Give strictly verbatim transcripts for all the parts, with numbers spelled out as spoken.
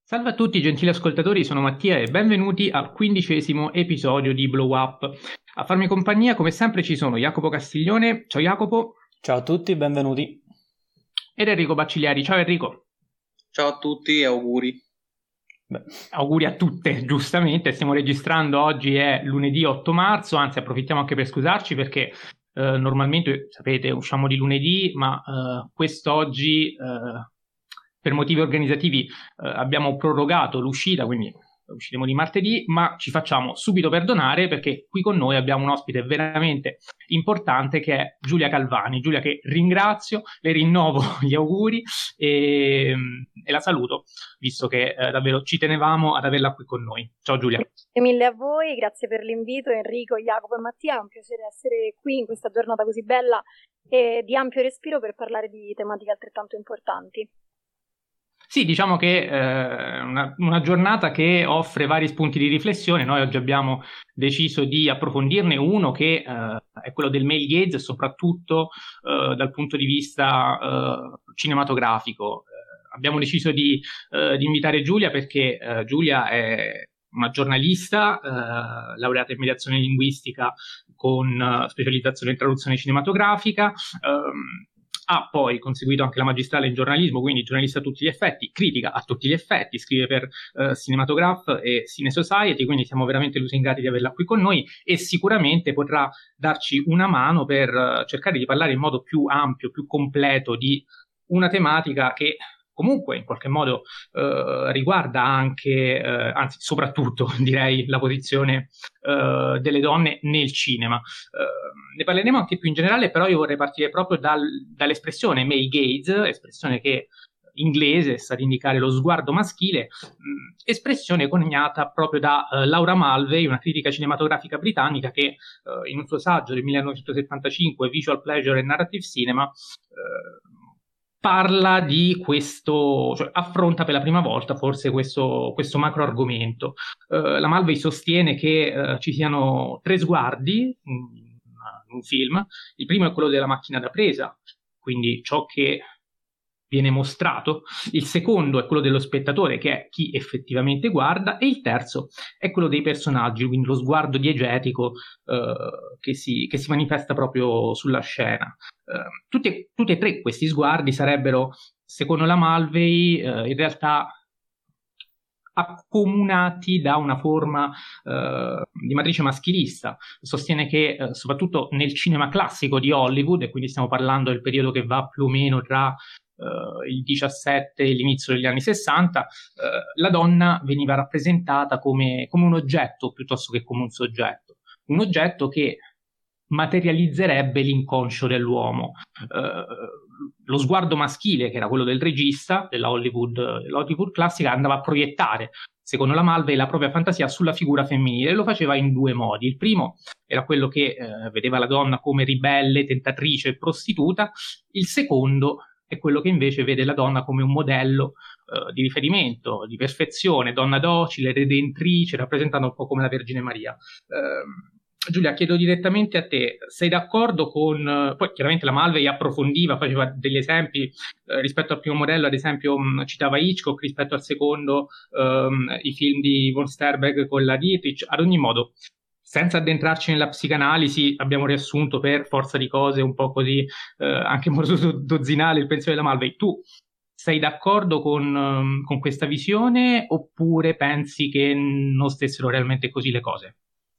Salve a tutti gentili ascoltatori, sono Mattia e benvenuti al quindicesimo episodio di Blow Up. A farmi compagnia come sempre ci sono Jacopo Castiglione, ciao Jacopo. Ciao a tutti, benvenuti. Ed Enrico Baccigliari, ciao Enrico. Ciao a tutti e auguri. Beh, auguri a tutte, giustamente, stiamo registrando oggi è lunedì otto marzo, anzi approfittiamo anche per scusarci perché eh, normalmente, sapete, usciamo di lunedì, ma eh, quest'oggi... Eh, per motivi organizzativi eh, abbiamo prorogato l'uscita, quindi usciremo di martedì, ma ci facciamo subito perdonare perché qui con noi abbiamo un ospite veramente importante che è Giulia Calvani. Giulia, che ringrazio, le rinnovo gli auguri e, e la saluto, visto che eh, davvero ci tenevamo ad averla qui con noi. Ciao Giulia. Grazie mille a voi, grazie per l'invito Enrico, Jacopo e Mattia, è un piacere essere qui in questa giornata così bella e di ampio respiro per parlare di tematiche altrettanto importanti. Sì, diciamo che eh, una, una giornata che offre vari spunti di riflessione. Noi oggi abbiamo deciso di approfondirne uno che eh, è quello del male gaze, soprattutto eh, dal punto di vista eh, cinematografico. Eh, abbiamo deciso di, eh, di invitare Giulia perché eh, Giulia è una giornalista eh, laureata in mediazione linguistica con uh, specializzazione in traduzione cinematografica. Um, Ha poi conseguito anche la magistrale in giornalismo, quindi giornalista a tutti gli effetti, critica a tutti gli effetti, scrive per eh, Cinematograph e Cine Society, quindi siamo veramente lusingati di averla qui con noi e sicuramente potrà darci una mano per uh, cercare di parlare in modo più ampio, più completo di una tematica che comunque in qualche modo eh, riguarda anche, eh, anzi soprattutto direi, la posizione eh, delle donne nel cinema. Eh, ne parleremo anche più in generale, però io vorrei partire proprio dal, dall'espressione male gaze, espressione che inglese sta ad indicare lo sguardo maschile, mh, espressione coniata proprio da uh, Laura Mulvey, una critica cinematografica britannica che uh, in un suo saggio del millenovecentosettantacinque, Visual Pleasure and Narrative Cinema, uh, parla di questo, cioè affronta per la prima volta forse questo, questo macro argomento. Uh, la Mulvey sostiene che uh, ci siano tre sguardi in un film. Il primo è quello della macchina da presa, quindi ciò che viene mostrato. Il secondo è quello dello spettatore, che è chi effettivamente guarda, e il terzo è quello dei personaggi, quindi lo sguardo diegetico eh, che, si, che si manifesta proprio sulla scena. Eh, tutti, tutti e tre questi sguardi sarebbero, secondo la Mulvey, eh, in realtà accomunati da una forma eh, di matrice maschilista. Sostiene che eh, soprattutto nel cinema classico di Hollywood, e quindi stiamo parlando del periodo che va più o meno tra Uh, il diciassette e l'inizio degli anni sessanta, uh, la donna veniva rappresentata come, come un oggetto piuttosto che come un soggetto, un oggetto che materializzerebbe l'inconscio dell'uomo. Uh, lo sguardo maschile, che era quello del regista della Hollywood, dell'Hollywood classica, andava a proiettare, secondo la Mulvey, la propria fantasia sulla figura femminile, e lo faceva in due modi. Il primo era quello che eh, vedeva la donna come ribelle, tentatrice, prostituta. Il secondo è quello che invece vede la donna come un modello uh, di riferimento, di perfezione, donna docile, redentrice, rappresentando un po' come la Vergine Maria. Uh, Giulia, chiedo direttamente a te, sei d'accordo con... Uh, poi chiaramente la Mulvey approfondiva, faceva degli esempi uh, rispetto al primo modello, ad esempio um, citava Hitchcock, rispetto al secondo um, i film di von Sternberg con la Dietrich. Ad ogni modo, senza addentrarci nella psicanalisi, abbiamo riassunto per forza di cose un po' così, eh, anche in modo dozzinale, il pensiero della Mulvey. Tu sei d'accordo con, um, con questa visione oppure pensi che non stessero realmente così le cose?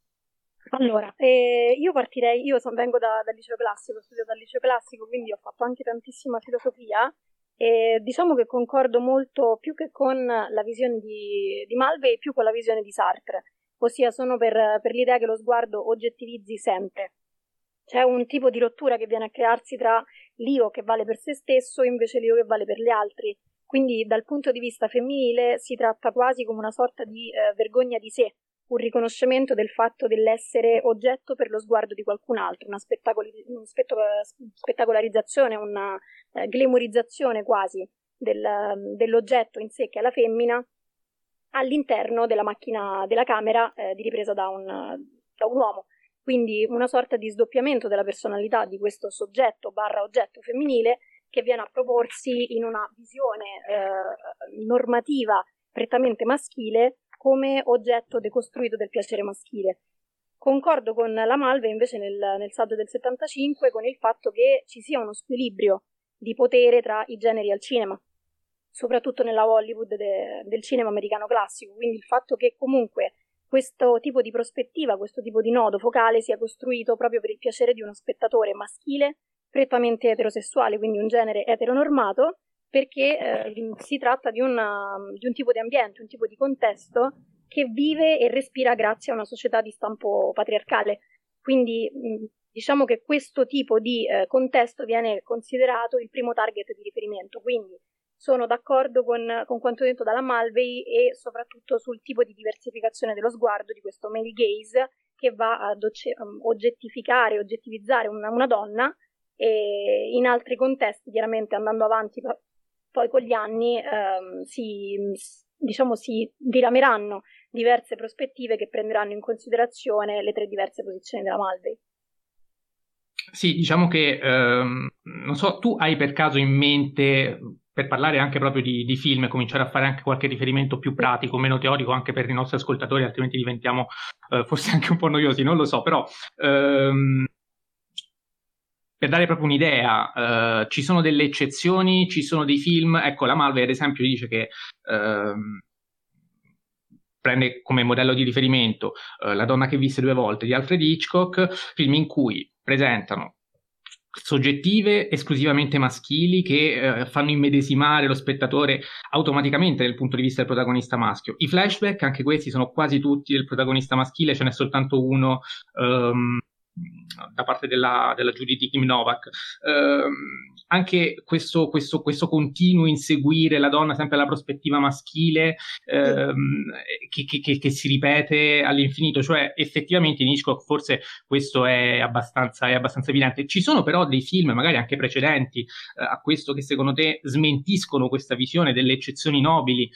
Allora, eh, io partirei, io son, vengo da, dal liceo classico, ho studiato al liceo classico, quindi ho fatto anche tantissima filosofia e diciamo che concordo molto più che con la visione di, di Mulvey, più con la visione di Sartre. Ossia sono per, per l'idea che lo sguardo oggettivizzi sempre. C'è un tipo di rottura che viene a crearsi tra l'io che vale per se stesso e invece l'io che vale per gli altri. Quindi dal punto di vista femminile si tratta quasi come una sorta di eh, vergogna di sé, un riconoscimento del fatto dell'essere oggetto per lo sguardo di qualcun altro, una spettacoli- una spetto- spettacolarizzazione, una eh, glamorizzazione quasi del, dell'oggetto in sé, che è la femmina, all'interno della macchina della camera eh, di ripresa da un, da un uomo. Quindi una sorta di sdoppiamento della personalità di questo soggetto barra oggetto femminile che viene a proporsi in una visione eh, normativa prettamente maschile come oggetto decostruito del piacere maschile. Concordo con la Mulvey invece nel, nel saggio del settantacinque con il fatto che ci sia uno squilibrio di potere tra i generi al cinema, soprattutto nella Hollywood de, del cinema americano classico, quindi il fatto che comunque questo tipo di prospettiva, questo tipo di nodo focale sia costruito proprio per il piacere di uno spettatore maschile prettamente eterosessuale, quindi un genere eteronormato, perché eh, si tratta di, una, di un tipo di ambiente, un tipo di contesto che vive e respira grazie a una società di stampo patriarcale. Quindi mh, diciamo che questo tipo di eh, contesto viene considerato il primo target di riferimento, quindi sono d'accordo con, con quanto detto dalla Mulvey e soprattutto sul tipo di diversificazione dello sguardo di questo male gaze che va ad oggettificare, oggettivizzare una, una donna, e in altri contesti, chiaramente andando avanti poi con gli anni, ehm, si, diciamo, si dirameranno diverse prospettive che prenderanno in considerazione le tre diverse posizioni della Mulvey. Sì, diciamo che, ehm, non so, tu hai per caso in mente, per parlare anche proprio di, di film, cominciare a fare anche qualche riferimento più pratico, meno teorico anche per i nostri ascoltatori, altrimenti diventiamo eh, forse anche un po' noiosi, non lo so, però ehm, per dare proprio un'idea, eh, ci sono delle eccezioni, ci sono dei film, ecco la Mulvey ad esempio dice che ehm, prende come modello di riferimento eh, La donna che visse due volte di Alfred Hitchcock, film in cui presentano soggettive esclusivamente maschili che eh, fanno immedesimare lo spettatore automaticamente dal punto di vista del protagonista maschio. I flashback, anche questi, sono quasi tutti del protagonista maschile, ce n'è soltanto uno um, da parte della, della Judith Kim Novak. Um, anche questo, questo, questo continuo inseguire la donna sempre alla prospettiva maschile ehm, che, che, che si ripete all'infinito, cioè effettivamente in Hitchcock forse questo è abbastanza, è abbastanza evidente. Ci sono però dei film, magari anche precedenti eh, a questo, che secondo te smentiscono questa visione delle eccezioni nobili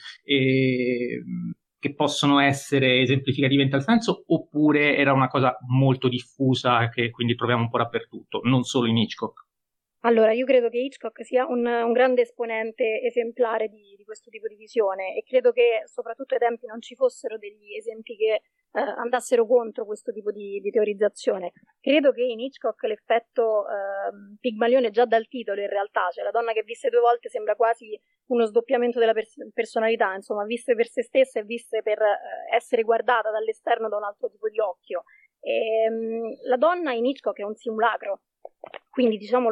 e che possono essere esemplificative in tal senso, oppure era una cosa molto diffusa che quindi troviamo un po' dappertutto, non solo in Hitchcock? Allora, io credo che Hitchcock sia un, un grande esponente esemplare di, di questo tipo di visione e credo che soprattutto ai tempi non ci fossero degli esempi che eh, andassero contro questo tipo di, di teorizzazione. Credo che in Hitchcock l'effetto eh, Pigmalione già dal titolo in realtà, cioè la donna che visse due volte sembra quasi uno sdoppiamento della pers- personalità, insomma, viste per se stessa e viste per eh, essere guardata dall'esterno da un altro tipo di occhio. E, mh, la donna in Hitchcock è un simulacro. Quindi diciamo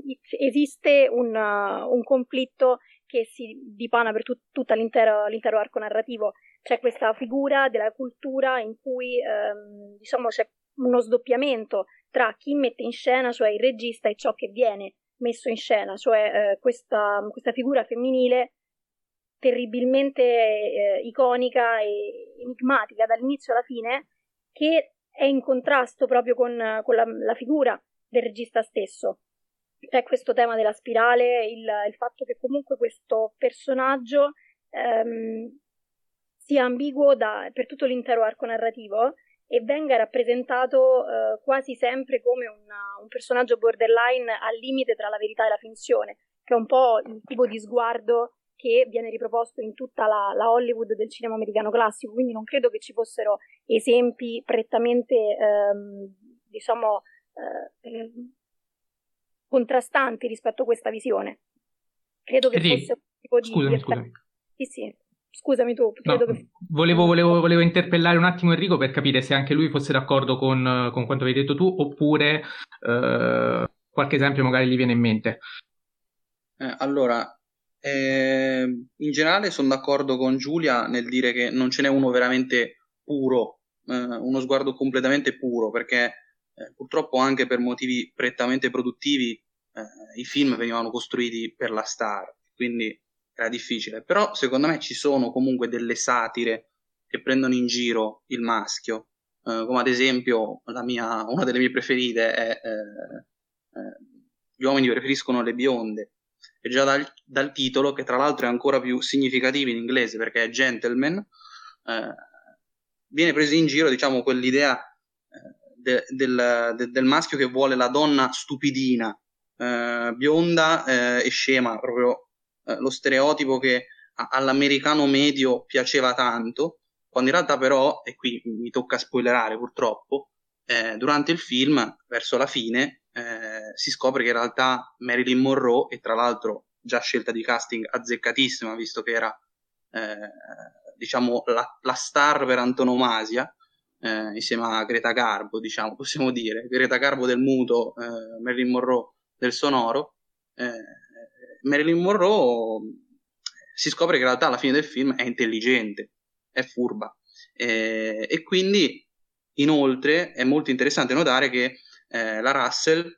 esiste un, uh, un conflitto che si dipana per tut- tutto l'intero, l'intero arco narrativo. C'è questa figura della cultura in cui ehm, diciamo c'è uno sdoppiamento tra chi mette in scena, cioè il regista, e ciò che viene messo in scena, cioè eh, questa, questa figura femminile terribilmente eh, iconica e enigmatica dall'inizio alla fine, che è in contrasto proprio con, con la, la figura del regista stesso. C'è questo tema della spirale, il, il fatto che comunque questo personaggio ehm, sia ambiguo da, per tutto l'intero arco narrativo e venga rappresentato eh, quasi sempre come una, un personaggio borderline al limite tra la verità e la finzione, che è un po' il tipo di sguardo che viene riproposto in tutta la, la Hollywood del cinema americano classico, quindi non credo che ci fossero esempi prettamente ehm, diciamo Eh, contrastanti rispetto a questa visione. Credo che Enrico, fosse un tipo di, scusami, di scusami. Sì, sì. Scusami tu. No, Credo che... volevo, volevo, volevo interpellare un attimo Enrico per capire se anche lui fosse d'accordo con, con quanto avevi detto tu, oppure eh, qualche esempio magari gli viene in mente. Eh, allora, eh, in generale sono d'accordo con Giulia nel dire che non ce n'è uno veramente puro, eh, uno sguardo completamente puro, perché eh, purtroppo anche per motivi prettamente produttivi eh, i film venivano costruiti per la star, quindi era difficile. Però secondo me ci sono comunque delle satire che prendono in giro il maschio, eh, come ad esempio la mia, una delle mie preferite è eh, eh, Gli uomini preferiscono le bionde. E già dal, dal titolo, che tra l'altro è ancora più significativo in inglese perché è gentleman, eh, viene preso in giro, diciamo, quell'idea eh, de, del, de, del maschio che vuole la donna stupidina, eh, bionda eh, e scema, proprio eh, lo stereotipo che a- all'americano medio piaceva tanto, quando in realtà però, e qui mi tocca spoilerare purtroppo, eh, durante il film, verso la fine, eh, si scopre che in realtà Marilyn Monroe, e tra l'altro già scelta di casting azzeccatissima, visto che era eh, diciamo la, la star per antonomasia, eh, insieme a Greta Garbo, diciamo, possiamo dire, Greta Garbo del muto, eh, Marilyn Monroe del sonoro, eh, Marilyn Monroe si scopre che in realtà alla fine del film è intelligente, è furba, eh, e quindi inoltre è molto interessante notare che eh, la Russell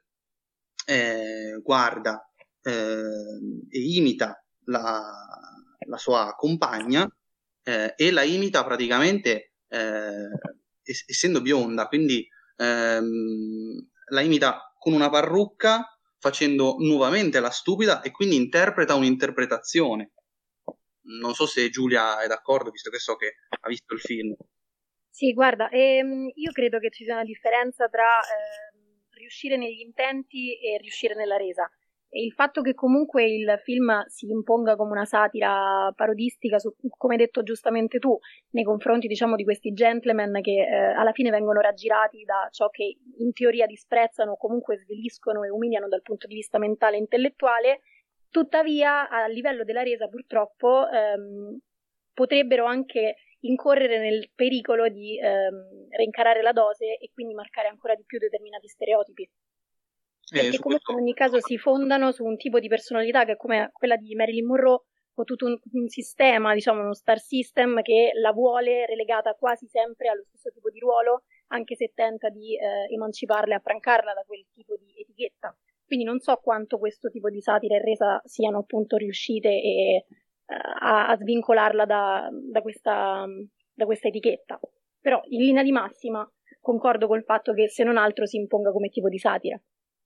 eh, guarda eh, e imita la, la sua compagna eh, e la imita praticamente eh, ess- essendo bionda, quindi ehm, la imita con una parrucca facendo nuovamente la stupida e quindi interpreta un'interpretazione. Non so se Giulia è d'accordo, visto che so che ha visto il film. Sì, guarda, ehm, io credo che ci sia una differenza tra ehm, riuscire negli intenti e riuscire nella resa. E il fatto che comunque il film si imponga come una satira parodistica, su, come hai detto giustamente tu, nei confronti, diciamo, di questi gentleman che eh, alla fine vengono raggirati da ciò che in teoria disprezzano o comunque sviliscono e umiliano dal punto di vista mentale e intellettuale, tuttavia a livello della resa purtroppo ehm, potrebbero anche incorrere nel pericolo di ehm, reincarare la dose e quindi marcare ancora di più determinati stereotipi. Perché Eh, su comunque questo in ogni caso si fondano su un tipo di personalità che è come quella di Marilyn Monroe, o tutto un, un sistema, diciamo uno star system che la vuole relegata quasi sempre allo stesso tipo di ruolo, anche se tenta di eh, emanciparla e affrancarla da quel tipo di etichetta. Quindi non so quanto questo tipo di satira e resa siano appunto riuscite e, a, a svincolarla da, da, questa, da questa etichetta. Però in linea di massima concordo col fatto che se non altro si imponga come tipo di satira.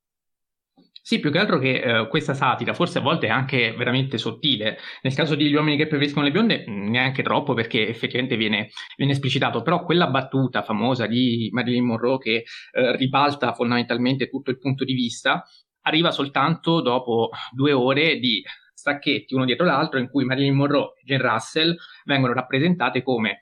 Sì, più che altro che eh, questa satira forse a volte è anche veramente sottile. Nel caso degli uomini che preferiscono le bionde, mh, neanche troppo, perché effettivamente viene, viene esplicitato. Però quella battuta famosa di Marilyn Monroe che eh, ribalta fondamentalmente tutto il punto di vista, arriva soltanto dopo due ore di stacchetti uno dietro l'altro, in cui Marilyn Monroe e Jane Russell vengono rappresentate come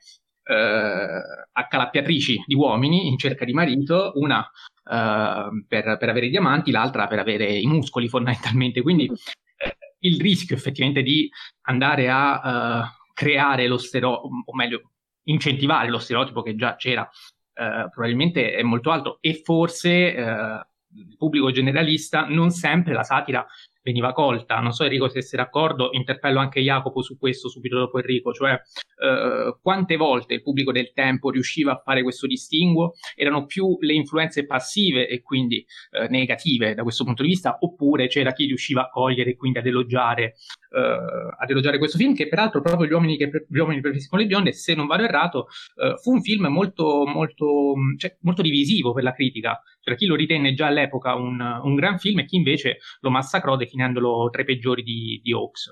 eh, accalappiatrici di uomini in cerca di marito, una Uh, per, per avere i diamanti, l'altra per avere i muscoli fondamentalmente. Quindi eh, il rischio effettivamente di andare a uh, creare lo stereotipo, o meglio, incentivare lo stereotipo che già c'era, uh, probabilmente è molto alto e forse uh, il pubblico generalista non sempre la satira veniva colta. Non so Enrico se sei d'accordo, interpello anche Jacopo su questo subito dopo Enrico, cioè eh, quante volte il pubblico del tempo riusciva a fare questo distinguo? Erano più le influenze passive e quindi eh, negative da questo punto di vista, oppure c'era chi riusciva a cogliere e quindi ad elogiare, eh, ad elogiare questo film, che peraltro proprio Gli uomini che pre- gli uomini preferiscono le bionde, se non vado errato, eh, fu un film molto, molto, cioè, molto divisivo per la critica. C'era chi lo ritenne già all'epoca un, un gran film e chi invece lo massacrò definendolo tra i peggiori di, di Hawks.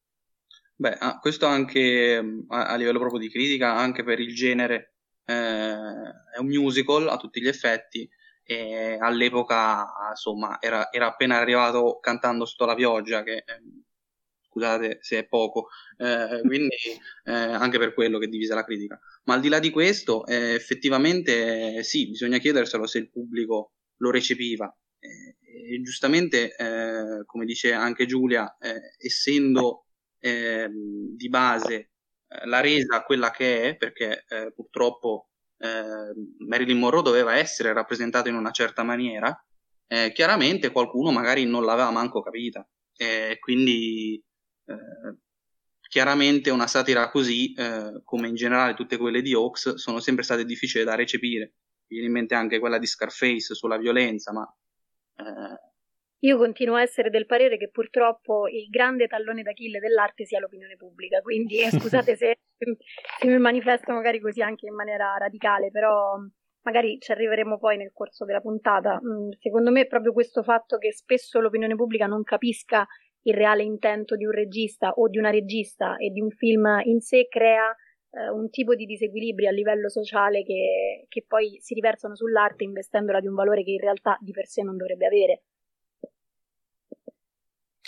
Beh, ah, questo anche mh, a, a livello proprio di critica, anche per il genere, eh, è un musical a tutti gli effetti e all'epoca, insomma, era, era appena arrivato cantando Sto la pioggia, che eh, scusate se è poco, eh, quindi eh, anche per quello che divise la critica. Ma al di là di questo, eh, effettivamente eh, sì, bisogna chiederselo se il pubblico lo recepiva. Eh, e giustamente, eh, come dice anche Giulia, eh, essendo eh, di base eh, la resa quella che è, perché eh, purtroppo eh, Marilyn Monroe doveva essere rappresentata in una certa maniera, eh, chiaramente qualcuno magari non l'aveva manco capita. E quindi eh, chiaramente una satira così, eh, come in generale tutte quelle di Hawks, sono sempre state difficili da recepire. Mi viene in mente anche quella di Scarface sulla violenza, ma eh, Io continuo a essere del parere che purtroppo il grande tallone d'Achille dell'arte sia l'opinione pubblica, quindi eh, scusate se, se mi manifesto magari così anche in maniera radicale, però magari ci arriveremo poi nel corso della puntata. Mm, secondo me proprio questo fatto che spesso l'opinione pubblica non capisca il reale intento di un regista o di una regista e di un film in sé crea eh, un tipo di disequilibri a livello sociale che, che poi si riversano sull'arte investendola di un valore che in realtà di per sé non dovrebbe avere.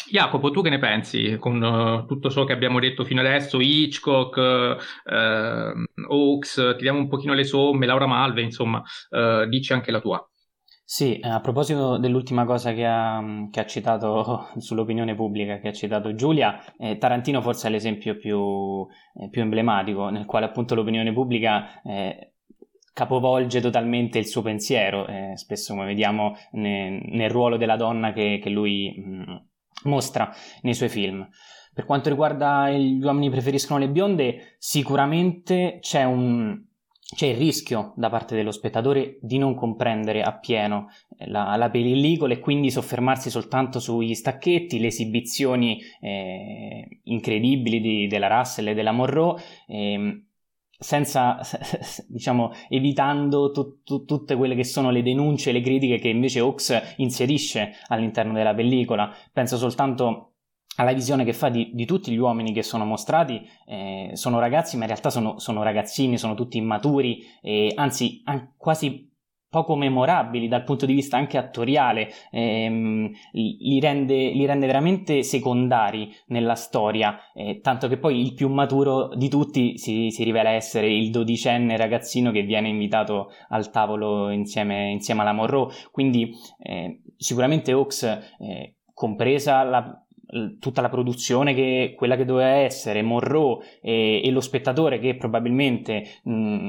Jacopo, tu che ne pensi con uh, tutto ciò che abbiamo detto fino adesso? Hitchcock, uh, uh, Hawks, tiriamo un pochino le somme, Laura Malve, insomma, uh, dici anche la tua. Sì, a proposito dell'ultima cosa che ha, che ha citato sull'opinione pubblica, che ha citato Giulia, eh, Tarantino forse è l'esempio più, eh, più emblematico, nel quale appunto l'opinione pubblica eh, capovolge totalmente il suo pensiero, eh, spesso come vediamo ne, nel ruolo della donna che, che lui mh, mostra nei suoi film. Per quanto riguarda Gli uomini preferiscono le bionde, sicuramente c'è un... c'è il rischio da parte dello spettatore di non comprendere appieno la, la pellicola e quindi soffermarsi soltanto sugli stacchetti, le esibizioni eh, incredibili di, della Russell e della Monroe, eh, senza, diciamo, evitando tu, tu, tutte quelle che sono le denunce e le critiche che invece Hawks inserisce all'interno della pellicola. Penso soltanto alla visione che fa di, di tutti gli uomini che sono mostrati, eh, sono ragazzi ma in realtà sono, sono ragazzini, sono tutti immaturi, eh, anzi an- quasi poco memorabili dal punto di vista anche attoriale, ehm, li, rende, li rende veramente secondari nella storia, eh, tanto che poi il più maturo di tutti si, si rivela essere il dodicenne ragazzino che viene invitato al tavolo insieme, insieme alla Monroe, quindi eh, sicuramente Hawks, eh, compresa la tutta la produzione che quella che doveva essere Monroe e, e lo spettatore che probabilmente mh,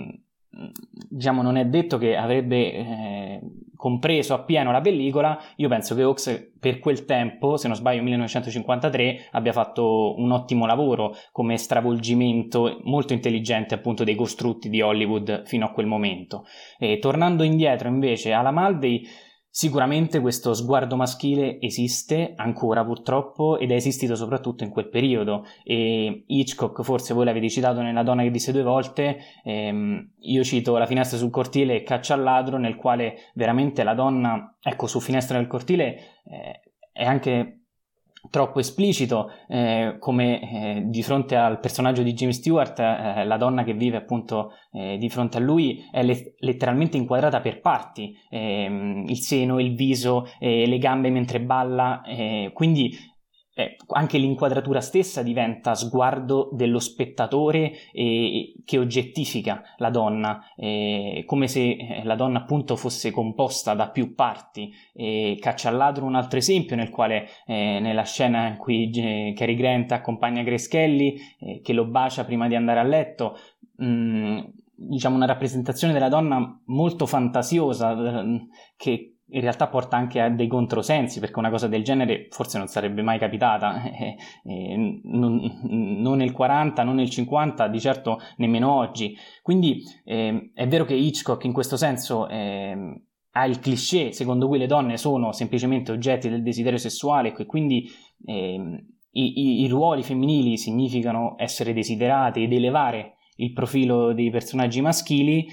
diciamo non è detto che avrebbe eh, compreso appieno la pellicola. Io penso che Hawks per quel tempo, se non sbaglio millenovecentocinquantatré, abbia fatto un ottimo lavoro come stravolgimento molto intelligente appunto dei costrutti di Hollywood fino a quel momento. E tornando indietro invece alla Mulvey, sicuramente questo sguardo maschile esiste ancora purtroppo ed è esistito soprattutto in quel periodo, e Hitchcock, forse voi l'avete citato nella Donna che disse due volte, ehm, io cito La finestra sul cortile e Caccia al ladro, nel quale veramente la donna, ecco, su Finestra del cortile eh, è anche troppo esplicito, eh, come eh, di fronte al personaggio di James Stewart, eh, la donna che vive appunto eh, di fronte a lui è le- letteralmente inquadrata per parti, eh, il seno, il viso, eh, le gambe mentre balla, eh, quindi eh, anche l'inquadratura stessa diventa sguardo dello spettatore eh, che oggettifica la donna, eh, come se eh, la donna appunto fosse composta da più parti. E Caccia al ladro un altro esempio, nel quale eh, nella scena in cui eh, Cary Grant accompagna Grace Kelly, eh, che lo bacia prima di andare a letto, mh, diciamo una rappresentazione della donna molto fantasiosa, eh, che in realtà porta anche a dei controsensi, perché una cosa del genere forse non sarebbe mai capitata, eh, eh, non, non nel quaranta, non nel cinquanta, di certo nemmeno oggi. Quindi eh, è vero che Hitchcock in questo senso eh, ha il cliché secondo cui le donne sono semplicemente oggetti del desiderio sessuale, e quindi eh, i, i, i ruoli femminili significano essere desiderati ed elevare il profilo dei personaggi maschili.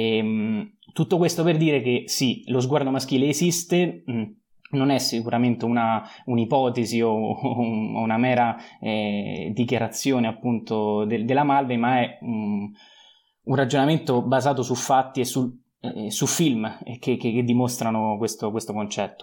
E, tutto questo per dire che sì, lo sguardo maschile esiste, mh, non è sicuramente una, un'ipotesi o, o una mera eh, dichiarazione appunto de, della Mulvey, ma è um, un ragionamento basato su fatti e su, eh, su film che, che, che dimostrano questo, questo concetto.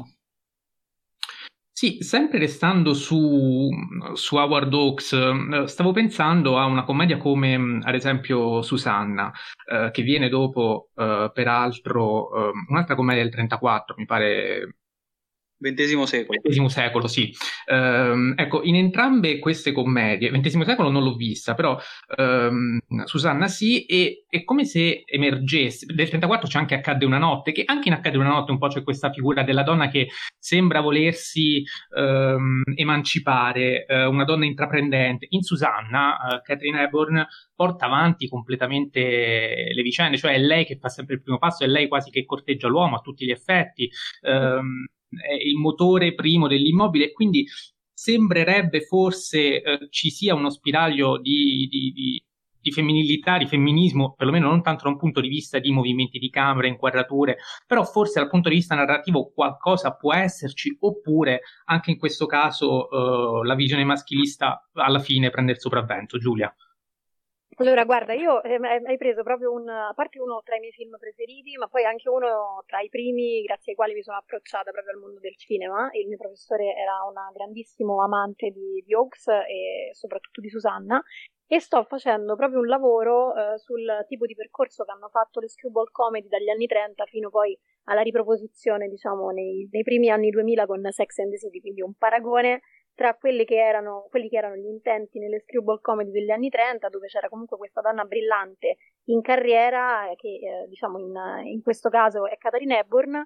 Sì, sempre restando su, su Howard Hawks, eh, stavo pensando a una commedia come mh, ad esempio Susanna, eh, che viene dopo, eh, peraltro, eh, un'altra commedia del trentaquattro, mi pare. ventesimo secolo. ventesimo secolo, sì. Ehm, ecco, in entrambe queste commedie, ventesimo secolo non l'ho vista, però ehm, Susanna sì, e è come se emergesse. Del trentaquattro c'è anche Accadde una notte, che anche in Accadde una notte un po' c'è questa figura della donna che sembra volersi ehm, emancipare, eh, una donna intraprendente. In Susanna, eh, Katharine Hepburn porta avanti completamente le vicende, cioè è lei che fa sempre il primo passo, è lei quasi che corteggia l'uomo a tutti gli effetti. Ehm, è il motore primo dell'immobile, quindi sembrerebbe forse eh, ci sia uno spiraglio di, di, di, di femminilità, di femminismo, perlomeno non tanto da un punto di vista di movimenti di camera, inquadrature, però forse dal punto di vista narrativo qualcosa può esserci, oppure anche in questo caso eh, la visione maschilista alla fine prende il sopravvento. Giulia? Allora, guarda, io eh, hai preso proprio un, a parte uno tra i miei film preferiti, ma poi anche uno tra i primi grazie ai quali mi sono approcciata proprio al mondo del cinema. Il mio professore era un grandissimo amante di, di Hawks e soprattutto di Susanna, e sto facendo proprio un lavoro eh, sul tipo di percorso che hanno fatto le screwball comedy dagli anni trenta fino poi alla riproposizione, diciamo, nei, nei primi anni duemila con Sex and the City, quindi un paragone tra quelli che erano, quelli che erano gli intenti nelle screwball comedy degli anni trenta, dove c'era comunque questa donna brillante in carriera, che eh, diciamo in, in questo caso è Katharine Hepburn,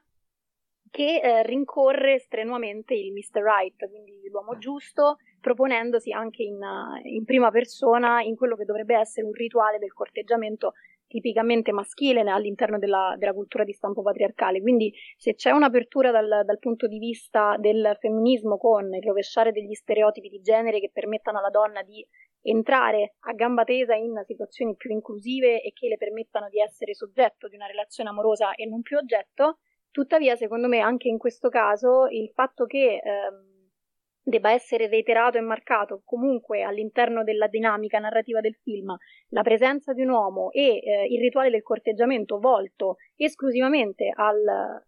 che eh, rincorre strenuamente il mister Right, quindi l'uomo giusto, proponendosi anche in, in prima persona in quello che dovrebbe essere un rituale del corteggiamento tipicamente maschile all'interno della, della cultura di stampo patriarcale. Quindi se c'è un'apertura dal, dal punto di vista del femminismo con il rovesciare degli stereotipi di genere che permettano alla donna di entrare a gamba tesa in situazioni più inclusive e che le permettano di essere soggetto di una relazione amorosa e non più oggetto, tuttavia secondo me anche in questo caso il fatto che ehm, debba essere reiterato e marcato comunque all'interno della dinamica narrativa del film la presenza di un uomo e eh, il rituale del corteggiamento volto esclusivamente al,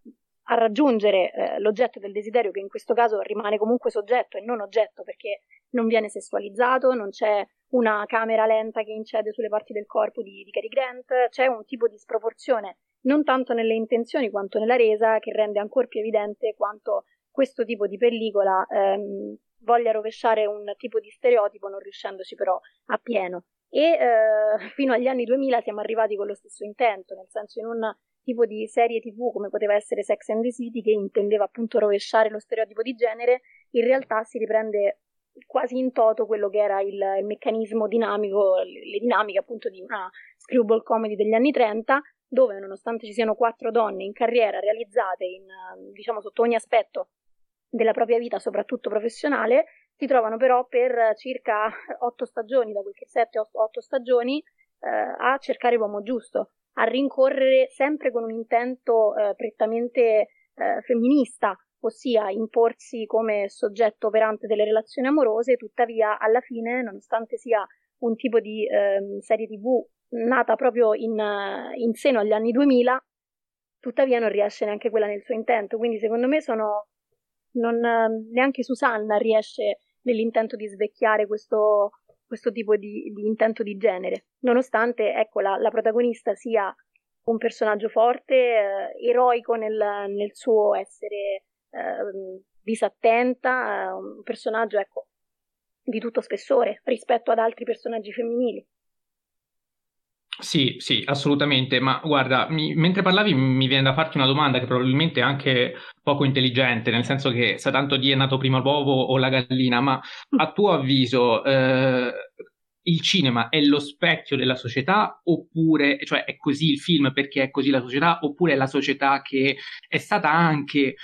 a raggiungere eh, l'oggetto del desiderio, che in questo caso rimane comunque soggetto e non oggetto perché non viene sessualizzato, non c'è una camera lenta che incede sulle parti del corpo di, di Cary Grant, c'è un tipo di sproporzione non tanto nelle intenzioni quanto nella resa che rende ancora più evidente quanto questo tipo di pellicola ehm, voglia rovesciare un tipo di stereotipo non riuscendoci però appieno. E eh, fino agli anni duemila siamo arrivati con lo stesso intento, nel senso in un tipo di serie tv come poteva essere Sex and the City, che intendeva appunto rovesciare lo stereotipo di genere, in realtà si riprende quasi in toto quello che era il, il meccanismo dinamico, le dinamiche appunto di una screwball comedy degli anni trenta, dove nonostante ci siano quattro donne in carriera realizzate in, diciamo, sotto ogni aspetto della propria vita, soprattutto professionale, si trovano però per circa otto stagioni, da quel che sette otto stagioni, eh, a cercare l'uomo giusto, a rincorrere sempre con un intento eh, prettamente eh, femminista, ossia imporsi come soggetto operante delle relazioni amorose. Tuttavia alla fine, nonostante sia un tipo di eh, serie tv nata proprio in, in seno agli anni duemila, tuttavia non riesce neanche quella nel suo intento, quindi secondo me sono non, neanche Susanna riesce nell'intento di svecchiare questo, questo tipo di, di intento di genere, nonostante ecco, la, la protagonista sia un personaggio forte, eh, eroico nel, nel suo essere eh, disattenta, eh, un personaggio ecco, di tutto spessore rispetto ad altri personaggi femminili. Sì, sì, assolutamente, ma guarda, mi- mentre parlavi mi viene da farti una domanda che probabilmente è anche poco intelligente, nel senso che sa tanto di è nato prima l'uovo o la gallina, ma a tuo avviso eh, il cinema è lo specchio della società oppure, cioè è così il film perché è così la società, oppure è la società che è stata anche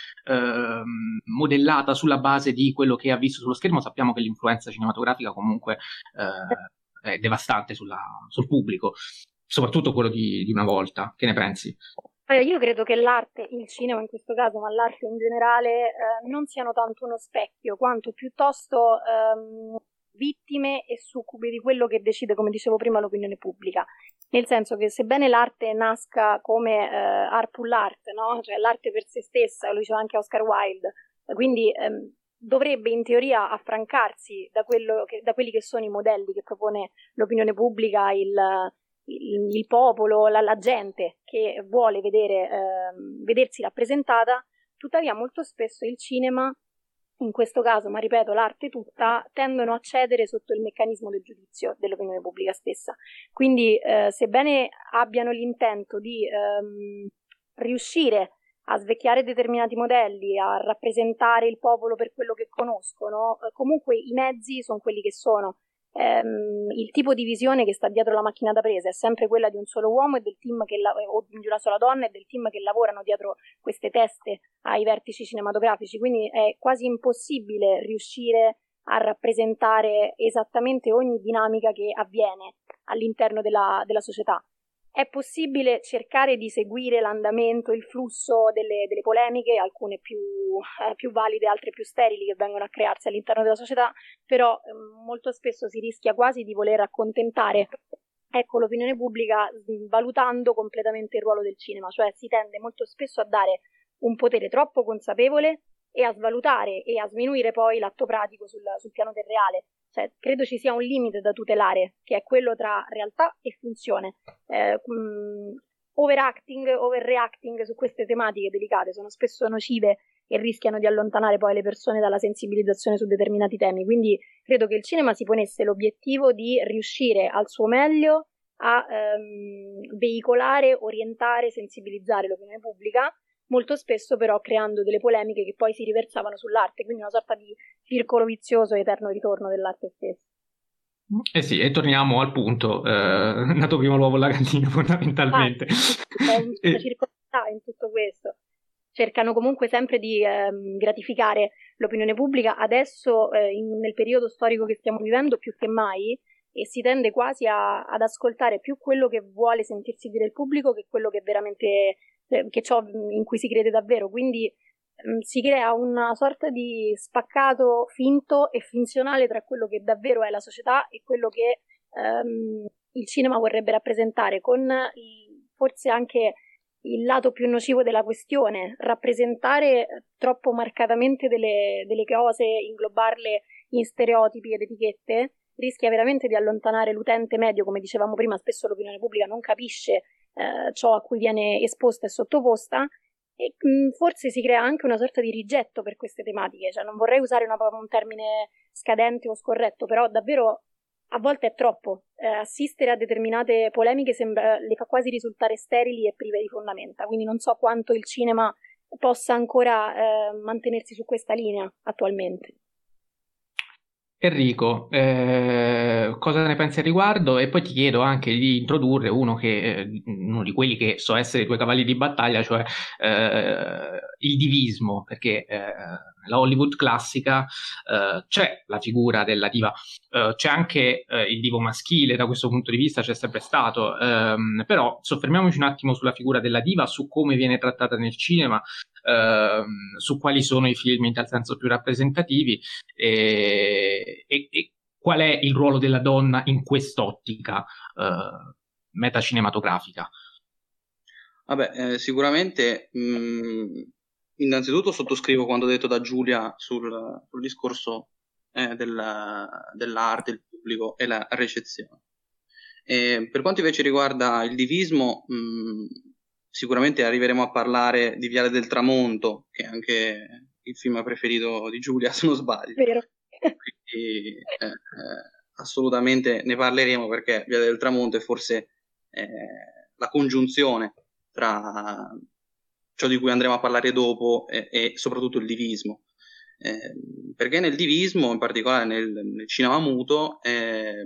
ehm, modellata sulla base di quello che ha visto sullo schermo? Sappiamo che l'influenza cinematografica comunque eh, è devastante sulla- sul pubblico, soprattutto quello di, di una volta. Che ne pensi? Allora, io credo che l'arte, il cinema in questo caso, ma l'arte in generale, eh, non siano tanto uno specchio, quanto piuttosto ehm, vittime e succubi di quello che decide, come dicevo prima, l'opinione pubblica. Nel senso che sebbene l'arte nasca come eh, art pull art, no? Cioè l'arte per se stessa, lo diceva anche Oscar Wilde, quindi ehm, dovrebbe in teoria affrancarsi da, quello che, da quelli che sono i modelli che propone l'opinione pubblica, il, il, il popolo, la, la gente che vuole vedere, eh, vedersi rappresentata. Tuttavia molto spesso il cinema, in questo caso, ma ripeto, l'arte tutta, tendono a cedere sotto il meccanismo del giudizio dell'opinione pubblica stessa. Quindi, eh, sebbene abbiano l'intento di ehm, riuscire a svecchiare determinati modelli, a rappresentare il popolo per quello che conoscono, eh, comunque i mezzi sono quelli che sono. Ehm, il tipo di visione che sta dietro la macchina da presa è sempre quella di un solo uomo e del team che la- o di una sola donna e del team che lavorano dietro queste teste ai vertici cinematografici, quindi è quasi impossibile riuscire a rappresentare esattamente ogni dinamica che avviene all'interno della, della società. È possibile cercare di seguire l'andamento, il flusso delle, delle polemiche, alcune più, eh, più valide, altre più sterili, che vengono a crearsi all'interno della società, però eh, molto spesso si rischia quasi di voler accontentare ecco, l'opinione pubblica valutando completamente il ruolo del cinema, cioè si tende molto spesso a dare un potere troppo consapevole e a svalutare e a sminuire poi l'atto pratico sul, sul piano del reale. Cioè, credo ci sia un limite da tutelare, che è quello tra realtà e finzione. Eh, mh, overacting, overreacting su queste tematiche delicate sono spesso nocive e rischiano di allontanare poi le persone dalla sensibilizzazione su determinati temi. Quindi credo che il cinema si ponesse l'obiettivo di riuscire al suo meglio a ehm, veicolare, orientare, sensibilizzare l'opinione pubblica, molto spesso però creando delle polemiche che poi si riversavano sull'arte, quindi una sorta di circolo vizioso e eterno ritorno dell'arte stessa. Eh sì, e torniamo al punto, eh, è nato prima l'uovo e la gallina fondamentalmente. Ah, c'è una circolarità in tutto questo. Cercano comunque sempre di ehm, gratificare l'opinione pubblica, adesso eh, in, nel periodo storico che stiamo vivendo più che mai, e si tende quasi a, ad ascoltare più quello che vuole sentirsi dire il pubblico che quello che veramente che ciò in cui si crede davvero, quindi mh, si crea una sorta di spaccato finto e finzionale tra quello che davvero è la società e quello che ehm, il cinema vorrebbe rappresentare, con il, forse anche il lato più nocivo della questione, rappresentare troppo marcatamente delle, delle cose, inglobarle in stereotipi ed etichette, rischia veramente di allontanare l'utente medio. Come dicevamo prima, spesso l'opinione pubblica non capisce Eh, ciò a cui viene esposta e sottoposta, e mh, forse si crea anche una sorta di rigetto per queste tematiche. Cioè, non vorrei usare una, un termine scadente o scorretto, però davvero a volte è troppo. Eh, assistere a determinate polemiche sembra, le fa quasi risultare sterili e prive di fondamenta, quindi non so quanto il cinema possa ancora eh, mantenersi su questa linea attualmente. Enrico, eh, cosa ne pensi al riguardo? E poi ti chiedo anche di introdurre uno, che, eh, uno di quelli che so essere i tuoi cavalli di battaglia, cioè eh, il divismo, perché eh, la Hollywood classica eh, c'è la figura della diva, eh, c'è anche eh, il divo maschile, da questo punto di vista c'è sempre stato, ehm, però soffermiamoci un attimo sulla figura della diva, su come viene trattata nel cinema, ehm, su quali sono i film in tal senso più rappresentativi, e, e, e qual è il ruolo della donna in quest'ottica eh, metacinematografica. Vabbè, eh, sicuramente mh, innanzitutto sottoscrivo quanto detto da Giulia sul, sul discorso eh, della, dell'arte, il pubblico e la recezione. E per quanto invece riguarda il divismo, mh, sicuramente arriveremo a parlare di Viale del Tramonto, che è anche il film preferito di Giulia, se non sbaglio. Vero. Quindi eh, eh, assolutamente ne parleremo, perché Viale del Tramonto è forse eh, la congiunzione tra ciò di cui andremo a parlare dopo e, e soprattutto il divismo. Eh, perché nel divismo, in particolare nel, nel cinema muto, eh,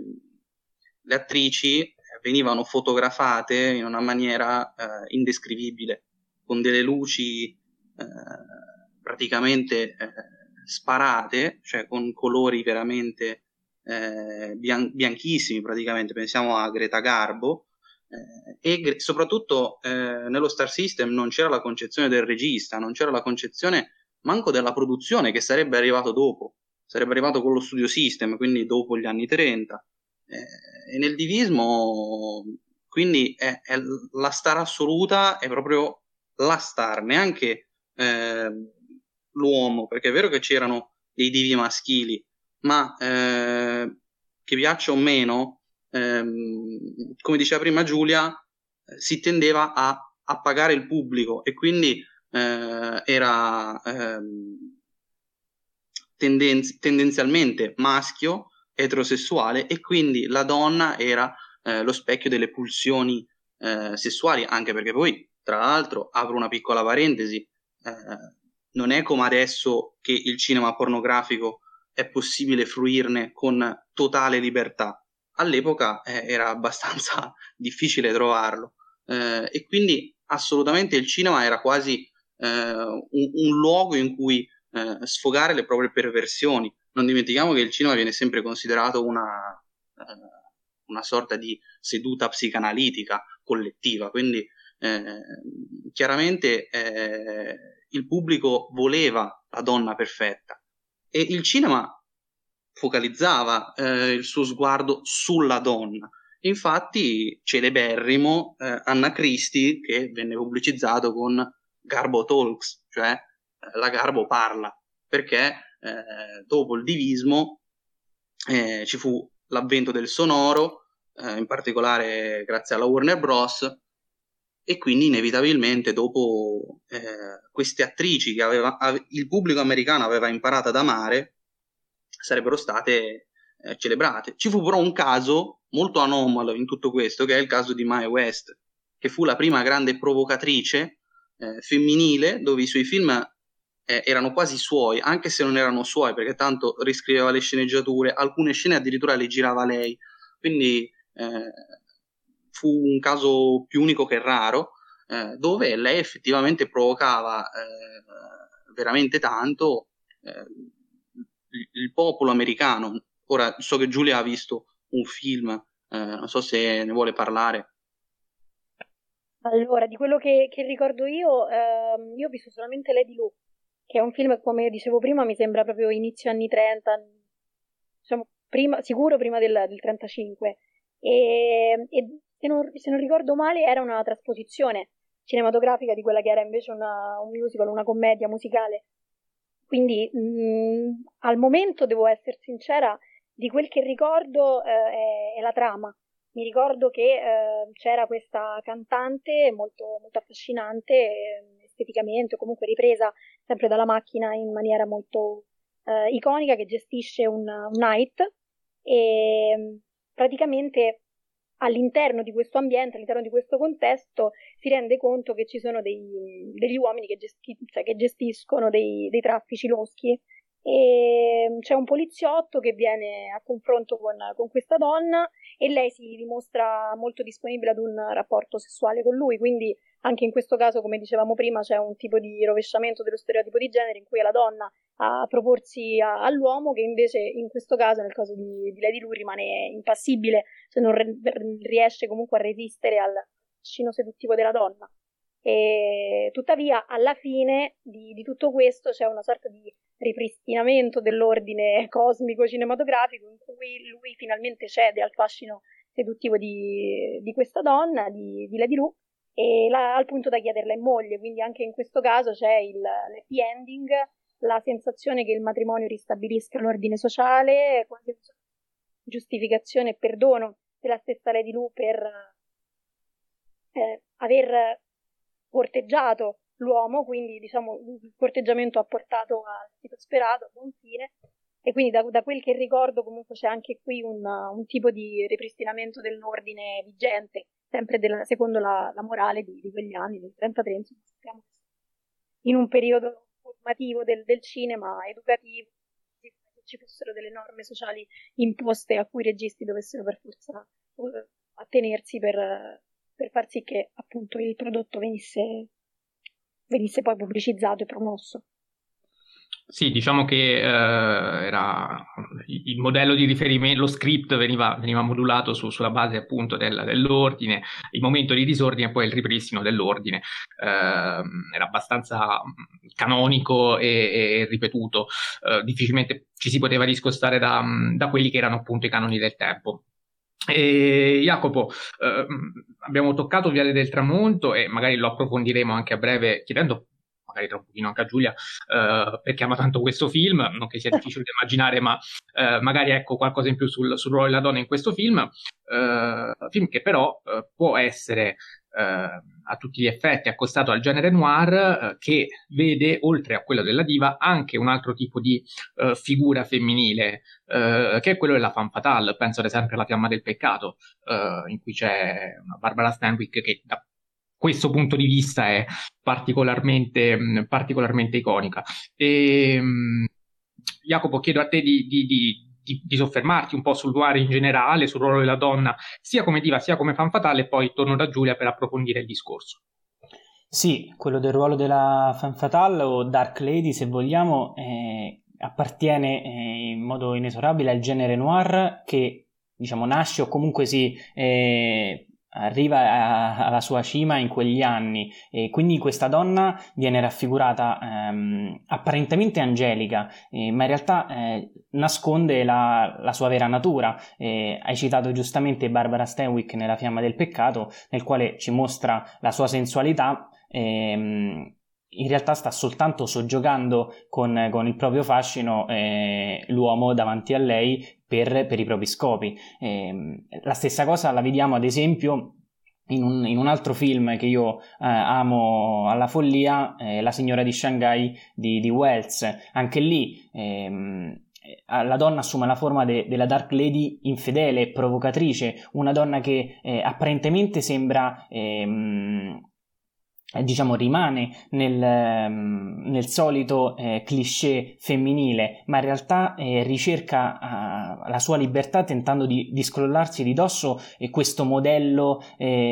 le attrici venivano fotografate in una maniera eh, indescrivibile, con delle luci eh, praticamente eh, sparate, cioè con colori veramente eh, bian- bianchissimi praticamente. Pensiamo a Greta Garbo, eh, e gre- soprattutto eh, nello Star System non c'era la concezione del regista, non c'era la concezione manco della produzione, che sarebbe arrivato dopo, sarebbe arrivato con lo Studio System, quindi dopo gli anni trenta. Eh, e nel divismo quindi è, è la star assoluta, è proprio la star, neanche eh, l'uomo, perché è vero che c'erano dei divi maschili, ma eh, che piaccia o meno, ehm, come diceva prima Giulia, eh, si tendeva a appagare il pubblico, e quindi eh, era ehm, tendenzi- tendenzialmente maschio, eterosessuale, e quindi la donna era eh, lo specchio delle pulsioni eh, sessuali, anche perché poi, tra l'altro, apro una piccola parentesi, eh, non è come adesso che il cinema pornografico è possibile fruirne con totale libertà. All'epoca eh, era abbastanza difficile trovarlo, eh, e quindi assolutamente il cinema era quasi eh, un, un luogo in cui eh, sfogare le proprie perversioni. Non dimentichiamo che il cinema viene sempre considerato una, eh, una sorta di seduta psicanalitica collettiva, quindi eh, chiaramente eh, il pubblico voleva la donna perfetta, e il cinema focalizzava eh, il suo sguardo sulla donna, Infatti, celeberrimo eh, Anna Christie, che venne pubblicizzato con Garbo Talks, cioè eh, la Garbo parla, perché eh, dopo il divismo eh, ci fu l'avvento del sonoro, eh, in particolare grazie alla Warner Bros., e quindi inevitabilmente dopo eh, queste attrici che aveva, ave, il pubblico americano aveva imparato ad amare sarebbero state eh, celebrate. Ci fu però un caso molto anomalo in tutto questo, che è il caso di Mae West, che fu la prima grande provocatrice eh, femminile, dove i suoi film eh, erano quasi suoi, anche se non erano suoi, perché tanto riscriveva le sceneggiature, alcune scene addirittura le girava lei, quindi eh, fu un caso più unico che raro, eh, dove lei effettivamente provocava eh, veramente tanto eh, il, il popolo americano. Ora, so che Giulia ha visto un film, eh, non so se ne vuole parlare. Allora, di quello che, che ricordo io, ehm, io ho visto solamente Lady Lu, che è un film, come dicevo prima, mi sembra proprio inizio anni trenta, diciamo, prima, sicuro prima del, del trentacinque. E, e se, non, se non ricordo male era una trasposizione cinematografica di quella che era invece una, un musical, una commedia musicale. Quindi mh, al momento, devo essere sincera, di quel che ricordo eh, è, è la trama. Mi ricordo che eh, c'era questa cantante molto, molto affascinante eh, esteticamente, o comunque ripresa sempre dalla macchina in maniera molto eh, iconica, che gestisce un, un night, e praticamente all'interno di questo ambiente, all'interno di questo contesto, si rende conto che ci sono dei, degli uomini che, gesti- cioè che gestiscono dei, dei traffici loschi, e c'è un poliziotto che viene a confronto con, con questa donna, e lei si dimostra molto disponibile ad un rapporto sessuale con lui, quindi anche in questo caso, come dicevamo prima, c'è un tipo di rovesciamento dello stereotipo di genere, in cui è la donna a proporsi a, all'uomo, che invece in questo caso, nel caso di, di Lady Lu, rimane impassibile, se non re, riesce comunque a resistere al fascino seduttivo della donna. E tuttavia, alla fine di, di tutto questo c'è una sorta di ripristinamento dell'ordine cosmico cinematografico, in cui lui finalmente cede al fascino seduttivo di, di questa donna, di, di Lady Lu, e la, al punto da chiederla in moglie. Quindi anche in questo caso c'è il, l'happy ending, la sensazione che il matrimonio ristabilisca l'ordine sociale, quasi una giustificazione e perdono della stessa Lady Lu per eh, aver corteggiato l'uomo, quindi diciamo il corteggiamento ha portato al tipo sperato, a buon fine, e quindi da, da quel che ricordo comunque c'è anche qui un, un tipo di ripristinamento dell'ordine vigente, sempre della, secondo la, la morale di, di quegli anni, del trentatré, insomma, sappiamo in un periodo formativo del, del cinema, educativo, che ci fossero delle norme sociali imposte a cui i registi dovessero per forza uh, attenersi per, per far sì che appunto il prodotto venisse, venisse poi pubblicizzato e promosso. Sì, diciamo che eh, era il modello di riferimento, lo script veniva, veniva modulato su, sulla base appunto del, dell'ordine, il momento di disordine e poi il ripristino dell'ordine. Eh, era abbastanza canonico e, e ripetuto, eh, difficilmente ci si poteva discostare da, da quelli che erano appunto i canoni del tempo. E Jacopo, eh, abbiamo toccato Viale del Tramonto e magari lo approfondiremo anche a breve, chiedendo magari tra un pochino anche a Giulia, eh, perché ama tanto questo film, non che sia difficile da immaginare, ma eh, magari ecco qualcosa in più sul, sul ruolo della donna in questo film, eh, film che però eh, può essere eh, a tutti gli effetti accostato al genere noir, eh, che vede, oltre a quello della diva, anche un altro tipo di eh, figura femminile, eh, che è quello della femme fatale. Penso ad esempio alla Fiamma del Peccato, eh, in cui c'è una Barbara Stanwyck che da questo punto di vista è particolarmente, particolarmente iconica. E, um, Jacopo, chiedo a te di, di, di, di soffermarti un po' sul noir in generale, sul ruolo della donna, sia come diva sia come femme fatale, e poi torno da Giulia per approfondire il discorso. Sì, quello del ruolo della femme fatale, o Dark Lady se vogliamo, eh, appartiene eh, in modo inesorabile al genere noir, che diciamo nasce o comunque si... Eh, arriva a, alla sua cima in quegli anni, e quindi questa donna viene raffigurata ehm, apparentemente angelica, eh, ma in realtà eh, nasconde la, la sua vera natura. Eh, hai citato giustamente Barbara Stanwyck nella Fiamma del peccato, nel quale ci mostra la sua sensualità. ehm, in realtà sta soltanto soggiogando con, con il proprio fascino eh, l'uomo davanti a lei per, per i propri scopi. Eh, la stessa cosa la vediamo ad esempio in un, in un altro film che io eh, amo alla follia, eh, La signora di Shanghai di, di Wells. Anche lì ehm, la donna assume la forma de, della Dark Lady infedele, provocatrice, una donna che eh, apparentemente sembra... Ehm, diciamo rimane nel, nel solito eh, cliché femminile, ma in realtà eh, ricerca uh, la sua libertà tentando di, di scrollarsi di dosso e questo modello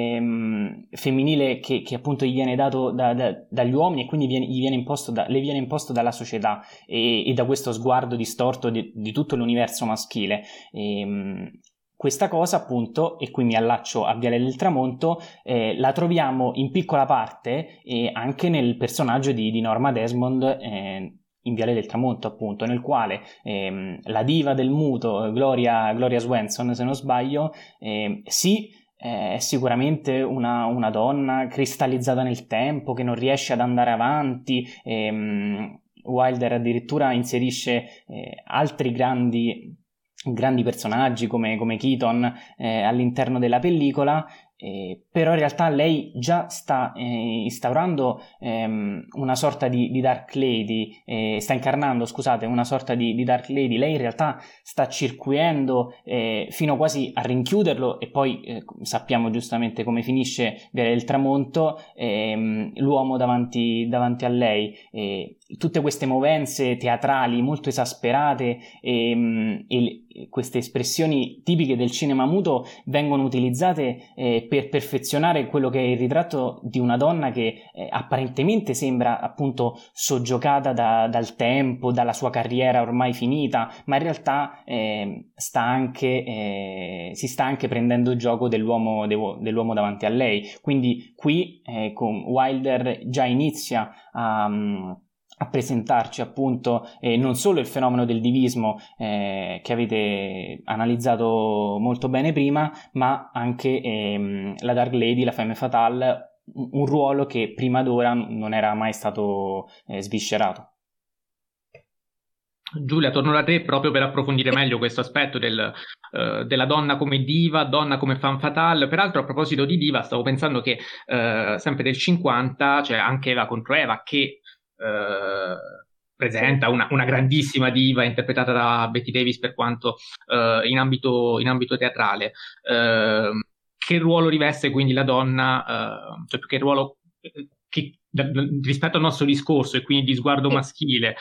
eh, femminile che, che appunto gli viene dato da, da, dagli uomini, e quindi viene, gli viene imposto da, le viene imposto dalla società e, e da questo sguardo distorto di, di tutto l'universo maschile. E, questa cosa appunto, e qui mi allaccio a Viale del Tramonto, eh, la troviamo in piccola parte eh, anche nel personaggio di, di Norma Desmond eh, in Viale del Tramonto, appunto, nel quale ehm, la diva del muto, Gloria, Gloria Swanson se non sbaglio, eh, sì, è sicuramente una, una donna cristallizzata nel tempo che non riesce ad andare avanti. ehm, Wilder addirittura inserisce eh, altri grandi grandi personaggi come, come Keaton eh, all'interno della pellicola, eh, però in realtà lei già sta eh, instaurando ehm, una sorta di, di Dark Lady, eh, sta incarnando, scusate, una sorta di, di Dark Lady. Lei in realtà sta circuendo eh, fino quasi a rinchiuderlo, e poi eh, sappiamo giustamente come finisce Viale del Tramonto, ehm, l'uomo davanti, davanti a lei. Eh, tutte queste movenze teatrali molto esasperate e, e queste espressioni tipiche del cinema muto vengono utilizzate eh, per perfezionare quello che è il ritratto di una donna che eh, apparentemente sembra appunto soggiogata da, dal tempo, dalla sua carriera ormai finita, ma in realtà eh, sta anche, eh, si sta anche prendendo gioco dell'uomo, dell'uomo davanti a lei. Quindi qui eh, con Wilder già inizia a... a presentarci appunto eh, non solo il fenomeno del divismo eh, che avete analizzato molto bene prima, ma anche ehm, la Dark Lady, la Femme Fatale, un, un ruolo che prima d'ora non era mai stato eh, sviscerato. Giulia, torno da te proprio per approfondire meglio questo aspetto del, uh, della donna come diva, donna come femme fatale. Peraltro, a proposito di diva, stavo pensando che uh, sempre del cinquanta c'è anche Eva contro Eva, che Uh, presenta una, una grandissima diva interpretata da Bette Davis, per quanto uh, in, ambito, in ambito teatrale. Uh, che ruolo riveste quindi la donna, uh, cioè che ruolo che, da, da, rispetto al nostro discorso e quindi di sguardo maschile,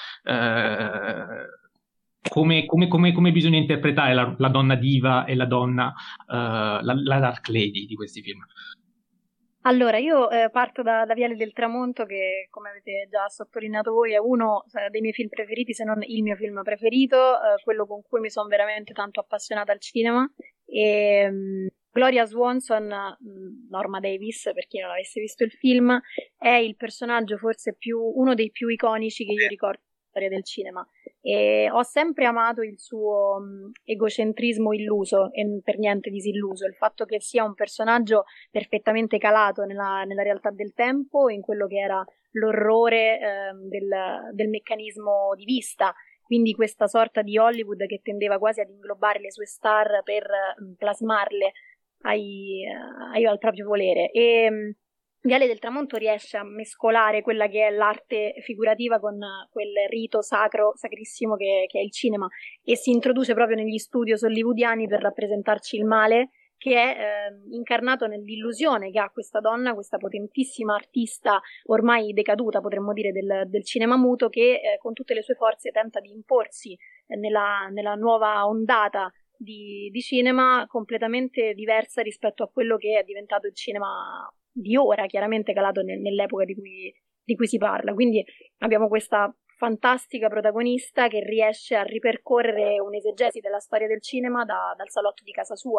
uh, come, come, come, come bisogna interpretare la, la donna diva e la donna, uh, la, la Dark Lady di questi film? Allora, io eh, parto da, da Viale del Tramonto, che come avete già sottolineato voi è uno eh, dei miei film preferiti, se non il mio film preferito, eh, quello con cui mi sono veramente tanto appassionata al cinema. E, mh, Gloria Swanson, mh, Norma Davis, per chi non avesse visto il film, è il personaggio forse più, uno dei più iconici che io ricordo nella storia del cinema. E ho sempre amato il suo um, egocentrismo illuso e per niente disilluso, il fatto che sia un personaggio perfettamente calato nella, nella realtà del tempo, in quello che era l'orrore eh, del, del meccanismo di vista, quindi questa sorta di Hollywood che tendeva quasi ad inglobare le sue star per um, plasmarle ai, uh, ai, al proprio volere. E um, Viale del Tramonto riesce a mescolare quella che è l'arte figurativa con quel rito sacro, sagrissimo che, che è il cinema, e si introduce proprio negli studios hollywoodiani per rappresentarci il male, che è eh, incarnato nell'illusione che ha questa donna, questa potentissima artista ormai decaduta, potremmo dire, del, del cinema muto, che eh, con tutte le sue forze tenta di imporsi eh, nella, nella nuova ondata di, di cinema completamente diversa rispetto a quello che è diventato il cinema di ora, chiaramente calato nel, nell'epoca di cui, di cui si parla. Quindi abbiamo questa fantastica protagonista che riesce a ripercorrere un'esegesi della storia del cinema da, dal salotto di casa sua,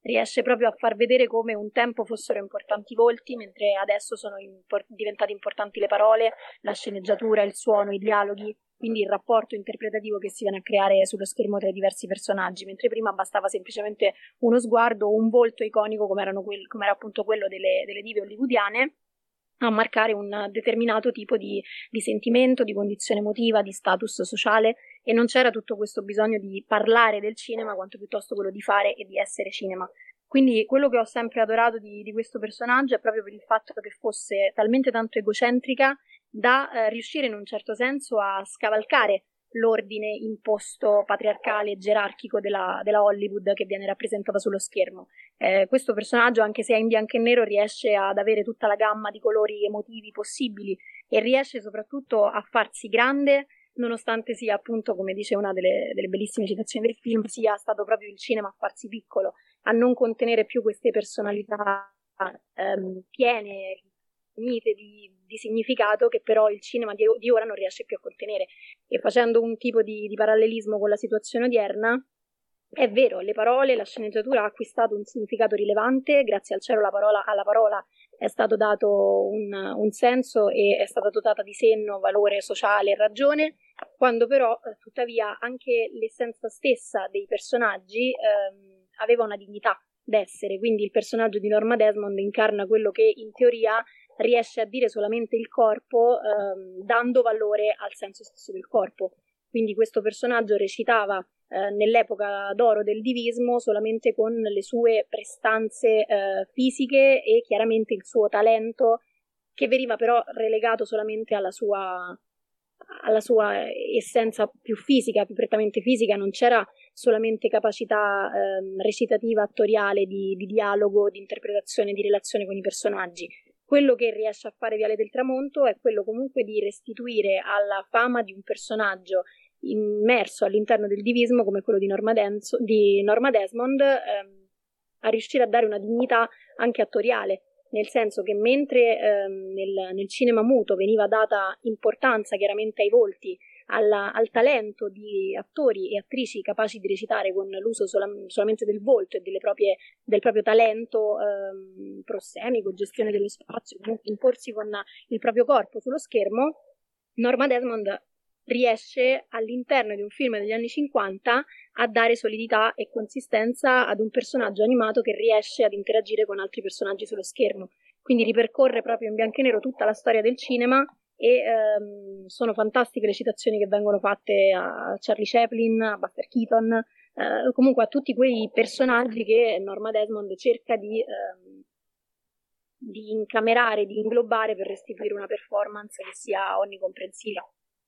riesce proprio a far vedere come un tempo fossero importanti i volti, mentre adesso sono impor- diventate importanti le parole, la sceneggiatura, il suono, i dialoghi, quindi il rapporto interpretativo che si viene a creare sullo schermo tra i diversi personaggi, mentre prima bastava semplicemente uno sguardo o un volto iconico come, erano que- come era appunto quello delle, delle dive hollywoodiane, a marcare un determinato tipo di, di sentimento, di condizione emotiva, di status sociale, e non c'era tutto questo bisogno di parlare del cinema quanto piuttosto quello di fare e di essere cinema. Quindi quello che ho sempre adorato di, di questo personaggio è proprio per il fatto che fosse talmente tanto egocentrica da eh, riuscire in un certo senso a scavalcare l'ordine imposto patriarcale e gerarchico della, della Hollywood che viene rappresentata sullo schermo. Eh, questo personaggio, anche se è in bianco e nero, riesce ad avere tutta la gamma di colori emotivi possibili e riesce soprattutto a farsi grande, nonostante sia, appunto, come dice una delle, delle bellissime citazioni del film, sia stato proprio il cinema a farsi piccolo, a non contenere più queste personalità ehm, piene, finite di, di significato, che però il cinema di, di ora non riesce più a contenere. E facendo un tipo di, di parallelismo con la situazione odierna, è vero, le parole, la sceneggiatura ha acquistato un significato rilevante, grazie al cielo la parola, alla parola è stato dato un, un senso e è stata dotata di senno, valore sociale e ragione, quando però tuttavia anche l'essenza stessa dei personaggi ehm, aveva una dignità d'essere. Quindi il personaggio di Norma Desmond incarna quello che in teoria riesce a dire solamente il corpo, ehm, dando valore al senso stesso del corpo. Quindi questo personaggio recitava eh, nell'epoca d'oro del divismo solamente con le sue prestanze eh, fisiche e chiaramente il suo talento, che veniva però relegato solamente alla sua, alla sua essenza più fisica, più prettamente fisica. Non c'era solamente capacità eh, recitativa, attoriale, di, di dialogo, di interpretazione, di relazione con i personaggi. Quello che riesce a fare Viale del Tramonto è quello comunque di restituire alla fama di un personaggio immerso all'interno del divismo come quello di Norma, Denso, di Norma Desmond, ehm, a riuscire a dare una dignità anche attoriale, nel senso che mentre ehm, nel, nel cinema muto veniva data importanza chiaramente ai volti, alla, al talento di attori e attrici capaci di recitare con l'uso solam- solamente del volto e delle proprie, del proprio talento ehm, prossemico, gestione dello spazio, comunque imporsi con il proprio corpo sullo schermo, Norma Desmond riesce all'interno di un film degli anni cinquanta a dare solidità e consistenza ad un personaggio animato che riesce ad interagire con altri personaggi sullo schermo. Quindi ripercorre proprio in bianco e nero tutta la storia del cinema e ehm, sono fantastiche le citazioni che vengono fatte a Charlie Chaplin, a Buster Keaton, eh, comunque a tutti quei personaggi che Norma Desmond cerca di, ehm, di incamerare, di inglobare per restituire una performance che sia onnicomprensiva.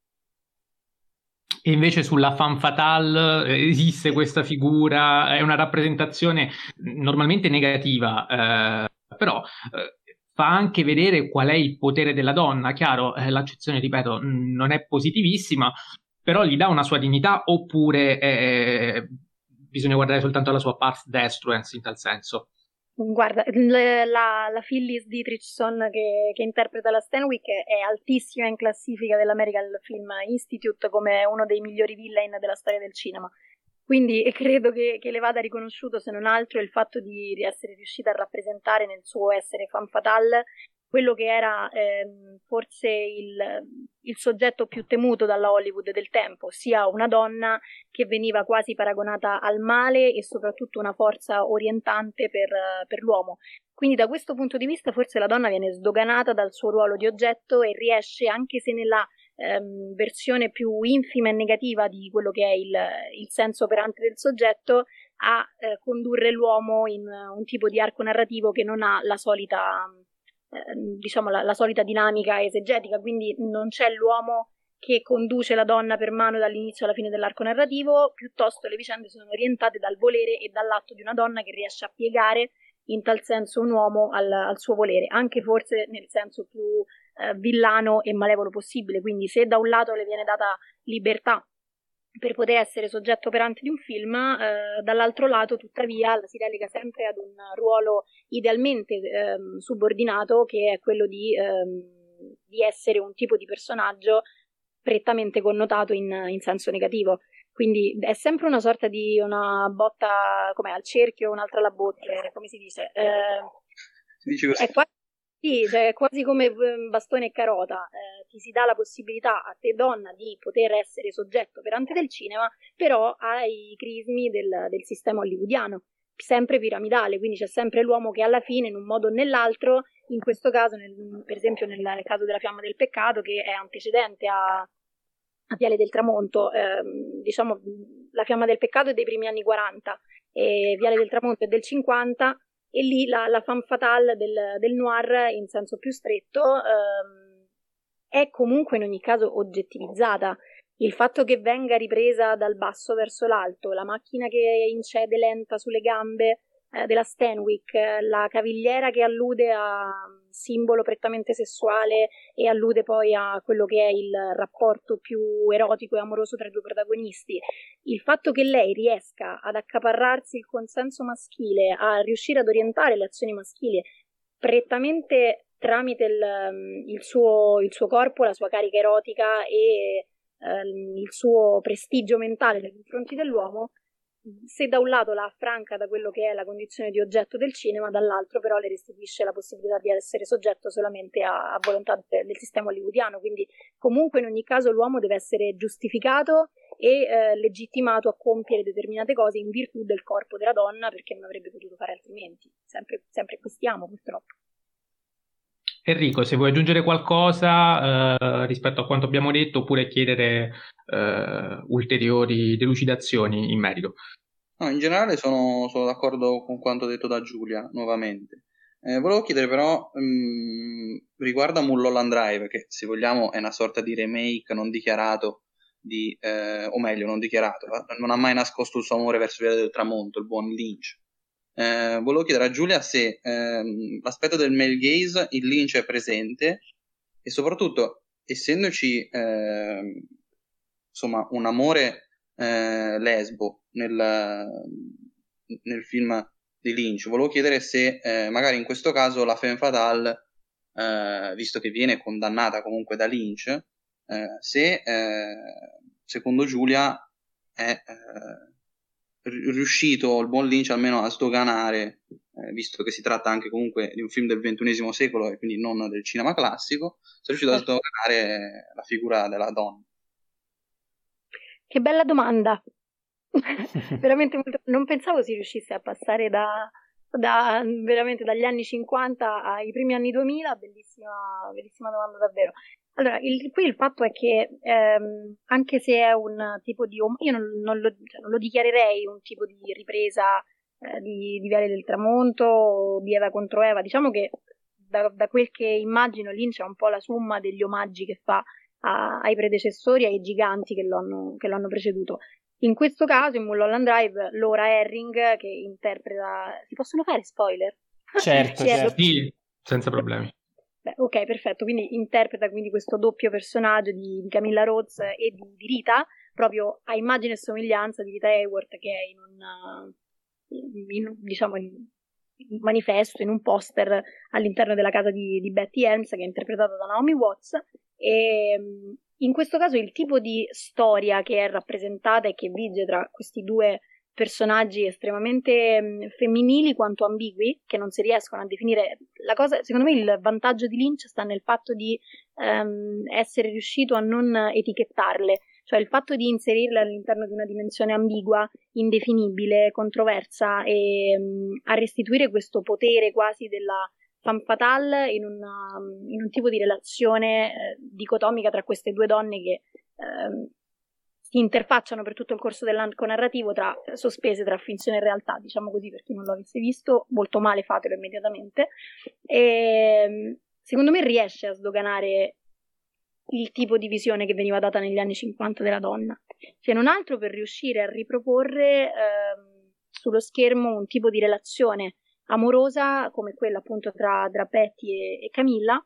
E invece sulla femme fatale eh, esiste questa figura, è una rappresentazione normalmente negativa, eh, però eh, fa anche vedere qual è il potere della donna. Chiaro, eh, l'accezione, ripeto, mh, non è positivissima, però gli dà una sua dignità, oppure eh, bisogna guardare soltanto alla sua pars destruens in tal senso. Guarda, la, la, la Phyllis Dietrichson che, che interpreta la Stanwyck è altissima in classifica dell'American Film Institute come uno dei migliori villain della storia del cinema. Quindi credo che, che le vada riconosciuto, se non altro, il fatto di essere riuscita a rappresentare nel suo essere femme fatale quello che era ehm, forse il, il soggetto più temuto dalla Hollywood del tempo, ossia una donna che veniva quasi paragonata al male e soprattutto una forza orientante per, per l'uomo. Quindi da questo punto di vista forse la donna viene sdoganata dal suo ruolo di oggetto e riesce, anche se nella ehm, versione più infima e negativa di quello che è il, il senso operante del soggetto, a eh, condurre l'uomo in un tipo di arco narrativo che non ha la solita... Eh, diciamo la, la solita dinamica esegetica, quindi non c'è l'uomo che conduce la donna per mano dall'inizio alla fine dell'arco narrativo, piuttosto le vicende sono orientate dal volere e dall'atto di una donna che riesce a piegare in tal senso un uomo al, al suo volere, anche forse nel senso più eh, villano e malevolo possibile. Quindi se da un lato le viene data libertà per poter essere soggetto operante di un film, eh, dall'altro lato tuttavia la si delega sempre ad un ruolo idealmente ehm, subordinato, che è quello di, ehm, di essere un tipo di personaggio prettamente connotato in, in senso negativo. Quindi è sempre una sorta di una botta, come al cerchio, un'altra alla botte, come si dice? Eh, si dice così. È quasi, sì, cioè, è quasi come bastone e carota, eh, ti si dà la possibilità a te donna di poter essere soggetto operante del cinema, però hai i crismi del, del sistema hollywoodiano, sempre piramidale, quindi c'è sempre l'uomo che alla fine, in un modo o nell'altro, in questo caso, nel, per esempio nel, nel caso della Fiamma del Peccato, che è antecedente a, a Viale del Tramonto, ehm, diciamo la Fiamma del Peccato è dei primi anni quaranta e Viale del Tramonto è del cinquanta, e lì la, la femme fatale del, del noir in senso più stretto ehm, è comunque in ogni caso oggettivizzata. Il fatto che venga ripresa dal basso verso l'alto, la macchina che incede lenta sulle gambe eh, della Stanwyck, la cavigliera che allude a simbolo prettamente sessuale e allude poi a quello che è il rapporto più erotico e amoroso tra i due protagonisti, il fatto che lei riesca ad accaparrarsi il consenso maschile, a riuscire ad orientare le azioni maschili prettamente tramite il, il, suo, il suo corpo, la sua carica erotica e ehm, il suo prestigio mentale nei confronti dell'uomo, se da un lato la affranca da quello che è la condizione di oggetto del cinema, dall'altro però le restituisce la possibilità di essere soggetto solamente a, a volontà de, del sistema hollywoodiano. Quindi comunque in ogni caso l'uomo deve essere giustificato e eh, legittimato a compiere determinate cose in virtù del corpo della donna, perché non avrebbe potuto fare altrimenti. Sempre, sempre qui stiamo, purtroppo. Enrico, se vuoi aggiungere qualcosa eh, rispetto a quanto abbiamo detto, oppure chiedere eh, ulteriori delucidazioni in merito. No, in generale sono, sono d'accordo con quanto detto da Giulia, nuovamente. Eh, volevo chiedere però, mh, riguardo a Mulholland Drive, che se vogliamo è una sorta di remake non dichiarato, di, eh, o meglio, non dichiarato, non ha mai nascosto il suo amore verso Viale del Tramonto, il buon Lynch. Eh, volevo chiedere a Giulia se ehm, l'aspetto del male gaze in Lynch è presente e soprattutto, essendoci eh, insomma un amore eh, lesbo nel, nel film di Lynch, volevo chiedere se eh, magari in questo caso la femme fatale, eh, visto che viene condannata comunque da Lynch, eh, se eh, secondo Giulia è eh, riuscito il buon Lynch almeno a sdoganare, eh, visto che si tratta anche comunque di un film del ventunesimo secolo e quindi non del cinema classico, si è riuscito a sdoganare la figura della donna. Che bella domanda. Veramente molto... non pensavo si riuscisse a passare da, da veramente dagli anni cinquanta ai primi anni duemila. Bellissima, bellissima domanda davvero. Allora, il, qui il fatto è che ehm, anche se è un tipo di... io non, non, lo, cioè, non lo dichiarerei un tipo di ripresa eh, di, di Viale del Tramonto o di Eva contro Eva. Diciamo che da, da quel che immagino Lynch è un po' la somma degli omaggi che fa a, ai predecessori, ai giganti che lo hanno, che lo hanno preceduto. In questo caso, in Mulholland Drive, Laura Herring, che interpreta... Si possono fare spoiler? Certo, sì, certo. Sì, senza problemi. Beh, ok, perfetto, quindi interpreta quindi questo doppio personaggio di, di Camilla Rhodes e di, di Rita, proprio a immagine e somiglianza di Rita Hayworth, che è in un, in, in, diciamo, in un manifesto, in un poster all'interno della casa di, di Betty Helms, che è interpretata da Naomi Watts. E in questo caso il tipo di storia che è rappresentata e che vige tra questi due personaggi estremamente mh, femminili quanto ambigui, che non si riescono a definire. La cosa, secondo me il vantaggio di Lynch sta nel fatto di um, essere riuscito a non etichettarle, cioè il fatto di inserirle all'interno di una dimensione ambigua, indefinibile, controversa, e um, a restituire questo potere quasi della femme fatale in, una, in un tipo di relazione eh, dicotomica tra queste due donne che eh, si interfacciano per tutto il corso dell'arco narrativo, tra, sospese tra finzione e realtà, diciamo così, per chi non lo avesse visto. Molto male, fatelo immediatamente. E secondo me riesce a sdoganare il tipo di visione che veniva data negli anni cinquanta della donna, se non altro per riuscire a riproporre eh, sullo schermo un tipo di relazione amorosa come quella appunto tra, tra Betty e, e Camilla,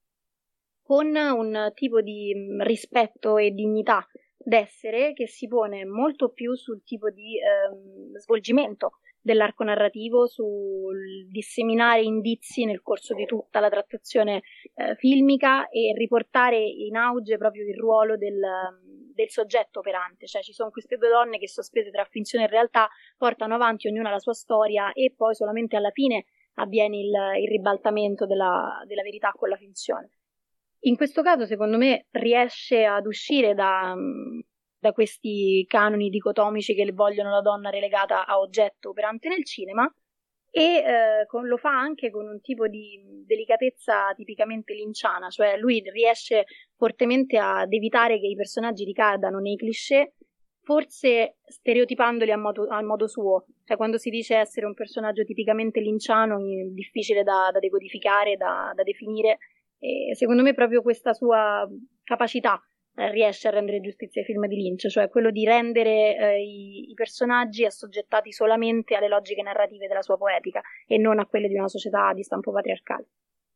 con un tipo di rispetto e dignità d'essere che si pone molto più sul tipo di ehm, svolgimento dell'arco narrativo, sul disseminare indizi nel corso di tutta la trattazione eh, filmica e riportare in auge proprio il ruolo del, del soggetto operante, cioè ci sono queste due donne che sospese tra finzione e realtà portano avanti ognuna la sua storia e poi solamente alla fine avviene il, il ribaltamento della, della verità con la finzione. In questo caso secondo me riesce ad uscire da, da questi canoni dicotomici che vogliono la donna relegata a oggetto operante nel cinema, e eh, con, lo fa anche con un tipo di delicatezza tipicamente linciana, cioè lui riesce fortemente ad evitare che i personaggi ricadano nei cliché, forse stereotipandoli a modo, a modo suo, cioè quando si dice essere un personaggio tipicamente linciano è difficile da, da decodificare, da, da definire, e secondo me proprio questa sua capacità riesce a rendere giustizia ai film di Lynch, cioè quello di rendere eh, i, i personaggi assoggettati solamente alle logiche narrative della sua poetica e non a quelle di una società di stampo patriarcale.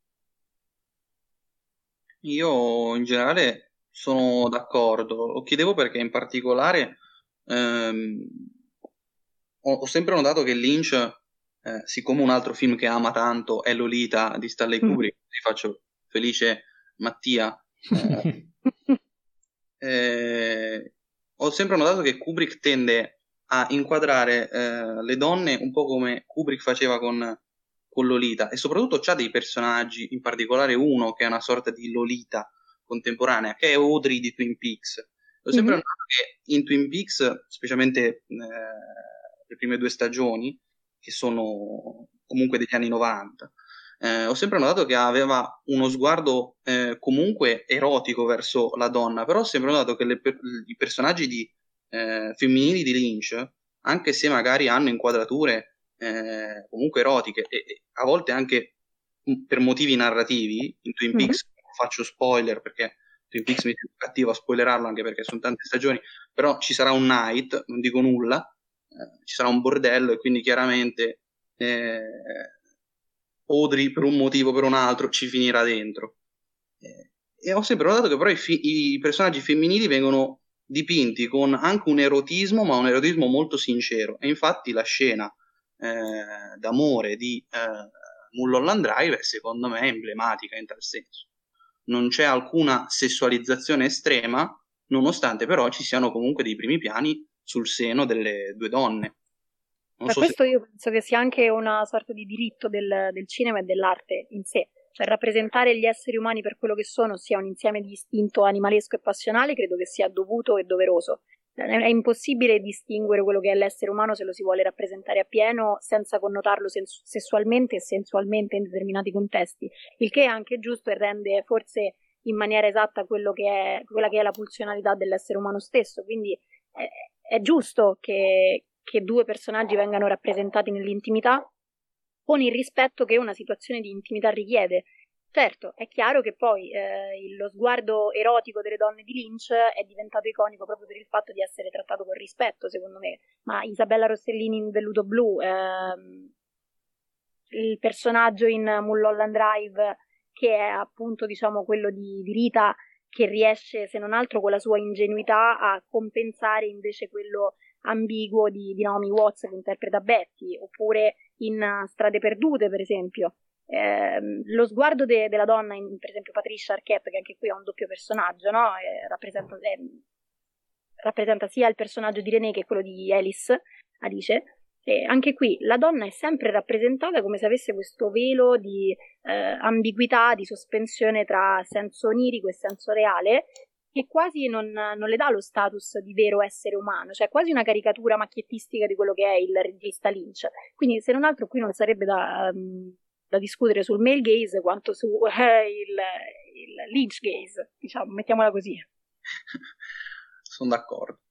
Io in generale sono d'accordo, lo chiedevo perché in particolare ehm, ho, ho sempre notato che Lynch, eh, siccome un altro film che ama tanto è Lolita di Stanley Kubrick, mm. ti faccio felice Mattia, eh, Eh, ho sempre notato che Kubrick tende a inquadrare eh, le donne un po' come Kubrick faceva con, con Lolita, e soprattutto c'ha dei personaggi, in particolare uno che è una sorta di Lolita contemporanea, che è Audrey di Twin Peaks. Ho sempre mm-hmm. notato che in Twin Peaks, specialmente eh, le prime due stagioni, che sono comunque degli anni novanta, Eh, ho sempre notato che aveva uno sguardo eh, comunque erotico verso la donna, però ho sempre notato che le, i personaggi di, eh, femminili di Lynch, anche se magari hanno inquadrature eh, comunque erotiche e, e a volte anche per motivi narrativi, in Twin Peaks mm-hmm. non faccio spoiler perché Twin Peaks mi sembra cattivo a spoilerarlo anche perché sono tante stagioni, però ci sarà un night, non dico nulla, eh, ci sarà un bordello e quindi chiaramente eh, Audrey per un motivo o per un altro ci finirà dentro, eh, e ho sempre notato che però i, fi- i personaggi femminili vengono dipinti con anche un erotismo, ma un erotismo molto sincero, e infatti la scena eh, d'amore di eh, Mulholland Drive è secondo me emblematica in tal senso. Non c'è alcuna sessualizzazione estrema, nonostante però ci siano comunque dei primi piani sul seno delle due donne. Non Ma so questo se... io penso che sia anche una sorta di diritto del, del cinema e dell'arte in sé, cioè rappresentare gli esseri umani per quello che sono, sia un insieme di istinto animalesco e passionale, credo che sia dovuto e doveroso. È impossibile distinguere quello che è l'essere umano se lo si vuole rappresentare appieno senza connotarlo sens- sessualmente e sensualmente in determinati contesti, il che è anche giusto e rende forse in maniera esatta quello che è, quella che è la pulsionalità dell'essere umano stesso, quindi è, è giusto che che due personaggi vengano rappresentati nell'intimità con il rispetto che una situazione di intimità richiede. Certo, è chiaro che poi eh, lo sguardo erotico delle donne di Lynch è diventato iconico proprio per il fatto di essere trattato con rispetto, secondo me. Ma Isabella Rossellini in Velluto Blu, ehm, il personaggio in Mulholland Drive, che è appunto, diciamo, quello di, di Rita, che riesce, se non altro, con la sua ingenuità a compensare invece quello ambiguo di, di Naomi Watts che interpreta Betty, oppure in uh, Strade Perdute, per esempio. Eh, lo sguardo de- della donna in, per esempio, Patricia Arquette, che anche qui ha un doppio personaggio, no? Eh, rappresenta, eh, rappresenta sia il personaggio di René che quello di Alice, Alice. E anche qui la donna è sempre rappresentata come se avesse questo velo di eh, ambiguità, di sospensione tra senso onirico e senso reale, che quasi non, non le dà lo status di vero essere umano, cioè quasi una caricatura macchiettistica di quello che è il regista Lynch. Quindi, se non altro, qui non sarebbe da, um, da discutere sul male gaze quanto su eh, il, il Lynch gaze, diciamo, mettiamola così. Sono d'accordo.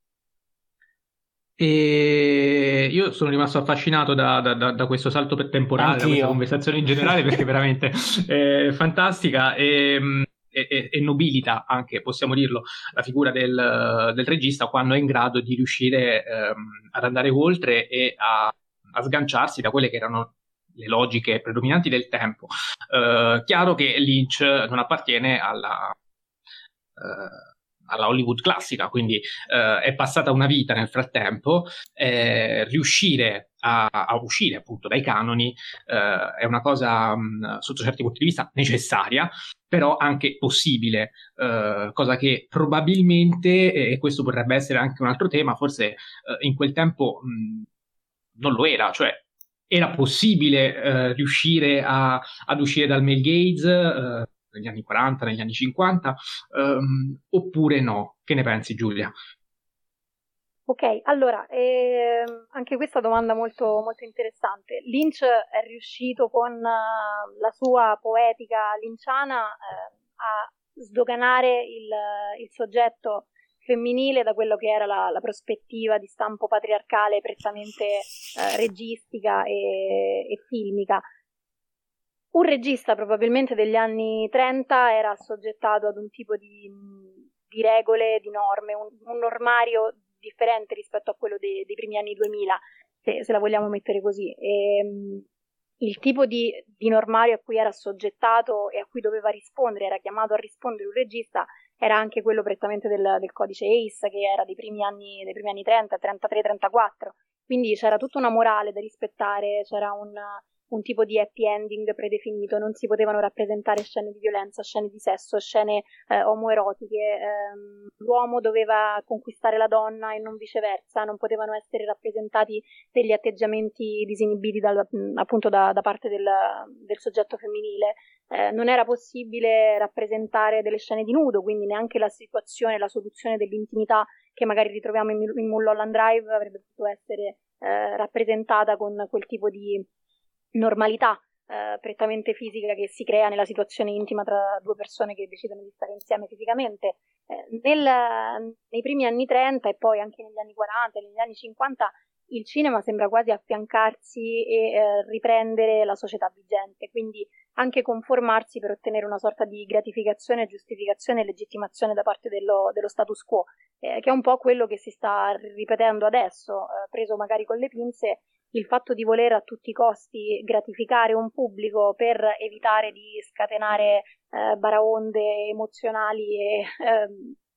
E io sono rimasto affascinato da, da, da, da questo salto temporale, Anch'io. da questa conversazione in generale, perché veramente è fantastica e, e, e nobilita anche, possiamo dirlo, la figura del, del regista quando è in grado di riuscire ehm, ad andare oltre e a, a sganciarsi da quelle che erano le logiche predominanti del tempo. Uh, chiaro che Lynch non appartiene alla... Uh, alla Hollywood classica, quindi eh, è passata una vita nel frattempo. Eh, riuscire a, a uscire appunto dai canoni eh, è una cosa mh, sotto certi punti di vista necessaria, però anche possibile, eh, cosa che probabilmente, e questo potrebbe essere anche un altro tema, forse eh, in quel tempo mh, non lo era, cioè era possibile eh, riuscire a, ad uscire dal male gaze eh, negli anni quaranta, negli anni cinquanta, ehm, oppure no? Che ne pensi, Giulia? Ok, allora, ehm, anche questa domanda molto, molto interessante. Lynch è riuscito con uh, la sua poetica linciana eh, a sdoganare il, il soggetto femminile da quello che era la, la prospettiva di stampo patriarcale prettamente eh, registica e, e filmica. Un regista probabilmente degli anni trenta era assoggettato ad un tipo di, di regole, di norme, un, un normario differente rispetto a quello dei, dei primi anni duemila, se, se la vogliamo mettere così. E, um, il tipo di, di normario a cui era assoggettato e a cui doveva rispondere, era chiamato a rispondere un regista, era anche quello prettamente del, del codice A I S, che era dei primi anni, dei primi anni trenta, trentatré, trentaquattro. Quindi c'era tutta una morale da rispettare, c'era un... un tipo di happy ending predefinito, non si potevano rappresentare scene di violenza, scene di sesso, scene eh, omoerotiche, ehm, l'uomo doveva conquistare la donna e non viceversa, non potevano essere rappresentati degli atteggiamenti disinibiti dal, appunto da, da parte del, del soggetto femminile, eh, non era possibile rappresentare delle scene di nudo, quindi neanche la situazione, la soluzione dell'intimità che magari ritroviamo in, in Mulholland Drive avrebbe potuto essere eh, rappresentata con quel tipo di normalità eh, prettamente fisica che si crea nella situazione intima tra due persone che decidono di stare insieme fisicamente. Eh, nel, nei primi anni trenta e poi anche negli anni quaranta e negli anni cinquanta il cinema sembra quasi affiancarsi e eh, riprendere la società vigente, quindi anche conformarsi per ottenere una sorta di gratificazione, giustificazione e legittimazione da parte dello, dello status quo, eh, che è un po' quello che si sta ripetendo adesso, eh, preso magari con le pinze, il fatto di voler a tutti i costi gratificare un pubblico per evitare di scatenare eh, baraonde emozionali e eh,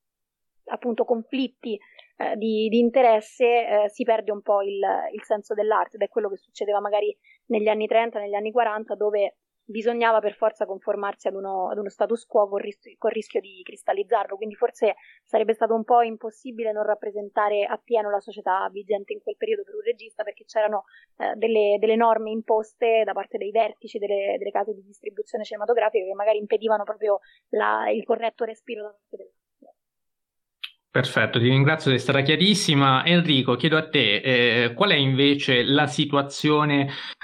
appunto conflitti eh, di, di interesse, eh, si perde un po' il, il senso dell'arte, ed è quello che succedeva magari negli anni trenta, negli anni quaranta, dove bisognava per forza conformarsi ad uno, ad uno status quo con rischio, con rischio di cristallizzarlo, quindi forse sarebbe stato un po' impossibile non rappresentare appieno la società vigente in quel periodo per un regista, perché c'erano eh, delle, delle norme imposte da parte dei vertici delle, delle case di distribuzione cinematografica che magari impedivano proprio la, il corretto respiro da parte delle. Perfetto, ti ringrazio di essere stata chiarissima. Enrico, chiedo a te, eh, qual è invece la situazione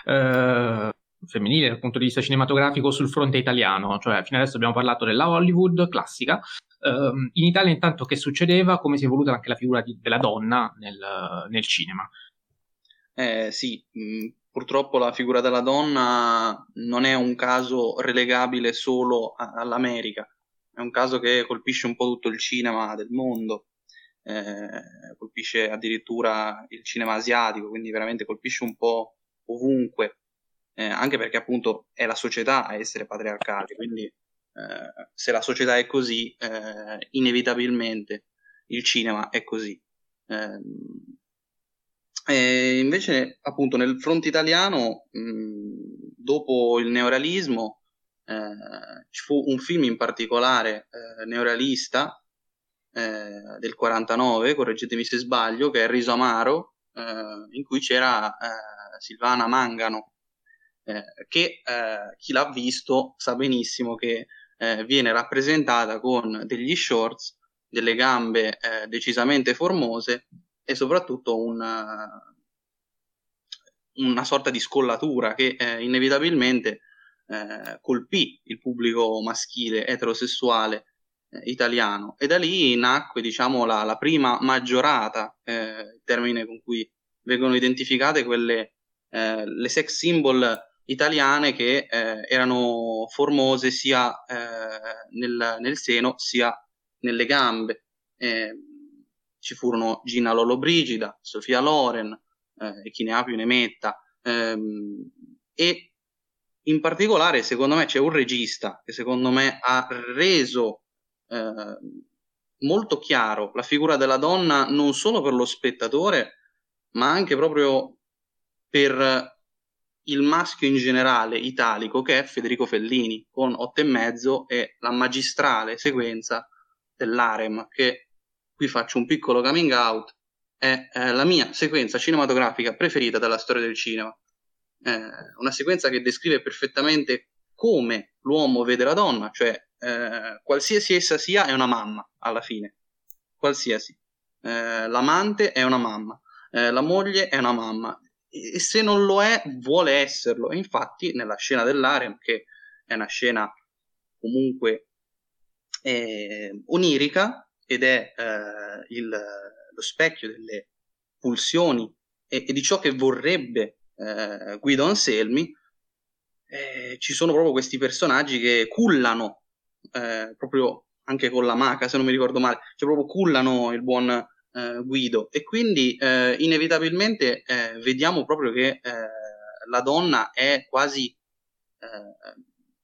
eh, femminile dal punto di vista cinematografico sul fronte italiano? Cioè, fino adesso abbiamo parlato della Hollywood classica. Eh, in Italia intanto che succedeva? Come si è evoluta anche la figura di, della donna nel, nel cinema? Eh, sì, mh, purtroppo la figura della donna non è un caso relegabile solo a- all'America. È un caso che colpisce un po' tutto il cinema del mondo, eh, colpisce addirittura il cinema asiatico, quindi veramente colpisce un po' ovunque, eh, anche perché appunto è la società a essere patriarcale, quindi eh, se la società è così, eh, inevitabilmente il cinema è così. Eh, e invece appunto nel fronte italiano, mh, dopo il neorealismo, eh, ci fu un film in particolare eh, neorealista eh, del quarantanove, correggetemi se sbaglio, che è Il riso amaro, eh, in cui c'era eh, Silvana Mangano, eh, che eh, chi l'ha visto sa benissimo che eh, viene rappresentata con degli shorts, delle gambe eh, decisamente formose e soprattutto una, una sorta di scollatura che eh, inevitabilmente eh, colpì il pubblico maschile eterosessuale eh, italiano, e da lì nacque, diciamo, la, la prima maggiorata, eh, il termine con cui vengono identificate quelle eh, le sex symbol italiane che eh, erano formose sia eh, nel, nel seno sia nelle gambe. Eh, ci furono Gina Lollobrigida, Sofia Loren, eh, e chi ne ha più ne metta, ehm, e in particolare secondo me c'è un regista che secondo me ha reso eh, molto chiaro la figura della donna non solo per lo spettatore, ma anche proprio per il maschio in generale italico, che è Federico Fellini, con Otto e mezzo e la magistrale sequenza dell'harem, che qui faccio un piccolo coming out, è eh, la mia sequenza cinematografica preferita della storia del cinema. Eh, una sequenza che descrive perfettamente come l'uomo vede la donna, cioè eh, qualsiasi essa sia è una mamma alla fine, qualsiasi. Eh, l'amante è una mamma, eh, la moglie è una mamma, e se non lo è vuole esserlo. E infatti nella scena dell'harem, che è una scena comunque eh, onirica ed è eh, il, lo specchio delle pulsioni e, e di ciò che vorrebbe eh, Guido Anselmi, eh, ci sono proprio questi personaggi che cullano eh, proprio anche con la maca, se non mi ricordo male, cioè proprio cullano il buon eh, Guido, e quindi eh, inevitabilmente eh, vediamo proprio che eh, la donna è quasi eh,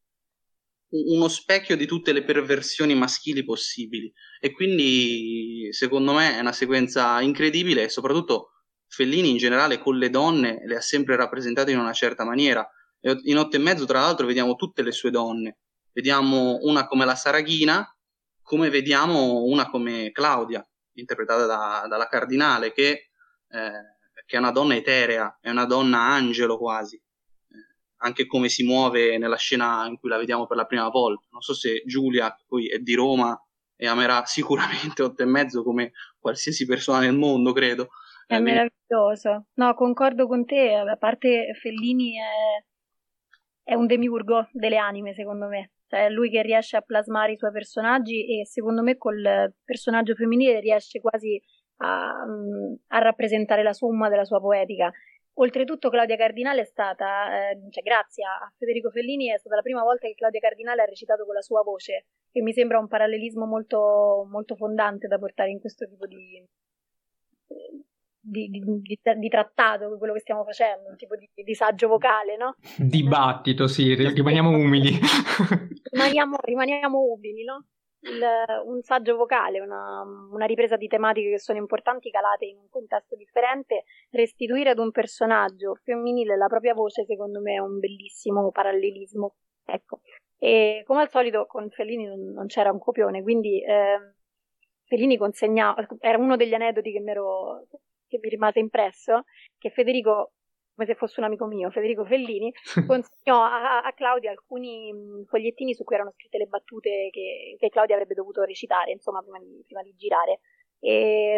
uno specchio di tutte le perversioni maschili possibili, e quindi secondo me è una sequenza incredibile, e soprattutto Fellini in generale con le donne le ha sempre rappresentate in una certa maniera. In Otto e mezzo tra l'altro vediamo tutte le sue donne, vediamo una come la Saraghina, come vediamo una come Claudia, interpretata da, dalla Cardinale, che, eh, che è una donna eterea, è una donna angelo quasi, anche come si muove nella scena in cui la vediamo per la prima volta. Non so se Giulia, che poi è di Roma e amerà sicuramente Otto e mezzo come qualsiasi persona nel mondo, credo. È eh, meraviglioso. No, concordo con te, a parte Fellini è, è un demiurgo delle anime, secondo me. Cioè, è lui che riesce a plasmare i suoi personaggi, e secondo me col personaggio femminile riesce quasi a, a rappresentare la somma della sua poetica. Oltretutto Claudia Cardinale è stata, eh, cioè grazie a Federico Fellini, è stata la prima volta che Claudia Cardinale ha recitato con la sua voce, e mi sembra un parallelismo molto, molto fondante da portare in questo tipo di, di, di, di, di trattato, quello che stiamo facendo, un tipo di, di saggio vocale, no? Dibattito, sì, rimaniamo umili. rimaniamo, rimaniamo umili, no? Il, un saggio vocale, una, una ripresa di tematiche che sono importanti calate in un contesto differente, restituire ad un personaggio femminile la propria voce, secondo me è un bellissimo parallelismo, ecco. E come al solito con Fellini non, non c'era un copione, quindi eh, Fellini consegnava, era uno degli aneddoti che mi, ero, che mi rimase impresso, che Federico, come se fosse un amico mio, Federico Fellini, consegnò a, a Claudia alcuni fogliettini su cui erano scritte le battute che, che Claudia avrebbe dovuto recitare, insomma, prima di, prima di girare. E,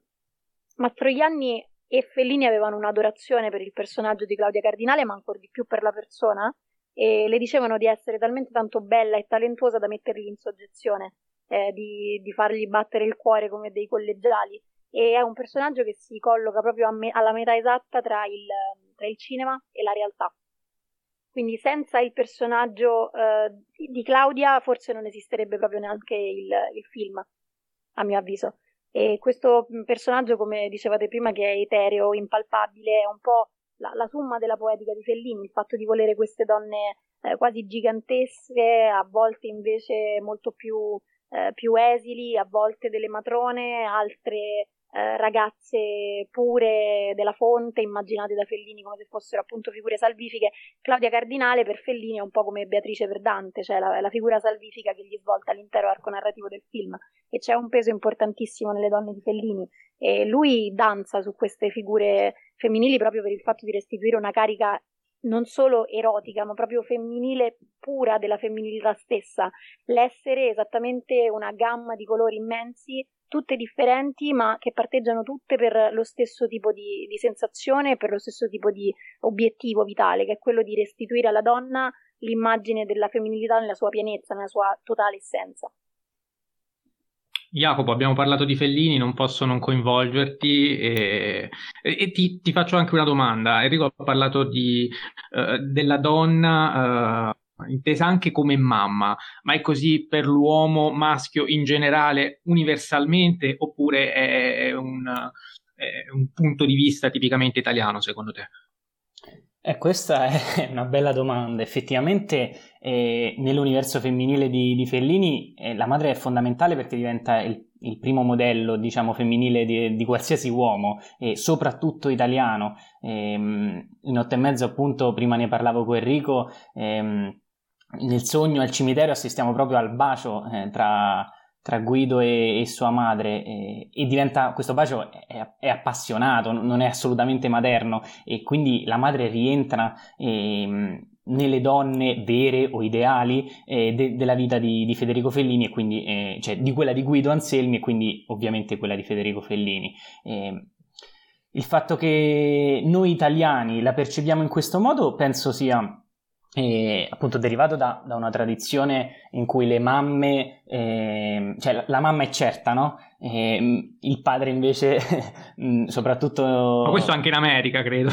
Mastroianni e Fellini avevano un'adorazione per il personaggio di Claudia Cardinale, ma ancora di più per la persona, e le dicevano di essere talmente tanto bella e talentuosa da metterli in soggezione, eh, di, di fargli battere il cuore come dei collegiali. E è un personaggio che si colloca proprio a me, alla metà esatta tra il, tra il cinema e la realtà. Quindi senza il personaggio eh, di Claudia forse non esisterebbe proprio neanche il, il film, a mio avviso. E questo personaggio, come dicevate prima, che è etereo, impalpabile, è un po' la, la somma della poetica di Fellini, il fatto di volere queste donne eh, quasi gigantesche, a volte invece molto più, eh, più esili, a volte delle matrone, altre Eh, ragazze pure della fonte, immaginate da Fellini come se fossero appunto figure salvifiche. Claudia Cardinale per Fellini è un po' come Beatrice Verdante, cioè la, la figura salvifica che gli svolta l'intero arco narrativo del film, e c'è un peso importantissimo nelle donne di Fellini, e lui danza su queste figure femminili proprio per il fatto di restituire una carica non solo erotica, ma proprio femminile pura della femminilità stessa, l'essere esattamente una gamma di colori immensi, tutte differenti, ma che parteggiano tutte per lo stesso tipo di, di sensazione, per lo stesso tipo di obiettivo vitale, che è quello di restituire alla donna l'immagine della femminilità nella sua pienezza, nella sua totale essenza. Jacopo, abbiamo parlato di Fellini, non posso non coinvolgerti e, e, e ti, ti faccio anche una domanda. Enrico ha parlato di, uh, della donna uh, intesa anche come mamma, ma è così per l'uomo maschio in generale, universalmente, oppure è un, è un punto di vista tipicamente italiano, secondo te? Eh, questa è una bella domanda. Effettivamente eh, nell'universo femminile di, di Fellini eh, la madre è fondamentale, perché diventa il il primo modello, diciamo, femminile di, di qualsiasi uomo, e soprattutto italiano. Ehm, in Otto e mezzo, appunto, prima ne parlavo con Enrico, ehm, nel sogno al cimitero assistiamo proprio al bacio eh, tra, tra Guido e, e sua madre, e, e diventa, questo bacio è, è appassionato, non è assolutamente materno, e quindi la madre rientra ehm, nelle donne vere o ideali eh, de- della vita di, di Federico Fellini, e quindi eh, cioè di quella di Guido Anselmi, e quindi ovviamente quella di Federico Fellini. Eh, il fatto che noi italiani la percepiamo in questo modo penso sia eh, appunto derivato da, da una tradizione in cui le mamme, eh, cioè la, la mamma è certa, no? Eh, il padre invece soprattutto... Ma questo anche in America, credo.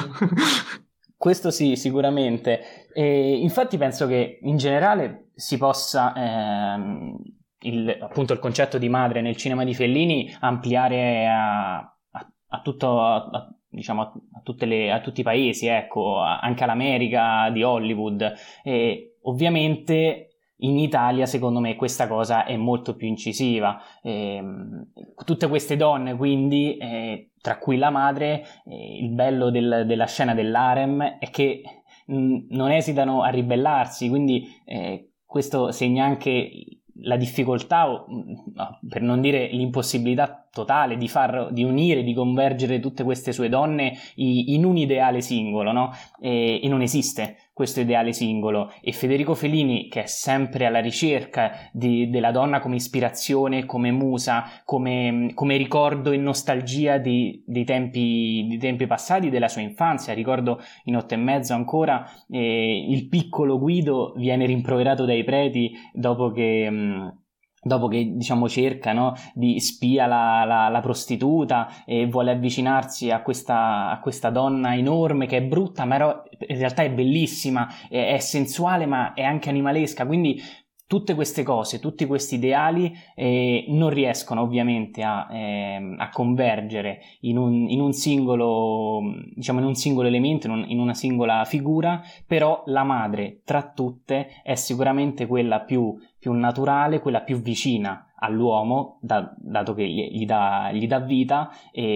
Questo sì, sicuramente. E infatti penso che in generale si possa, ehm, il, appunto il concetto di madre nel cinema di Fellini ampliare a, a, a tutto, a, a, diciamo, a, a, tutte le, a tutti i paesi, ecco, a, anche all'America di Hollywood. E ovviamente in Italia, secondo me, questa cosa è molto più incisiva. Eh, tutte queste donne, quindi, eh, tra cui la madre, eh, il bello del, della scena dell'harem è che mh, non esitano a ribellarsi, quindi eh, questo segna anche la difficoltà, o, no, per non dire l'impossibilità totale di far, di unire, di convergere tutte queste sue donne in un ideale singolo, no? E, e non esiste questo ideale singolo, e Federico Fellini, che è sempre alla ricerca di, della donna come ispirazione, come musa, come, come ricordo e nostalgia di, dei, tempi, dei tempi passati, della sua infanzia. Ricordo in Otto e mezzo ancora eh, il piccolo Guido viene rimproverato dai preti dopo che... Mh, dopo che diciamo cerca, no, di spia la, la, la prostituta e vuole avvicinarsi a questa, a questa donna enorme che è brutta, ma in realtà è bellissima, è, è sensuale, ma è anche animalesca. Quindi tutte queste cose, tutti questi ideali eh, non riescono ovviamente a, eh, a convergere in un, in un singolo, diciamo, in un singolo elemento, in, un, in una singola figura, però la madre tra tutte è sicuramente quella più, più naturale, quella più vicina all'uomo, da, dato che gli, gli, dà, gli dà vita,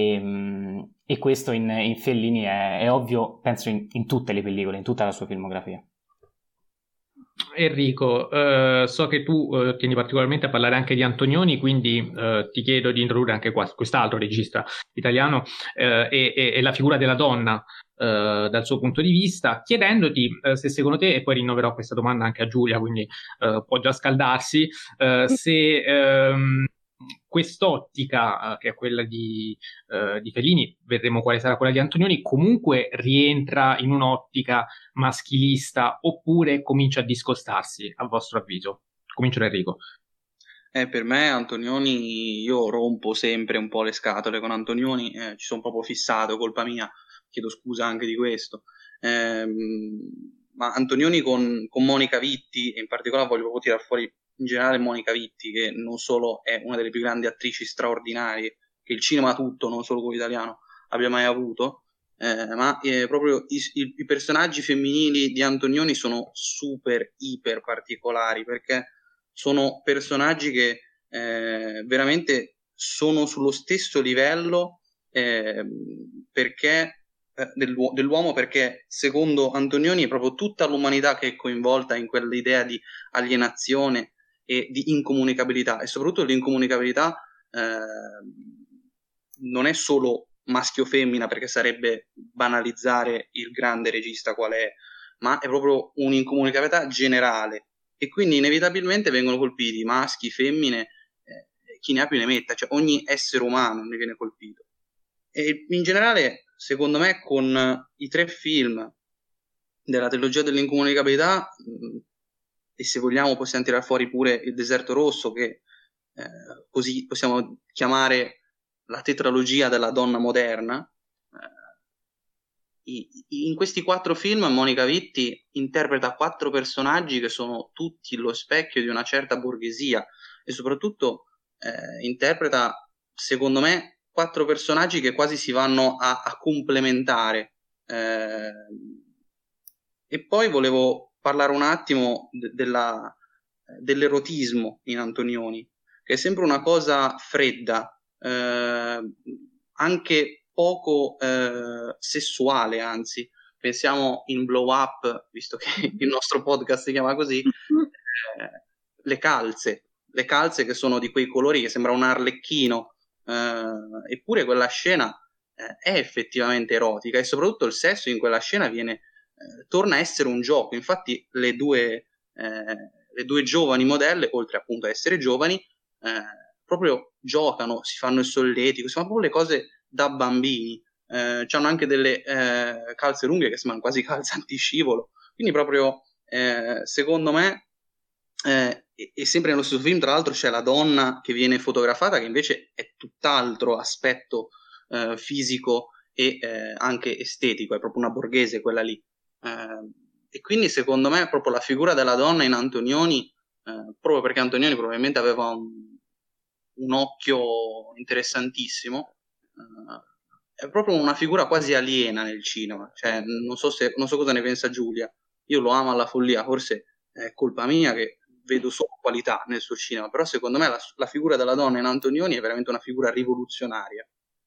e, e questo in, in Fellini è, è ovvio, penso, in, in tutte le pellicole, in tutta la sua filmografia. Enrico, eh, so che tu eh, tieni particolarmente a parlare anche di Antonioni, quindi eh, ti chiedo di introdurre anche qua, quest'altro regista italiano eh, e, e la figura della donna eh, dal suo punto di vista, chiedendoti eh, se secondo te, e poi rinnoverò questa domanda anche a Giulia, quindi eh, può già scaldarsi, eh, se ehm, quest'ottica, eh, che è quella di, eh, di Fellini, vedremo quale sarà quella di Antonioni, comunque rientra in un'ottica maschilista oppure comincia a discostarsi, a vostro avviso? Comincio da Enrico. Eh, per me Antonioni, io rompo sempre un po' le scatole con Antonioni, eh, ci sono proprio fissato, colpa mia, chiedo scusa anche di questo. Eh, ma Antonioni con, con Monica Vitti, e in particolare voglio proprio tirare fuori in generale Monica Vitti, che non solo è una delle più grandi attrici straordinarie che il cinema tutto, non solo quello italiano, abbia mai avuto, eh, ma eh, proprio i, i, i personaggi femminili di Antonioni sono super, iper particolari, perché sono personaggi che eh, veramente sono sullo stesso livello eh, perché, eh, dell'u- dell'uomo, perché secondo Antonioni è proprio tutta l'umanità che è coinvolta in quell'idea di alienazione e di incomunicabilità, e soprattutto l'incomunicabilità eh, non è solo maschio-femmina, perché sarebbe banalizzare il grande regista qual è, ma è proprio un'incomunicabilità generale, e quindi inevitabilmente vengono colpiti maschi, femmine, eh, chi ne ha più ne metta, cioè ogni essere umano ne viene colpito. E in generale, secondo me, con i tre film della trilogia dell'incomunicabilità, mh, e se vogliamo possiamo tirare fuori pure Il deserto rosso, che eh, così possiamo chiamare la tetralogia della donna moderna. Eh, in questi quattro film Monica Vitti interpreta quattro personaggi che sono tutti lo specchio di una certa borghesia, e soprattutto eh, interpreta, secondo me, quattro personaggi che quasi si vanno a, a complementare. Eh, e poi volevo parlare un attimo de- della, dell'erotismo in Antonioni, che è sempre una cosa fredda, eh, anche poco eh, sessuale, anzi. Pensiamo in Blow Up, visto che il nostro podcast si chiama così, eh, le calze, le calze che sono di quei colori che sembra un arlecchino, eh, eppure quella scena eh, è effettivamente erotica, e soprattutto il sesso in quella scena viene, eh, torna a essere un gioco. Infatti le due, eh, le due giovani modelle, oltre appunto a essere giovani, eh, proprio giocano, si fanno il solletico, si fanno proprio le cose da bambini. Eh, c'hanno anche delle eh, calze lunghe che sembrano quasi calze antiscivolo, quindi proprio eh, secondo me eh, e, e sempre nello stesso film tra l'altro c'è la donna che viene fotografata, che invece è tutt'altro aspetto eh, fisico e eh, anche estetico, è proprio una borghese quella lì, eh, e quindi secondo me proprio la figura della donna in Antonioni, eh, proprio perché Antonioni probabilmente aveva un, un occhio interessantissimo, eh, è proprio una figura quasi aliena nel cinema. Cioè, non so se, non so cosa ne pensa Giulia. Io lo amo alla follia, forse è colpa mia che vedo solo qualità nel suo cinema, però secondo me la, la figura della donna in Antonioni è veramente una figura rivoluzionaria.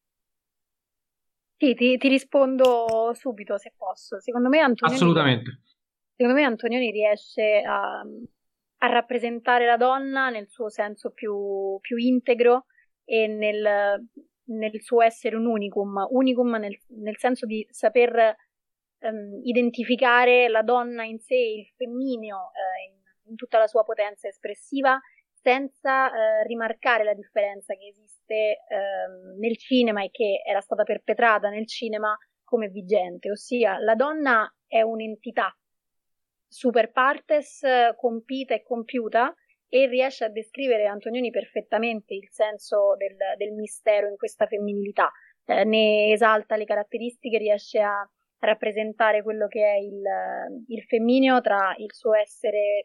Sì, ti, ti rispondo subito se posso. Secondo me Antonioni, Assolutamente. Secondo me Antonioni riesce a, a rappresentare la donna nel suo senso più, più integro e nel, nel suo essere un unicum, unicum nel, nel senso di saper um, identificare la donna in sé, il femmineo, eh, in, in tutta la sua potenza espressiva, senza eh, rimarcare la differenza che esiste eh, nel cinema e che era stata perpetrata nel cinema come vigente, ossia la donna è un'entità super partes, compita e compiuta, e riesce a descrivere Antonioni perfettamente il senso del, del mistero in questa femminilità, eh, ne esalta le caratteristiche, riesce a rappresentare quello che è il, il femmineo tra il suo essere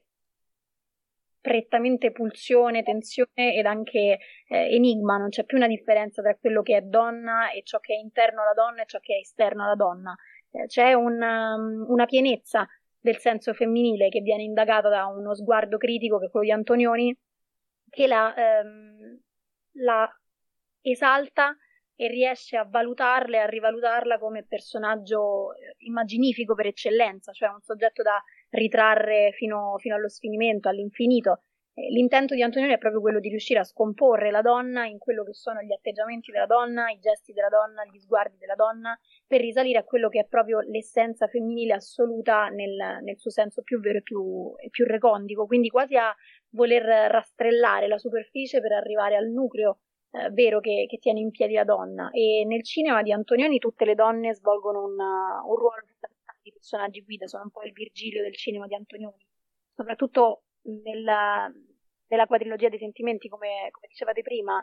prettamente pulsione, tensione ed anche eh, enigma. Non c'è più una differenza tra quello che è donna e ciò che è interno alla donna e ciò che è esterno alla donna. Eh, c'è un, um, una pienezza del senso femminile che viene indagata da uno sguardo critico, che è quello di Antonioni, che la, ehm, la esalta e riesce a valutarla e a rivalutarla come personaggio immaginifico per eccellenza, cioè un soggetto da ritrarre fino, fino allo sfinimento, all'infinito. Eh, l'intento di Antonioni è proprio quello di riuscire a scomporre la donna in quello che sono gli atteggiamenti della donna, i gesti della donna, gli sguardi della donna, per risalire a quello che è proprio l'essenza femminile assoluta nel, nel suo senso più vero e più, e più recondito, quindi quasi a voler rastrellare la superficie per arrivare al nucleo eh, vero che, che tiene in piedi la donna. E nel cinema di Antonioni tutte le donne svolgono una, un ruolo fondamentale di personaggi guida, sono un po' il Virgilio del cinema di Antonioni, soprattutto nella, nella quadrilogia dei sentimenti, come, come dicevate prima.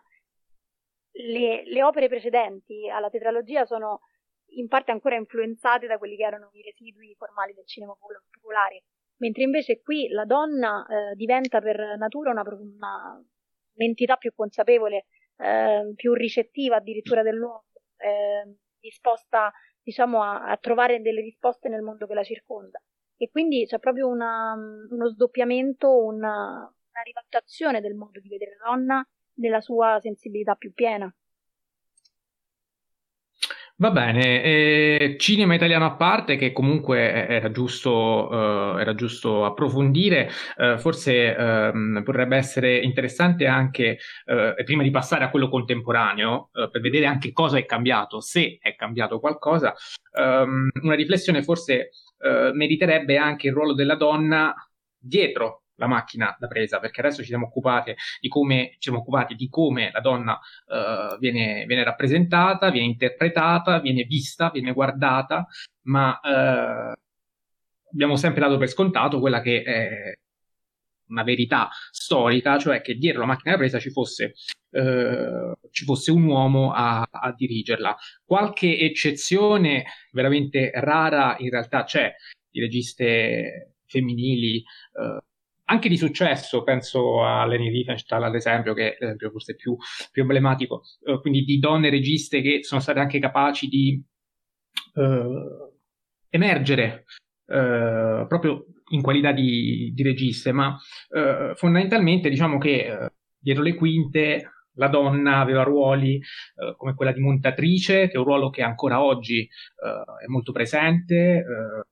Le, le opere precedenti alla tetralogia sono in parte ancora influenzate da quelli che erano i residui formali del cinema popolare, mentre invece qui la donna eh, diventa per natura una, una, un'entità più consapevole, eh, più ricettiva addirittura dell'uomo, eh, disposta, diciamo, a, a trovare delle risposte nel mondo che la circonda. E quindi c'è proprio una, uno sdoppiamento, una, una rivalutazione del modo di vedere la donna nella sua sensibilità più piena. Va bene, eh, cinema italiano a parte, che comunque era giusto, eh, era giusto approfondire, eh, forse eh, potrebbe essere interessante anche, eh, prima di passare a quello contemporaneo, eh, per vedere anche cosa è cambiato, se è cambiato qualcosa, ehm, una riflessione forse eh, meriterebbe anche il ruolo della donna dietro la macchina da presa, perché adesso ci siamo occupati di come, ci siamo occupati di come la donna uh, viene, viene rappresentata, viene interpretata, viene vista, viene guardata, ma uh, abbiamo sempre dato per scontato quella che è una verità storica, cioè che dietro la macchina da presa ci fosse, uh, ci fosse un uomo a, a dirigerla. Qualche eccezione veramente rara in realtà c'è, di registe femminili, uh, anche di successo, penso a Leni Riefenstahl ad esempio, che è l'esempio forse più, più emblematico, uh, quindi di donne registe che sono state anche capaci di uh, emergere proprio in qualità di, di registe, ma uh, fondamentalmente diciamo che uh, dietro le quinte la donna aveva ruoli eh, come quella di montatrice, che è un ruolo che ancora oggi eh, è molto presente. Eh,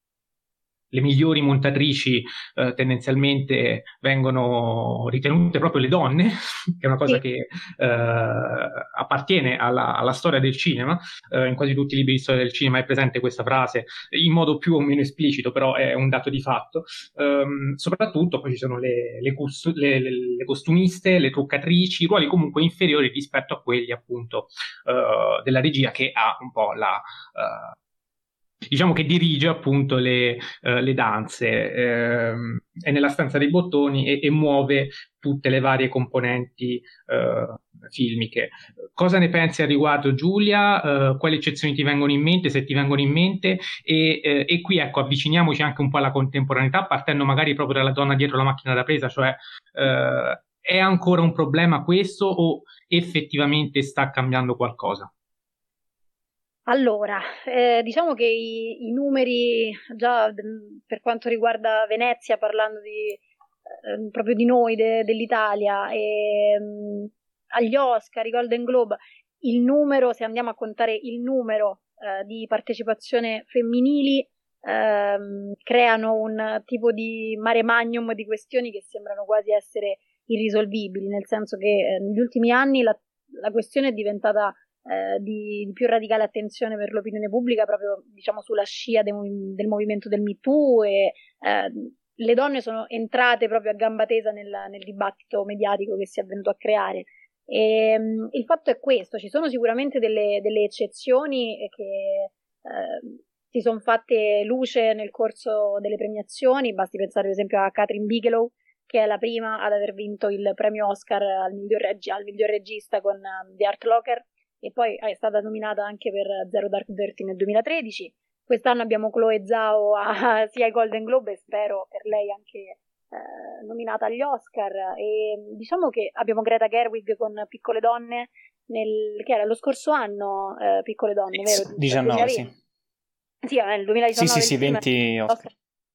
le migliori montatrici eh, tendenzialmente vengono ritenute proprio le donne, che è una cosa Sì. che eh, appartiene alla, alla storia del cinema. Eh, in quasi tutti i libri di storia del cinema è presente questa frase, in modo più o meno esplicito, però è un dato di fatto. Um, soprattutto poi ci sono le, le, costu- le, le, le costumiste, le truccatrici, ruoli comunque inferiori rispetto a quelli appunto uh, della regia, che ha un po' la... Uh, diciamo che dirige appunto le, uh, le danze, ehm, è nella stanza dei bottoni e, e muove tutte le varie componenti uh, filmiche. Cosa ne pensi al riguardo, Giulia? Uh, quali eccezioni ti vengono in mente, se ti vengono in mente? E, eh, e qui ecco, avviciniamoci anche un po' alla contemporaneità, partendo magari proprio dalla donna dietro la macchina da presa, cioè uh, è ancora un problema questo o effettivamente sta cambiando qualcosa? Allora, eh, diciamo che i, i numeri, già d- per quanto riguarda Venezia, parlando di, eh, proprio di noi, de- dell'Italia, e, mh, agli Oscar, i Golden Globe, il numero, se andiamo a contare il numero eh, di partecipazione femminili, ehm, creano un tipo di mare magnum di questioni che sembrano quasi essere irrisolvibili, nel senso che eh, negli ultimi anni la, la questione è diventata Eh, di, di più radicale attenzione per l'opinione pubblica, proprio diciamo sulla scia de, del movimento del Me Too, e eh, le donne sono entrate proprio a gamba tesa nel, nel dibattito mediatico che si è venuto a creare. E, um, il fatto è questo: ci sono sicuramente delle, delle eccezioni che eh, si sono fatte luce nel corso delle premiazioni. Basti pensare ad esempio a Catherine Bigelow, che è la prima ad aver vinto il premio Oscar al miglior, reg- al miglior regista con um, The Hurt Locker, e poi è stata nominata anche per Zero Dark Thirty nel duemilatredici. Quest'anno abbiamo Chloe Zhao a, sia ai Golden Globe, e spero per lei anche eh, nominata agli Oscar. E diciamo che abbiamo Greta Gerwig con Piccole Donne, nel, che era lo scorso anno, eh, Piccole Donne, vero? diciannove, sì. Sì, nel duemiladiciannove. Sì, sì, sì, venti Oscar.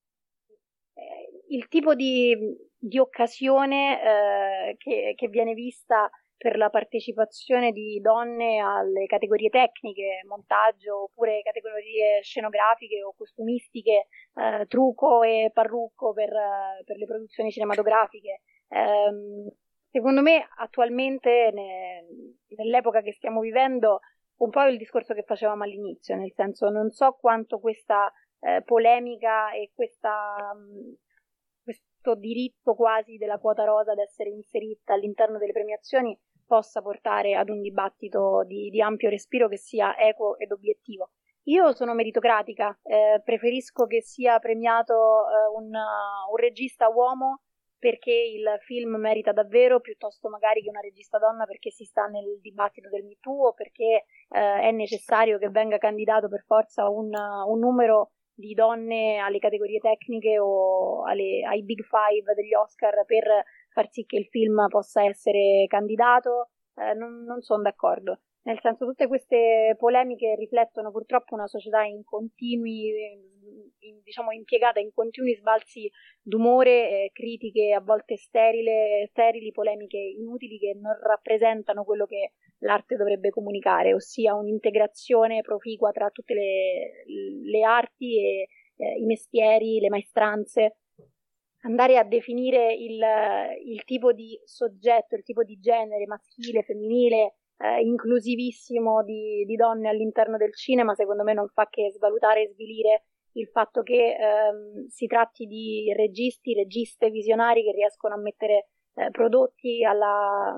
Il tipo di, di occasione eh, che, che viene vista per la partecipazione di donne alle categorie tecniche, montaggio, oppure categorie scenografiche o costumistiche, eh, trucco e parrucco per, per le produzioni cinematografiche. Eh, secondo me attualmente, ne, nell'epoca che stiamo vivendo, un po' il discorso che facevamo all'inizio, nel senso, non so quanto questa eh, polemica e questa... Mh, questo diritto quasi della quota rosa ad essere inserita all'interno delle premiazioni possa portare ad un dibattito di, di ampio respiro che sia equo ed obiettivo. Io sono meritocratica, eh, preferisco che sia premiato eh, un, un regista uomo perché il film merita davvero, piuttosto magari che una regista donna perché si sta nel dibattito del Me Too, o perché eh, è necessario che venga candidato per forza un, un numero di donne alle categorie tecniche o alle, ai Big Five degli Oscar per far sì che il film possa essere candidato. Eh, non, non sono d'accordo. Nel senso, tutte queste polemiche riflettono purtroppo una società in continui, in, diciamo, impiegata in continui sbalzi d'umore, eh, critiche a volte sterile, sterili, polemiche inutili che non rappresentano quello che l'arte dovrebbe comunicare, ossia un'integrazione proficua tra tutte le, le arti e eh, i mestieri, le maestranze. Andare a definire il, il tipo di soggetto, il tipo di genere maschile, femminile, eh, inclusivissimo di, di donne all'interno del cinema, secondo me non fa che svalutare e svilire il fatto che ehm, si tratti di registi, registe visionari che riescono a mettere eh, prodotti alla,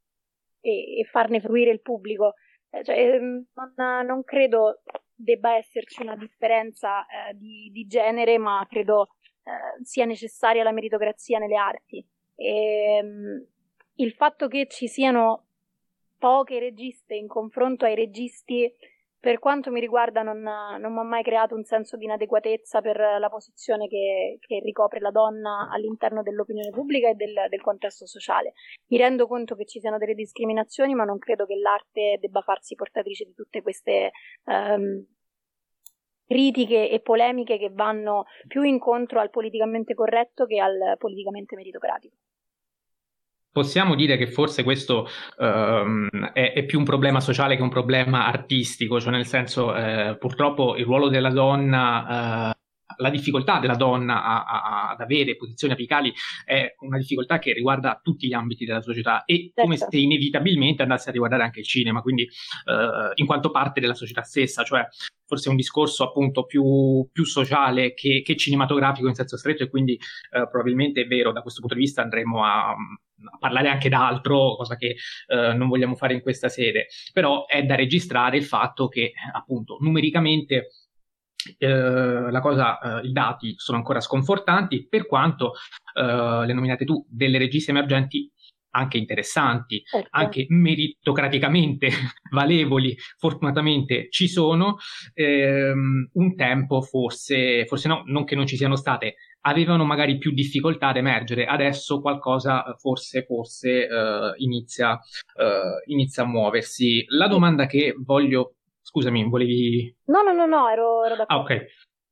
e, e farne fruire il pubblico. Eh, cioè, non, non credo debba esserci una differenza eh, di, di genere, ma credo eh, sia necessaria la meritocrazia nelle arti. E, um, il fatto che ci siano poche registe in confronto ai registi, per quanto mi riguarda, non, non mi ha mai creato un senso di inadeguatezza per la posizione che, che ricopre la donna all'interno dell'opinione pubblica e del, del contesto sociale. Mi rendo conto che ci siano delle discriminazioni, ma non credo che l'arte debba farsi portatrice di tutte queste um, critiche e polemiche che vanno più incontro al politicamente corretto che al politicamente meritocratico. possiamo dire che forse questo ehm, è, è più un problema sociale che un problema artistico, cioè nel senso eh, purtroppo il ruolo della donna, eh, la difficoltà della donna a, a, ad avere posizioni apicali è una difficoltà che riguarda tutti gli ambiti della società e come se inevitabilmente andasse a riguardare anche il cinema, quindi eh, in quanto parte della società stessa, cioè forse è un discorso appunto più, più sociale che, che cinematografico in senso stretto, e quindi eh, probabilmente è vero, da questo punto di vista andremo a, a parlare anche d'altro, cosa che eh, non vogliamo fare in questa sede, però è da registrare il fatto che appunto numericamente eh, la cosa, eh, i dati sono ancora sconfortanti, per quanto eh, le nominate tu delle registe emergenti anche interessanti, Ecco. anche meritocraticamente valevoli, fortunatamente ci sono. Ehm, un tempo forse, forse no, non che non ci siano state, avevano magari più difficoltà ad emergere, adesso qualcosa forse, forse eh, inizia, eh, inizia a muoversi. La domanda che voglio, scusami, volevi... No, no, no, no, ero, ero d'accordo. Ah, ok.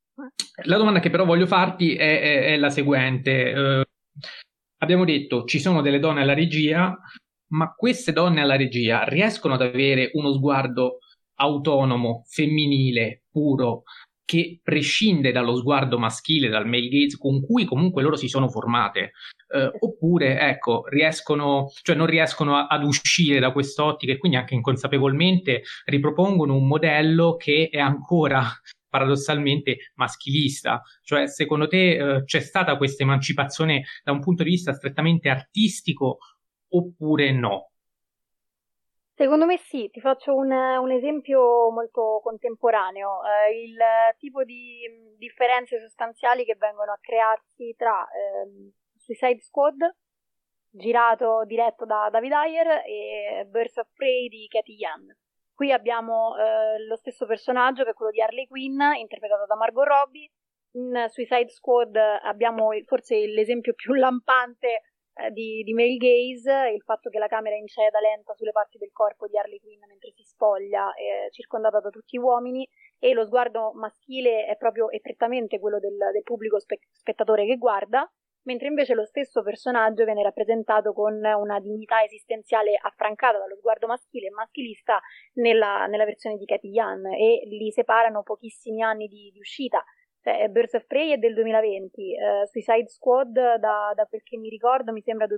La domanda che però voglio farti è, è, è la seguente. Eh, abbiamo detto ci sono delle donne alla regia, ma queste donne alla regia riescono ad avere uno sguardo autonomo, femminile, puro, che prescinde dallo sguardo maschile, dal male gaze con cui comunque loro si sono formate, eh, oppure ecco, riescono, cioè non riescono a, ad uscire da quest'ottica e quindi anche inconsapevolmente ripropongono un modello che è ancora paradossalmente maschilista. Cioè, secondo te eh, c'è stata questa emancipazione da un punto di vista strettamente artistico oppure no? Secondo me sì, ti faccio un, un esempio molto contemporaneo, eh, il tipo di mh, differenze sostanziali che vengono a crearsi tra ehm, Suicide Squad, girato, diretto da David Ayer, e Birds of Prey di Cathy Yan. Qui abbiamo eh, lo stesso personaggio, che è quello di Harley Quinn, interpretato da Margot Robbie. In Suicide Squad abbiamo forse l'esempio più lampante eh, di, di male gaze, il fatto che la camera inceda lenta sulle parti del corpo di Harley Quinn mentre si spoglia, eh, circondata da tutti uomini, e lo sguardo maschile è proprio e prettamente quello del, del pubblico spe- spettatore che guarda, mentre invece lo stesso personaggio viene rappresentato con una dignità esistenziale affrancata dallo sguardo maschile e maschilista nella, nella versione di Cathy Yan, e li separano pochissimi anni di, di uscita. Cioè, Birds of Prey è del duemilaventi, eh, Suicide Squad da, da quel che mi ricordo mi sembra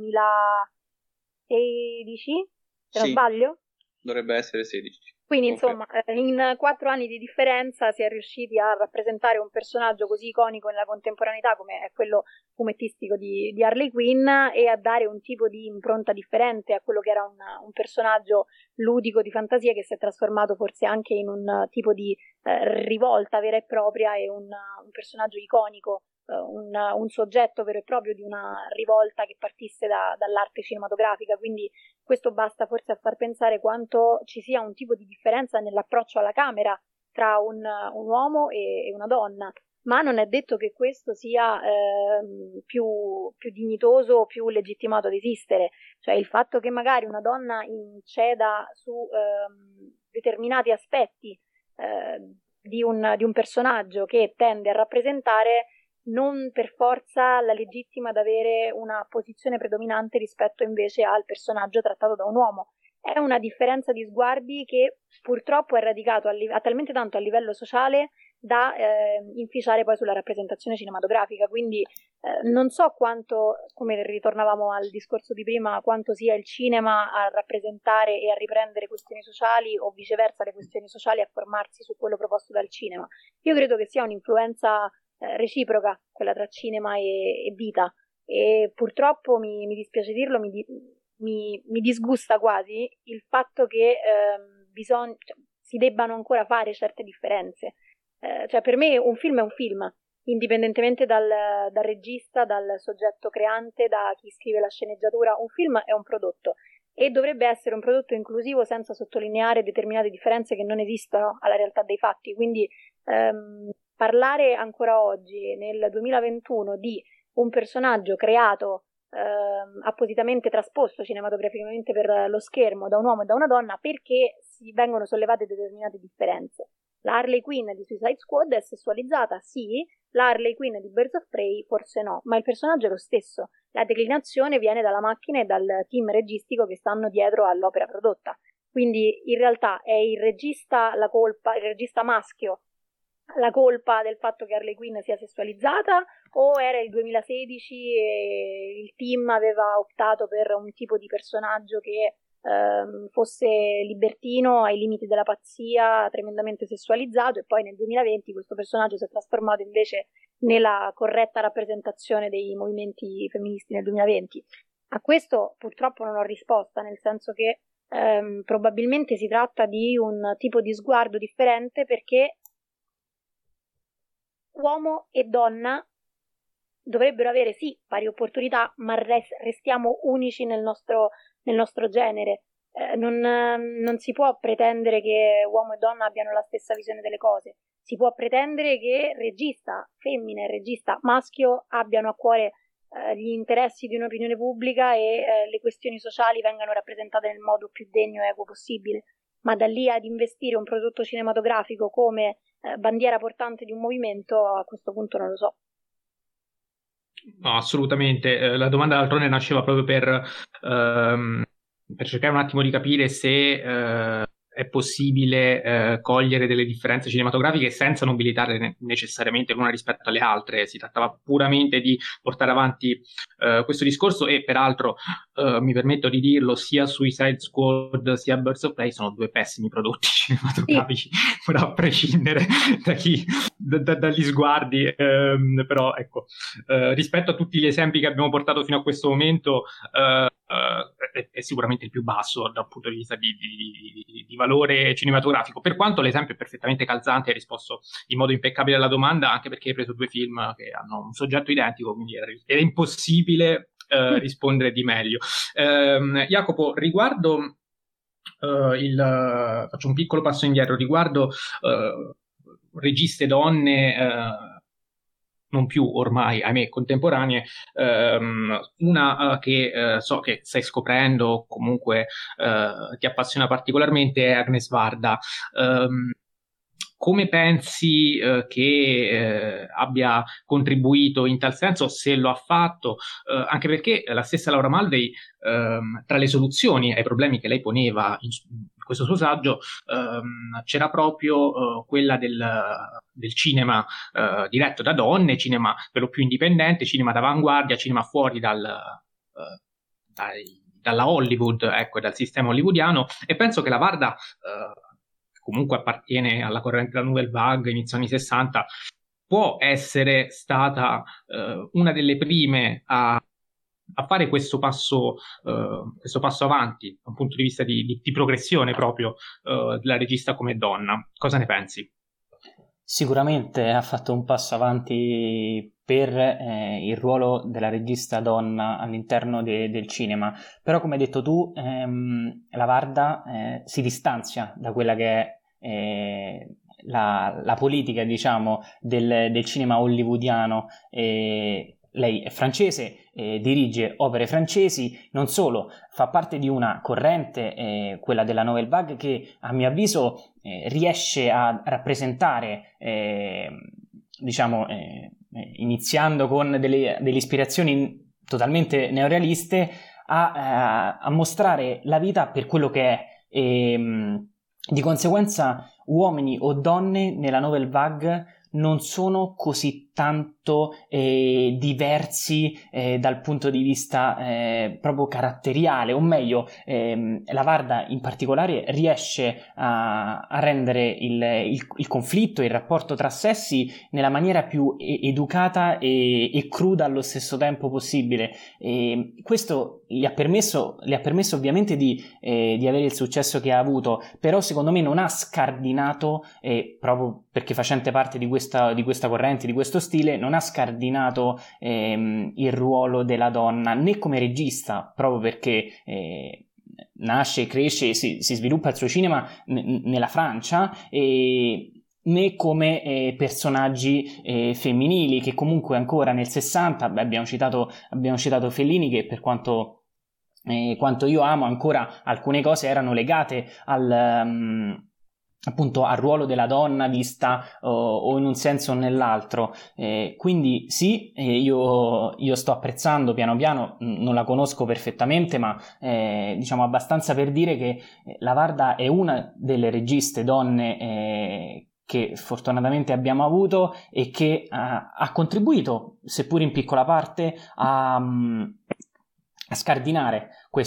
duemilasedici, se non Sì, sbaglio. dovrebbe essere sedici. Quindi Ok. insomma, eh, in quattro anni di differenza si è riusciti a rappresentare un personaggio così iconico nella contemporaneità come è quello fumettistico di, di Harley Quinn, e a dare un tipo di impronta differente a quello che era una, un personaggio ludico di fantasia, che si è trasformato forse anche in un tipo di eh, rivolta vera e propria, e un, un personaggio iconico, eh, un, un soggetto vero e proprio di una rivolta che partisse da, dall'arte cinematografica. Quindi questo basta forse a far pensare quanto ci sia un tipo di differenza nell'approccio alla camera tra un, un uomo e, e una donna, ma non è detto che questo sia eh, più, più dignitoso o più legittimato ad esistere. Cioè il fatto che magari una donna inceda su eh, determinati aspetti eh, di, un, di un personaggio che tende a rappresentare, non per forza la legittima ad avere una posizione predominante rispetto invece al personaggio trattato da un uomo. È una differenza di sguardi che purtroppo è radicato a, li- a talmente tanto a livello sociale da eh, inficiare poi sulla rappresentazione cinematografica. Quindi eh, non so quanto, come ritornavamo al discorso di prima, quanto sia il cinema a rappresentare e a riprendere questioni sociali, o viceversa le questioni sociali a formarsi su quello proposto dal cinema. Io credo che sia un'influenza eh, reciproca quella tra cinema e, e vita, e purtroppo mi, mi dispiace dirlo, mi, di, mi, mi disgusta quasi il fatto che eh, bisogna, cioè, si debbano ancora fare certe differenze. Eh, cioè per me un film è un film, indipendentemente dal, dal regista, dal soggetto creante, da chi scrive la sceneggiatura. Un film è un prodotto e dovrebbe essere un prodotto inclusivo, senza sottolineare determinate differenze che non esistono alla realtà dei fatti. Quindi ehm, parlare ancora oggi, nel duemilaventuno, di un personaggio creato ehm, appositamente trasposto cinematograficamente per lo schermo da un uomo e da una donna, perché si vengono sollevate determinate differenze. La Harley Quinn di Suicide Squad è sessualizzata, sì, la Harley Quinn di Birds of Prey forse no, ma il personaggio è lo stesso. la declinazione viene dalla macchina e dal team registico che stanno dietro all'opera prodotta. Quindi in realtà è il regista la colpa, il regista maschio la colpa del fatto che Harley Quinn sia sessualizzata, o era il duemilasedici e il team aveva optato per un tipo di personaggio che ehm, fosse libertino ai limiti della pazzia, tremendamente sessualizzato, e poi nel duemilaventi questo personaggio si è trasformato invece nella corretta rappresentazione dei movimenti femministi nel duemilaventi. A questo purtroppo non ho risposta, nel senso che ehm, probabilmente si tratta di un tipo di sguardo differente, perché uomo e donna dovrebbero avere sì pari opportunità, ma res- restiamo unici nel nostro, nel nostro genere. Eh, non, non si può pretendere che uomo e donna abbiano la stessa visione delle cose. Si può pretendere che regista femmina e regista maschio abbiano a cuore eh, gli interessi di un'opinione pubblica e eh, le questioni sociali vengano rappresentate nel modo più degno e equo possibile. Ma da lì ad investire un prodotto cinematografico come eh, bandiera portante di un movimento, a questo punto non lo so. No, assolutamente. Eh, la domanda d'altronde nasceva proprio per, ehm, per cercare un attimo di capire se eh, è possibile eh, cogliere delle differenze cinematografiche senza nobilitarle ne- necessariamente l'una rispetto alle altre. Si trattava puramente di portare avanti eh, questo discorso, e peraltro eh, mi permetto di dirlo, sia Suicide Squad sia Birds of Prey sono due pessimi prodotti cinematografici, sì. A prescindere da chi, da, da, dagli sguardi, ehm, però ecco, eh, rispetto a tutti gli esempi che abbiamo portato fino a questo momento, eh, eh, è, è sicuramente il più basso dal punto di vista di, di, di, di valore cinematografico, per quanto l'esempio è perfettamente calzante e ha risposto in modo impeccabile alla domanda, anche perché hai preso due film che hanno un soggetto identico, quindi era, era impossibile eh, rispondere di meglio. Eh, Jacopo, riguardo Uh, il, uh, faccio un piccolo passo indietro riguardo uh, registe donne uh, non più ormai, ahimè, contemporanee. Um, una uh, che uh, so che stai scoprendo, comunque uh, ti appassiona particolarmente, è Agnes Varda. Um, Come pensi eh, che eh, abbia contribuito in tal senso, se lo ha fatto, eh, anche perché la stessa Laura Mulvey, ehm, tra le soluzioni ai problemi che lei poneva in, in questo suo saggio, ehm, c'era proprio eh, quella del, del cinema eh, diretto da donne, cinema per lo più indipendente, cinema d'avanguardia, cinema fuori dal, eh, dai, dalla Hollywood, ecco, dal sistema hollywoodiano, e penso che la Varda eh, comunque appartiene alla corrente della Nouvelle Vague, inizio anni sessanta, può essere stata eh, una delle prime a, a fare questo passo, eh, questo passo avanti, da un punto di vista di, di, di progressione proprio eh, della regista come donna. Cosa ne pensi? Sicuramente ha fatto un passo avanti per eh, il ruolo della regista donna all'interno de- del cinema, però come hai detto tu, ehm, la Varda eh, si distanzia da quella che è eh, la, la politica, diciamo, del, del cinema hollywoodiano. Eh, lei è francese, eh, dirige opere francesi, non solo, fa parte di una corrente, eh, quella della Nouvelle Vague, che a mio avviso eh, riesce a rappresentare, eh, diciamo, eh, iniziando con delle, delle ispirazioni totalmente neorealiste, a, a, a mostrare la vita per quello che è. E, di conseguenza, uomini o donne nella Nouvelle Vague non sono così tanto eh, diversi eh, dal punto di vista eh, proprio caratteriale, o meglio, ehm, la Varda in particolare riesce a, a rendere il, il, il conflitto, il rapporto tra sessi nella maniera più e- educata e, e cruda allo stesso tempo possibile. E questo gli ha permesso, gli ha permesso ovviamente di, eh, di avere il successo che ha avuto, però secondo me non ha scardinato, eh, proprio perché facente parte di questa, di questa corrente, di questo stile, non ha scardinato ehm, il ruolo della donna né come regista, proprio perché eh, nasce, cresce, si, si sviluppa il suo cinema n- nella Francia, e né come eh, personaggi eh, femminili, che comunque ancora nel sessanta, beh, abbiamo citato, abbiamo citato Fellini, che per quanto, eh, quanto io amo, ancora alcune cose erano legate al... Um, appunto al ruolo della donna vista o, o in un senso o nell'altro. Eh, quindi sì, eh, io, io sto apprezzando piano piano, mh, non la conosco perfettamente, ma eh, diciamo abbastanza per dire che eh, la Varda è una delle registe donne eh, che fortunatamente abbiamo avuto e che ha, ha contribuito, seppur in piccola parte, a... Mh, a scardinare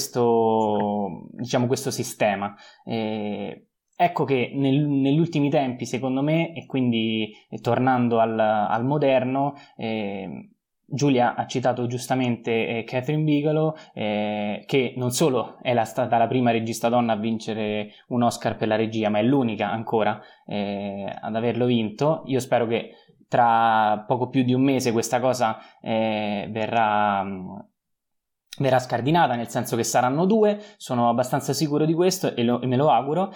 questo, diciamo, questo sistema. Eh, ecco che nel, negli ultimi tempi, secondo me, e quindi eh, tornando al, al moderno, eh, Giulia ha citato giustamente eh, Catherine Bigelow, eh, che non solo è la, stata la prima regista donna a vincere un Oscar per la regia, ma è l'unica ancora eh, ad averlo vinto. Io spero che tra poco più di un mese questa cosa eh, verrà... verrà scardinata, nel senso che saranno due, sono abbastanza sicuro di questo e, lo, e me lo auguro.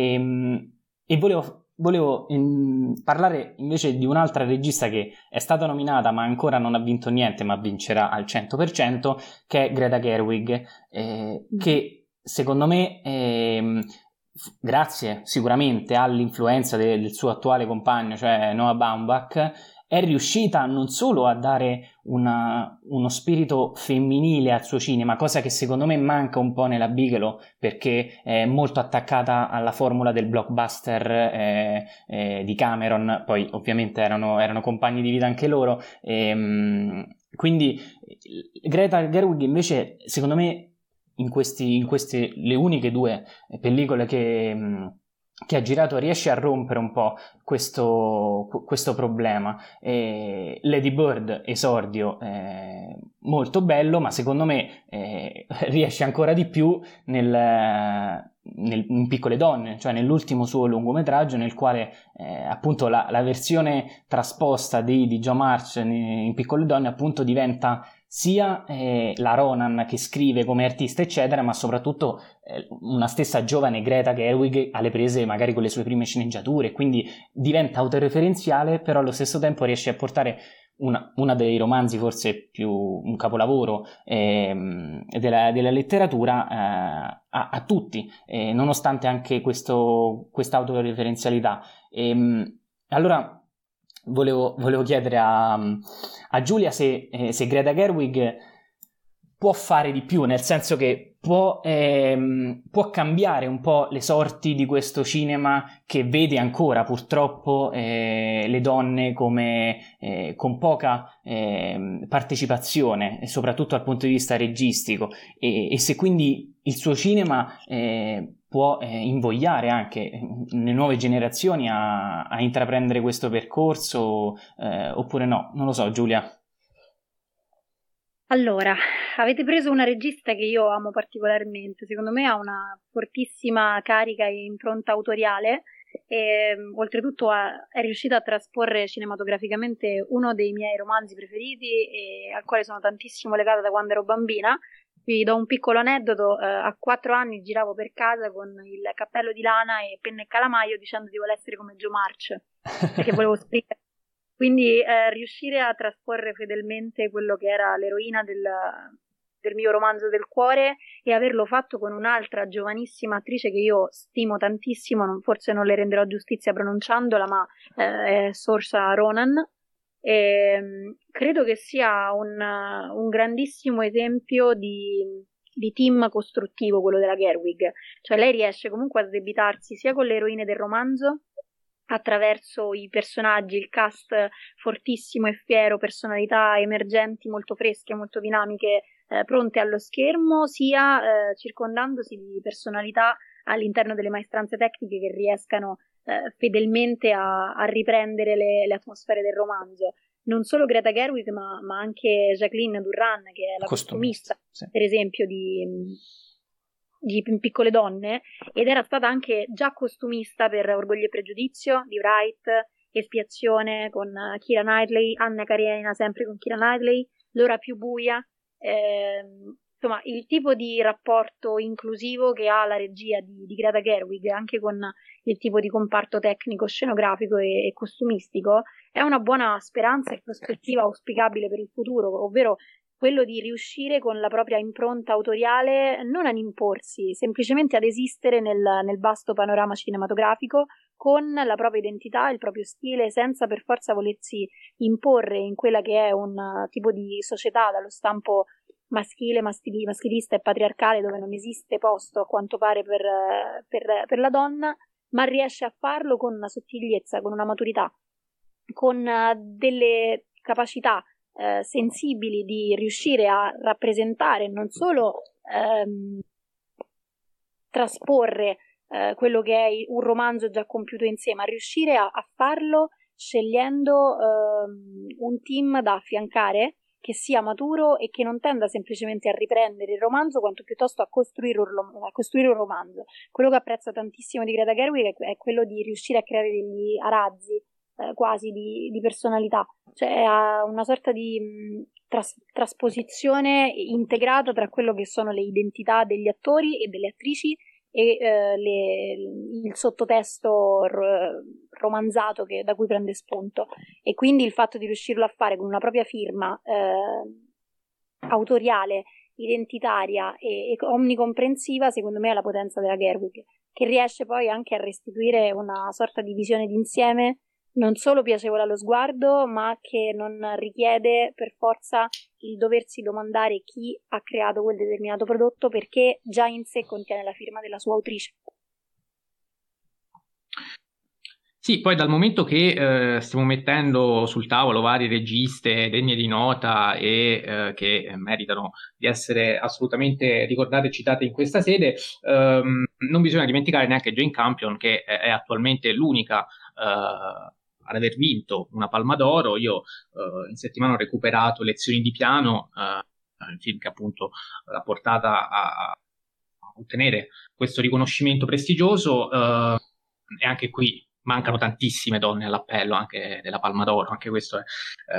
E, e volevo, volevo in, parlare invece di un'altra regista che è stata nominata ma ancora non ha vinto niente, ma vincerà al cento per cento, che è Greta Gerwig, eh, mm. che secondo me eh, grazie sicuramente all'influenza de, del suo attuale compagno, cioè Noah Baumbach, è riuscita non solo a dare una, uno spirito femminile al suo cinema, cosa che secondo me manca un po' nella Bigelow, perché è molto attaccata alla formula del blockbuster eh, eh, di Cameron. Poi ovviamente erano, erano compagni di vita anche loro, e, quindi Greta Gerwig invece secondo me in, questi, in queste le uniche due pellicole che... che ha girato riesce a rompere un po' questo, questo problema. Eh, Lady Bird, esordio eh, molto bello, ma secondo me eh, riesce ancora di più nel, nel, in Piccole donne, cioè nell'ultimo suo lungometraggio, nel quale eh, appunto la, la versione trasposta di, di Jo March in, in Piccole donne appunto diventa sia eh, la Ronan che scrive come artista eccetera, ma soprattutto eh, una stessa giovane Greta Gerwig alle prese magari con le sue prime sceneggiature, quindi diventa autoreferenziale, però allo stesso tempo riesce a portare una, una dei romanzi forse più un capolavoro eh, della, della letteratura eh, a, a tutti, eh, nonostante anche questo, questa autoreferenzialità. E, allora Volevo, volevo chiedere a, a Giulia se, eh, se Greta Gerwig può fare di più, nel senso che può, ehm, può cambiare un po' le sorti di questo cinema che vede ancora purtroppo eh, le donne come, eh, con poca eh, partecipazione, soprattutto dal punto di vista registico, e, e se quindi il suo cinema eh, può eh, invogliare anche le nuove generazioni a, a intraprendere questo percorso eh, oppure no, non lo so. Giulia. Allora, avete preso una regista che io amo particolarmente, secondo me ha una fortissima carica e impronta autoriale e oltretutto ha, è riuscita a trasporre cinematograficamente uno dei miei romanzi preferiti e al quale sono tantissimo legata da quando ero bambina. Vi do un piccolo aneddoto, eh, a quattro anni giravo per casa con il cappello di lana e penna e calamaio dicendo di voler essere come Jo March, perché volevo scrivere. Quindi eh, riuscire a trasporre fedelmente quello che era l'eroina del, del mio romanzo del cuore e averlo fatto con un'altra giovanissima attrice che io stimo tantissimo, non, forse non le renderò giustizia pronunciandola, ma eh, è Saoirse Ronan. E, credo che sia un, un grandissimo esempio di, di team costruttivo quello della Gerwig, cioè lei riesce comunque a sdebitarsi sia con le eroine del romanzo attraverso i personaggi, il cast fortissimo e fiero, personalità emergenti molto fresche, molto dinamiche, eh, pronte allo schermo, sia eh, circondandosi di personalità all'interno delle maestranze tecniche che riescano eh, fedelmente a, a riprendere le, le atmosfere del romanzo. Non solo Greta Gerwig, ma, ma anche Jacqueline Durran, che è la costumista, costumista sì. per esempio, di, di Piccole donne, ed era stata anche già costumista per Orgoglio e Pregiudizio di Wright, Espiazione con Keira Knightley, Anna Karenina sempre con Keira Knightley, L'ora più buia. Eh, insomma, il tipo di rapporto inclusivo che ha la regia di, di Greta Gerwig anche con il tipo di comparto tecnico, scenografico e, e costumistico è una buona speranza e prospettiva auspicabile per il futuro, ovvero quello di riuscire con la propria impronta autoriale non ad imporsi, semplicemente ad esistere nel, nel vasto panorama cinematografico con la propria identità, il proprio stile, senza per forza volersi imporre in quella che è un tipo di società dallo stampo maschile, maschili, maschilista e patriarcale, dove non esiste posto a quanto pare per, per, per la donna, ma riesce a farlo con una sottigliezza, con una maturità, con delle capacità eh, sensibili di riuscire a rappresentare, non solo ehm, trasporre eh, quello che è un romanzo già compiuto in sé, ma riuscire a, a farlo scegliendo ehm, un team da affiancare che sia maturo e che non tenda semplicemente a riprendere il romanzo, quanto piuttosto a costruire un, a costruire un romanzo. Quello che apprezzo tantissimo di Greta Gerwig è, è quello di riuscire a creare degli arazzi eh, quasi di, di personalità, cioè ha una sorta di mh, tras- trasposizione integrata tra quello che sono le identità degli attori e delle attrici e eh, le, il sottotesto r- romanzato che, da cui prende spunto, e quindi il fatto di riuscirlo a fare con una propria firma eh, autoriale, identitaria e, e omnicomprensiva, secondo me è la potenza della Gerwig, che riesce poi anche a restituire una sorta di visione d'insieme non solo piacevole allo sguardo, ma che non richiede per forza il doversi domandare chi ha creato quel determinato prodotto, perché già in sé contiene la firma della sua autrice. Sì, poi dal momento che eh, stiamo mettendo sul tavolo varie registe degne di nota e eh, che meritano di essere assolutamente ricordate e citate in questa sede, ehm, non bisogna dimenticare neanche Jane Campion, che è, è attualmente l'unica eh, ad aver vinto una Palma d'Oro. Io eh, in settimana ho recuperato Lezioni di piano, eh, il film che appunto l'ha portata a, a ottenere questo riconoscimento prestigioso, eh, e anche qui mancano tantissime donne all'appello anche della Palma d'Oro. Anche questo è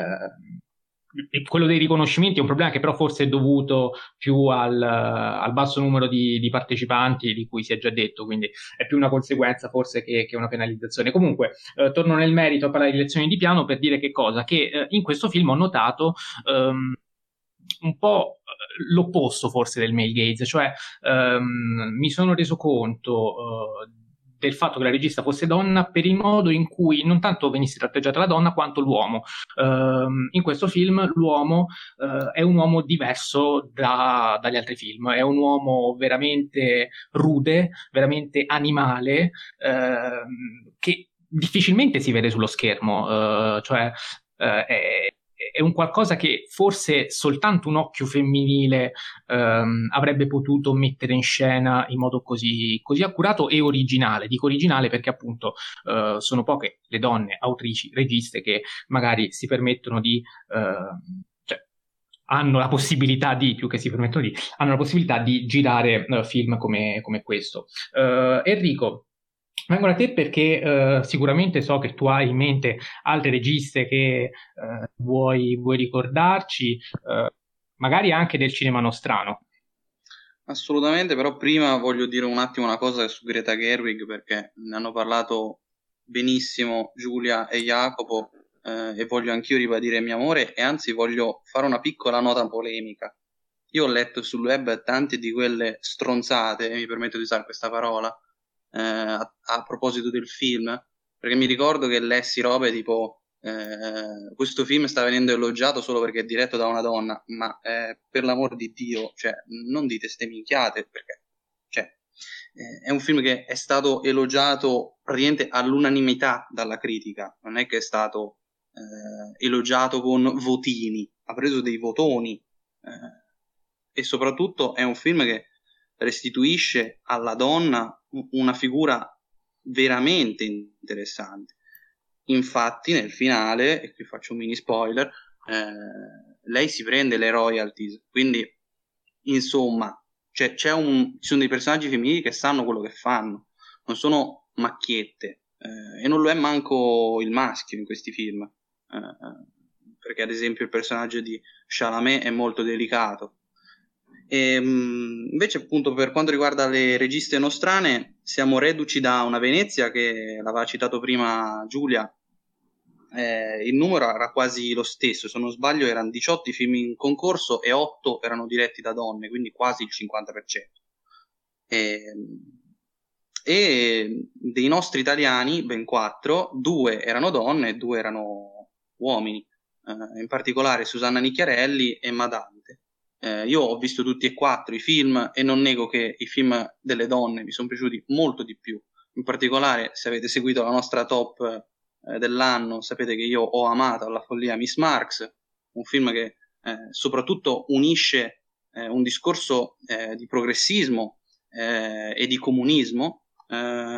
eh, quello dei riconoscimenti è un problema che però forse è dovuto più al, al basso numero di, di partecipanti, di cui si è già detto, quindi è più una conseguenza forse che, che una penalizzazione. Comunque eh, torno nel merito a parlare di Lezioni di piano per dire che cosa? Che eh, in questo film ho notato ehm, un po' l'opposto forse del male gaze, cioè ehm, mi sono reso conto eh, del fatto che la regista fosse donna per il modo in cui non tanto venisse tratteggiata la donna quanto l'uomo. Uh, in questo film l'uomo uh, è un uomo diverso da, dagli altri film, è un uomo veramente rude, veramente animale, uh, che difficilmente si vede sullo schermo, uh, cioè uh, è è un qualcosa che forse soltanto un occhio femminile ehm, avrebbe potuto mettere in scena in modo così, così accurato e originale. Dico originale perché appunto eh, sono poche le donne autrici, registe che magari si permettono di eh, cioè, hanno la possibilità di, più che si permettono di, hanno la possibilità di girare uh, film come, come questo. Uh, Enrico, vengo da te perché uh, sicuramente so che tu hai in mente altre registe che uh, vuoi, vuoi ricordarci, uh, magari anche del cinema nostrano. Assolutamente, però prima voglio dire un attimo una cosa su Greta Gerwig, perché ne hanno parlato benissimo Giulia e Jacopo, eh, e voglio anch'io ribadire il mio amore, e anzi voglio fare una piccola nota polemica. Io ho letto sul web tante di quelle stronzate, mi permetto di usare questa parola, eh, a, a proposito del film, perché mi ricordo che lessi robe tipo eh, questo film sta venendo elogiato solo perché è diretto da una donna, ma eh, per l'amor di Dio, cioè, non dite ste minchiate, perché cioè, eh, è un film che è stato elogiato praticamente all'unanimità dalla critica, non è che è stato eh, elogiato con votini, ha preso dei votoni, eh, e soprattutto è un film che restituisce alla donna una figura veramente interessante. Infatti nel finale, e qui faccio un mini spoiler, eh, lei si prende le royalties, quindi insomma c'è, c'è un, ci sono dei personaggi femminili che sanno quello che fanno, non sono macchiette, eh, e non lo è manco il maschio in questi film, eh, perché ad esempio il personaggio di Chalamet è molto delicato. E, invece appunto per quanto riguarda le registe nostrane siamo reduci da una Venezia che l'aveva citato prima Giulia, eh, il numero era quasi lo stesso, se non sbaglio erano diciotto i film in concorso e otto erano diretti da donne, quindi quasi il cinquanta per cento. E, e dei nostri italiani, ben quattro, due erano donne e due erano uomini, eh, in particolare Susanna Nicchiarelli e Madante. Eh, io ho visto tutti e quattro i film e non nego che i film delle donne mi sono piaciuti molto di più. In particolare, se avete seguito la nostra top eh, dell'anno, sapete che io ho amato alla follia Miss Marx, un film che eh, soprattutto unisce eh, un discorso eh, di progressismo eh, e di comunismo eh,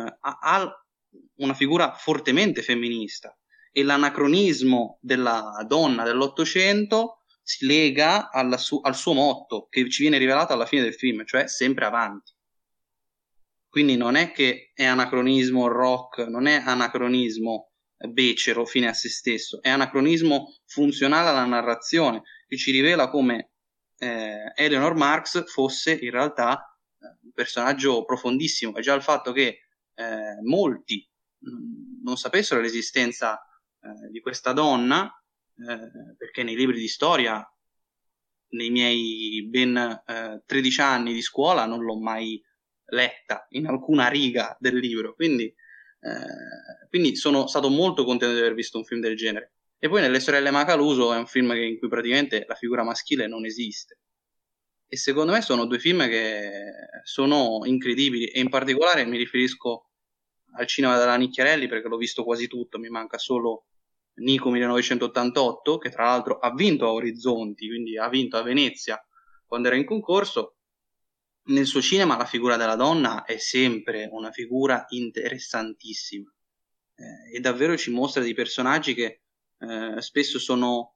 a una figura fortemente femminista, e l'anacronismo della donna dell'Ottocento si lega alla su- al suo motto che ci viene rivelato alla fine del film, cioè sempre avanti. Quindi non è che è anacronismo rock, non è anacronismo becero fine a se stesso, è anacronismo funzionale alla narrazione, che ci rivela come eh, Eleanor Marx fosse in realtà eh, un personaggio profondissimo, e già il fatto che eh, molti mh, non sapessero l'esistenza eh, di questa donna, eh, perché nei libri di storia, nei miei ben eh, tredici anni di scuola, non l'ho mai letta in alcuna riga del libro, quindi, eh, quindi sono stato molto contento di aver visto un film del genere. E poi Nelle sorelle Macaluso è un film che, in cui praticamente la figura maschile non esiste, e secondo me sono due film che sono incredibili, e in particolare mi riferisco al cinema della Nicchiarelli, perché l'ho visto quasi tutto, mi manca solo Nico millenovecentottantotto, che tra l'altro ha vinto a Orizzonti, quindi ha vinto a Venezia quando era in concorso. Nel suo cinema la figura della donna è sempre una figura interessantissima, eh, e davvero ci mostra dei personaggi che eh, spesso sono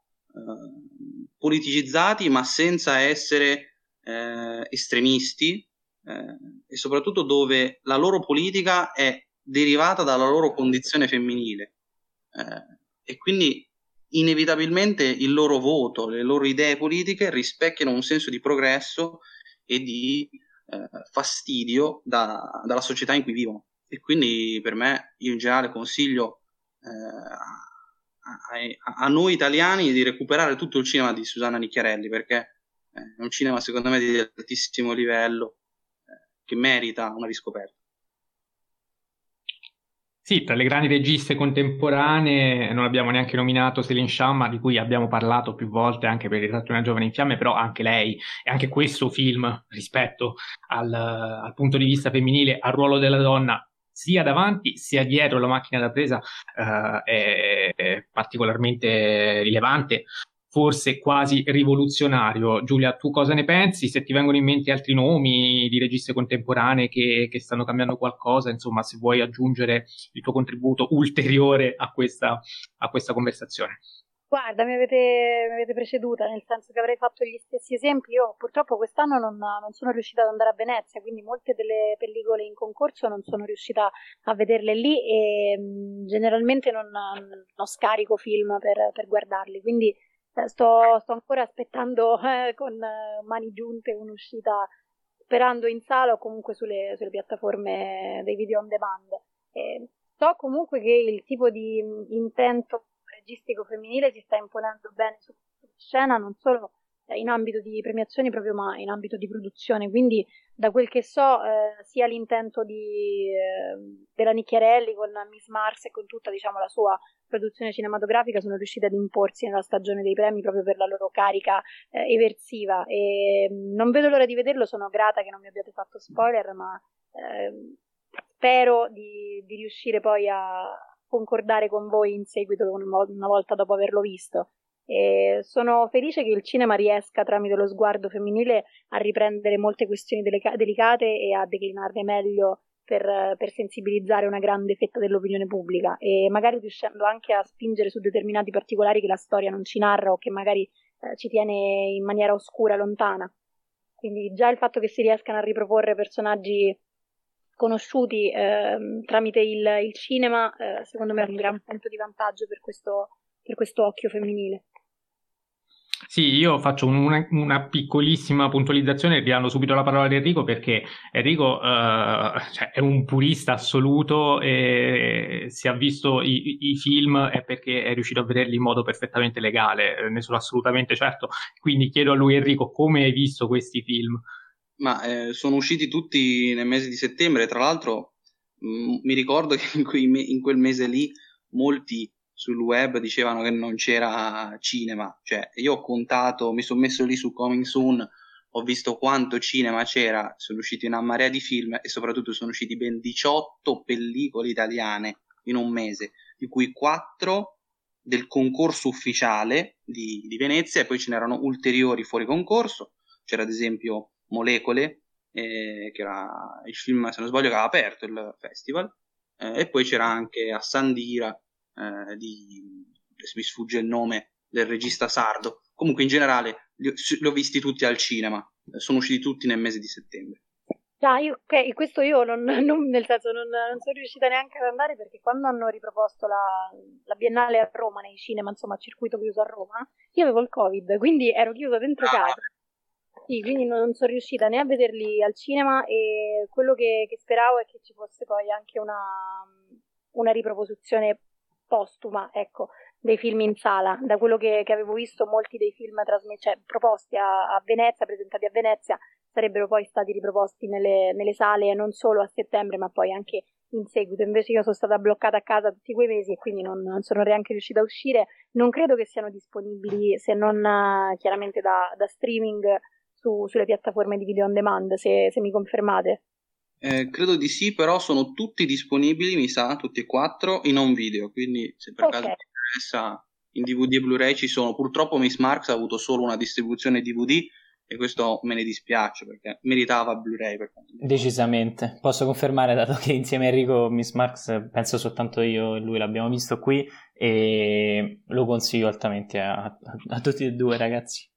eh, politicizzati, ma senza essere eh, estremisti, eh, e soprattutto dove la loro politica è derivata dalla loro condizione femminile, eh, e quindi inevitabilmente il loro voto, le loro idee politiche rispecchiano un senso di progresso e di eh, fastidio da, dalla società in cui vivono. E quindi per me, io in generale consiglio eh, a, a, a noi italiani di recuperare tutto il cinema di Susanna Nicchiarelli, perché è un cinema secondo me di altissimo livello, eh, che merita una riscoperta. Sì, tra le grandi registe contemporanee non abbiamo neanche nominato Céline Sciamma, di cui abbiamo parlato più volte anche per Il ritratto di una giovane in fiamme, però anche lei e anche questo film, rispetto al, al punto di vista femminile, al ruolo della donna, sia davanti sia dietro la macchina da presa, eh, è, è particolarmente rilevante, forse quasi rivoluzionario. Giulia, tu cosa ne pensi? Se ti vengono in mente altri nomi di registe contemporanee che, che stanno cambiando qualcosa, insomma, se vuoi aggiungere il tuo contributo ulteriore a questa, a questa conversazione. Guarda, mi avete, mi avete preceduta, nel senso che avrei fatto gli stessi esempi. Io purtroppo quest'anno non, non sono riuscita ad andare a Venezia, quindi molte delle pellicole in concorso non sono riuscita a vederle lì, e mh, generalmente non, non scarico film per, per guardarli, quindi eh, sto, sto ancora aspettando eh, con eh, mani giunte un'uscita, sperando in sala o comunque sulle, sulle piattaforme dei video on demand. E so comunque che il tipo di mh, intento registico femminile si sta imponendo bene su scena, non solo in ambito di premiazioni proprio, ma in ambito di produzione. Quindi da quel che so, eh, sia l'intento di, eh, della Nicchiarelli con Miss Marx e con tutta, diciamo, la sua produzione cinematografica sono riuscite ad imporsi nella stagione dei premi proprio per la loro carica eh, eversiva, e mh, non vedo l'ora di vederlo. Sono grata che non mi abbiate fatto spoiler, ma eh, spero di, di riuscire poi a concordare con voi in seguito, una volta dopo averlo visto. E sono felice che il cinema riesca, tramite lo sguardo femminile, a riprendere molte questioni delica- delicate e a declinarle meglio per, per sensibilizzare una grande fetta dell'opinione pubblica, e magari riuscendo anche a spingere su determinati particolari che la storia non ci narra o che magari eh, ci tiene in maniera oscura, lontana. Quindi già il fatto che si riescano a riproporre personaggi conosciuti eh, tramite il, il cinema, eh, secondo me è un gran punto di vantaggio per questo, per questo occhio femminile. Sì, io faccio una, una piccolissima puntualizzazione, ridando subito la parola ad Enrico, perché Enrico eh, cioè, è un purista assoluto e se ha visto i, i film è perché è riuscito a vederli in modo perfettamente legale, ne sono assolutamente certo. Quindi chiedo a lui, Enrico, come hai visto questi film? Ma eh, sono usciti tutti nel mese di settembre, tra l'altro mh, mi ricordo che in, quei me- in quel mese lì molti sul web dicevano che non c'era cinema, cioè io ho contato, mi sono messo lì su Coming Soon, ho visto quanto cinema c'era, sono usciti una marea di film e soprattutto sono usciti ben diciotto pellicole italiane in un mese, di cui quattro del concorso ufficiale di, di Venezia e poi ce n'erano ulteriori fuori concorso, c'era ad esempio Molecole, eh, che era il film, se non sbaglio, che aveva aperto il festival, eh, e poi c'era anche A Sandira, eh, di, adesso mi sfugge il nome del regista sardo, comunque in generale li ho, li ho visti tutti al cinema, sono usciti tutti nel mese di settembre. Ah, io, ok, questo io non, non- nel senso non, non sono riuscita neanche ad andare perché quando hanno riproposto la, la Biennale a Roma nei cinema, insomma, a circuito chiuso a Roma, io avevo il Covid, quindi ero chiusa dentro Ah, casa. Sì, quindi non, non sono riuscita né a vederli al cinema e quello che, che speravo è che ci fosse poi anche una, una riproposizione postuma, ecco, dei film in sala. Da quello che, che avevo visto, molti dei film trasmessi, cioè, proposti a, a Venezia, presentati a Venezia, sarebbero poi stati riproposti nelle, nelle sale non solo a settembre, ma poi anche in seguito. Invece io sono stata bloccata a casa tutti quei mesi e quindi non, non sono neanche riuscita a uscire. Non credo che siano disponibili, se non uh, chiaramente da, da streaming su, sulle piattaforme di video on demand, se, se mi confermate. Eh, credo di sì, però sono tutti disponibili, mi sa, tutti e quattro in home video, quindi se per caso Ok. ti interessa, in D V D e Blu-ray ci sono. Purtroppo Miss Marx ha avuto solo una distribuzione D V D e questo me ne dispiace perché meritava Blu-ray per quanto mi riguarda. Decisamente, posso confermare, dato che insieme a Enrico Miss Marx penso soltanto io e lui l'abbiamo visto qui e lo consiglio altamente a, a, a tutti e due, ragazzi.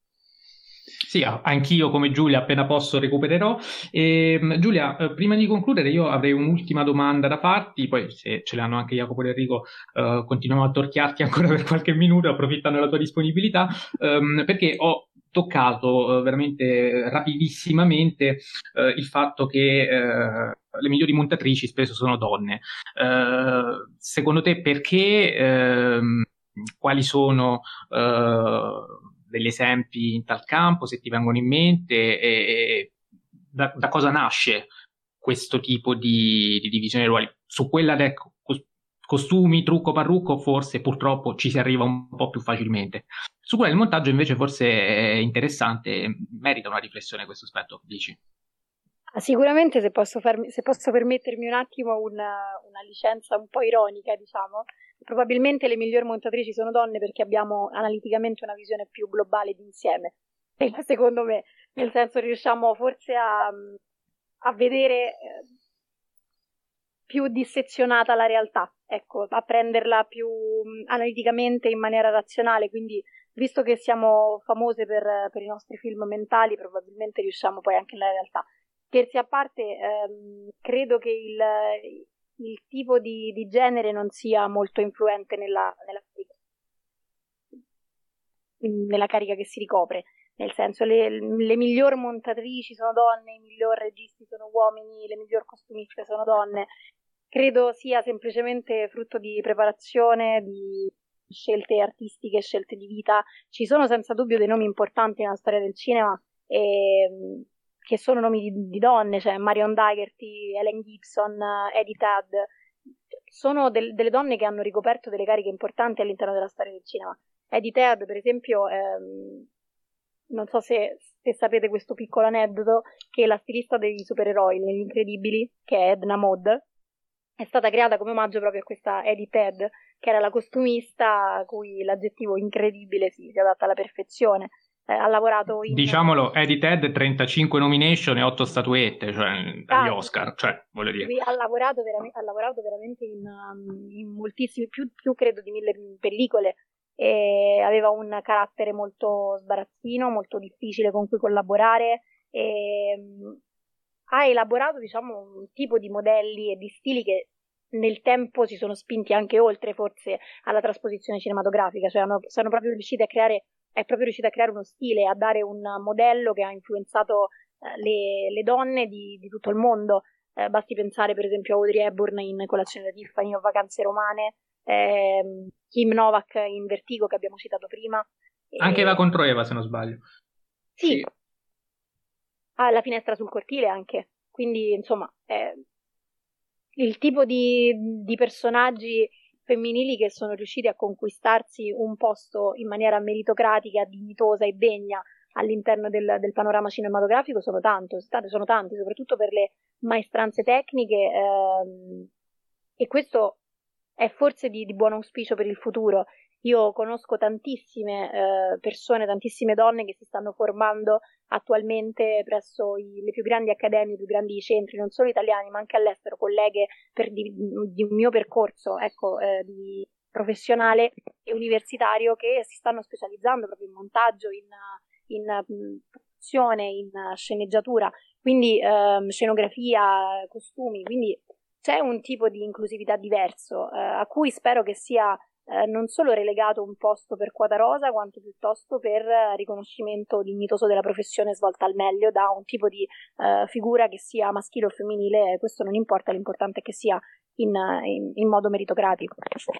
Sì, a- anch'io come Giulia appena posso recupererò. E, mh, Giulia, eh, prima di concludere io avrei un'ultima domanda da farti, poi se ce l'hanno anche Jacopo e Enrico eh, continuiamo a torchiarti ancora per qualche minuto approfittando della tua disponibilità, ehm, perché ho toccato eh, veramente rapidissimamente eh, il fatto che eh, le migliori montatrici spesso sono donne. Eh, secondo te perché? Ehm, quali sono eh, degli esempi in tal campo, se ti vengono in mente, e, e da, da cosa nasce questo tipo di, di divisione dei ruoli? Su quella del cos- costumi, trucco, parrucco, forse purtroppo ci si arriva un po' più facilmente. Su quella del montaggio invece forse è interessante, merita una riflessione questo aspetto, dici? Sicuramente se posso, farmi, se posso permettermi un attimo una, una licenza un po' ironica, diciamo, probabilmente le migliori montatrici sono donne perché abbiamo analiticamente una visione più globale d'insieme, secondo me, nel senso riusciamo forse a, a vedere eh, più dissezionata la realtà, ecco, a prenderla più mh, analiticamente in maniera razionale, quindi visto che siamo famose per, per i nostri film mentali, probabilmente riusciamo poi anche nella realtà. Scherzi a parte, ehm, credo che il, il tipo di, di genere non sia molto influente nella, nella, nella carica che si ricopre. Nel senso, le, le miglior montatrici sono donne, i miglior registi sono uomini, le miglior costumiste sono donne. Credo sia semplicemente frutto di preparazione, di scelte artistiche, scelte di vita. Ci sono senza dubbio dei nomi importanti nella storia del cinema, e, che sono nomi di, di donne, cioè Marion Daugherty, Ellen Gibson, Edith Head. Sono del, delle donne che hanno ricoperto delle cariche importanti all'interno della storia del cinema. Edith Head, per esempio, ehm, non so se, se sapete questo piccolo aneddoto, che la stilista dei supereroi negli Incredibili, che è Edna Mode, è stata creata come omaggio proprio a questa Edith Head, che era la costumista a cui l'aggettivo incredibile si, si adatta alla perfezione. Eh, ha lavorato in... Diciamolo, Edith Head, trentacinque nomination e otto statuette, cioè agli Ah, Oscar, cioè voglio dire. ha lavorato, veramente, ha lavorato veramente in, um, in moltissime, più, più credo di mille pellicole, e aveva un carattere molto sbarazzino, molto difficile con cui collaborare, e um, ha elaborato, diciamo, un tipo di modelli e di stili che nel tempo si sono spinti anche oltre forse alla trasposizione cinematografica, cioè hanno, sono proprio riusciti a creare è proprio riuscita a creare uno stile, a dare un modello che ha influenzato eh, le, le donne di, di tutto il mondo. Eh, basti pensare per esempio a Audrey Hepburn in Colazione da Tiffany o Vacanze romane, ehm, Kim Novak in Vertigo che abbiamo citato prima. Anche E... Eva contro Eva, se non sbaglio. Sì, Sì. ah, La finestra sul cortile anche. Quindi, insomma, è il tipo di, di personaggi femminili che sono riusciti a conquistarsi un posto in maniera meritocratica, dignitosa e degna all'interno del, del panorama cinematografico sono tanto, sono tanti, soprattutto per le maestranze tecniche, ehm, e questo è forse di, di buon auspicio per il futuro. Io conosco tantissime eh, persone, tantissime donne che si stanno formando attualmente presso i, le più grandi accademie, i più grandi centri, non solo italiani ma anche all'estero, colleghe per, di, di un mio percorso ecco, eh, di professionale e universitario, che si stanno specializzando proprio in montaggio, in, in produzione, in sceneggiatura, quindi ehm, scenografia, costumi, quindi c'è un tipo di inclusività diverso eh, a cui spero che sia eh, non solo relegato un posto per quota rosa, quanto piuttosto per eh, riconoscimento dignitoso della professione svolta al meglio da un tipo di eh, figura che sia maschile o femminile. Questo non importa, l'importante è che sia in, in, in modo meritocratico.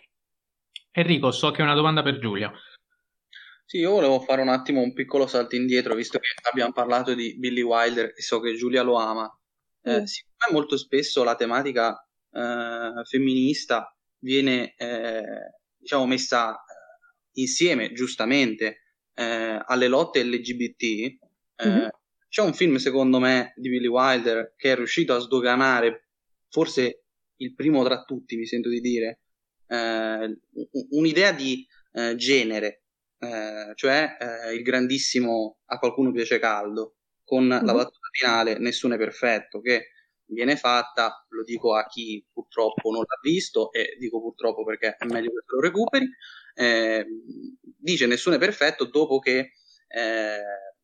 Enrico, so che è una domanda per Giulia. Sì, io volevo fare un attimo un piccolo salto indietro, visto che abbiamo parlato di Billy Wilder e so che Giulia lo ama. Eh, Mm. siccome molto spesso la tematica eh, femminista viene eh, diciamo messa eh, insieme, giustamente, eh, alle lotte L G B T, eh, Mhm. c'è un film, secondo me, di Billy Wilder che è riuscito a sdoganare, forse il primo tra tutti, mi sento di dire, eh, un'idea di eh, genere, eh, cioè eh, il grandissimo A qualcuno piace caldo, con la Mhm. battuta finale Nessuno è perfetto, che viene fatta, lo dico a chi purtroppo non l'ha visto, e dico purtroppo perché è meglio che te lo recuperi, eh, dice Nessuno è perfetto dopo che eh,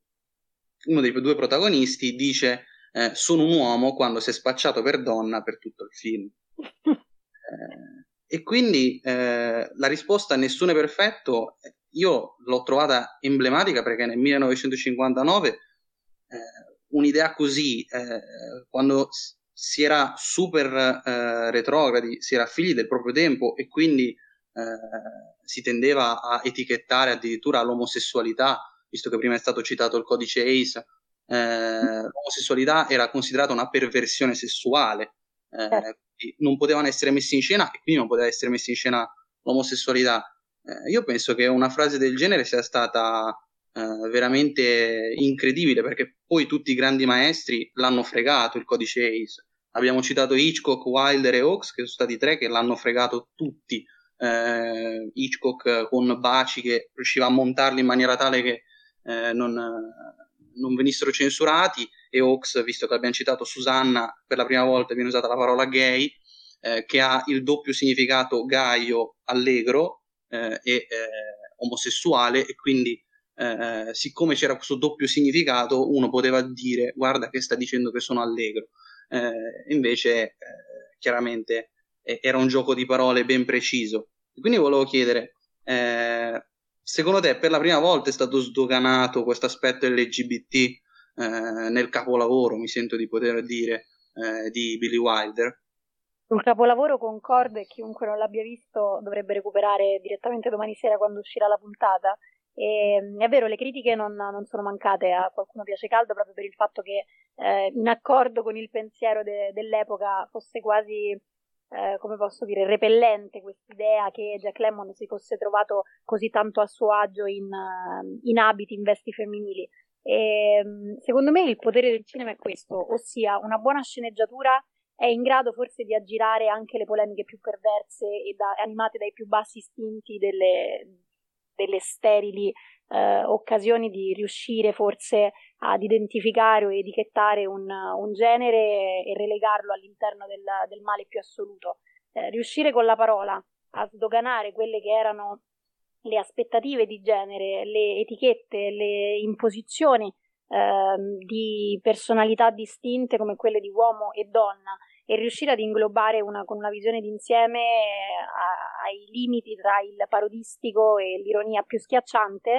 uno dei due protagonisti dice eh, sono un uomo quando si è spacciato per donna per tutto il film. Eh, e quindi eh, la risposta a Nessuno è perfetto io l'ho trovata emblematica, perché nel millenovecentocinquantanove eh, un'idea così, eh, quando si era super eh, retrogradi, si era figli del proprio tempo e quindi eh, si tendeva a etichettare addirittura l'omosessualità, visto che prima è stato citato il codice ACE, eh, l'omosessualità era considerata una perversione sessuale, eh, non potevano essere messi in scena e quindi non poteva essere messa in scena l'omosessualità. Eh, io penso che una frase del genere sia stata eh, veramente incredibile, perché poi tutti i grandi maestri l'hanno fregato il codice ACE. Abbiamo citato Hitchcock, Wilder e Hawks, che sono stati tre che l'hanno fregato tutti. Eh, Hitchcock con baci che riusciva a montarli in maniera tale che eh, non, non venissero censurati, e Hawks, visto che abbiamo citato Susanna, per la prima volta viene usata la parola gay, eh, che ha il doppio significato gaio, allegro, eh, e eh, omosessuale, e quindi eh, siccome c'era questo doppio significato uno poteva dire guarda che sta dicendo che sono allegro, eh, invece eh, chiaramente eh, era un gioco di parole ben preciso. Quindi volevo chiedere eh, secondo te per la prima volta è stato sdoganato questo aspetto L G B T eh, nel capolavoro, mi sento di poter dire, eh, di Billy Wilder? Un capolavoro, concordo, e chiunque non l'abbia visto dovrebbe recuperare direttamente domani sera quando uscirà la puntata. E, è vero, le critiche non, non sono mancate, a qualcuno piace caldo proprio per il fatto che eh, in accordo con il pensiero de, dell'epoca fosse quasi, eh, come posso dire, repellente quest'idea che Jack Lemmon si fosse trovato così tanto a suo agio in, in abiti, in vesti femminili. E, secondo me il potere del cinema è questo, ossia una buona sceneggiatura è in grado forse di aggirare anche le polemiche più perverse e da, animate dai più bassi istinti delle, delle sterili eh, occasioni di riuscire forse ad identificare o etichettare un, un genere e relegarlo all'interno del, del male più assoluto. Eh, riuscire con la parola a sdoganare quelle che erano le aspettative di genere, le etichette, le imposizioni Ehm, di personalità distinte come quelle di uomo e donna, e riuscire ad inglobare una, con una visione d'insieme eh, a, ai limiti tra il parodistico e l'ironia più schiacciante,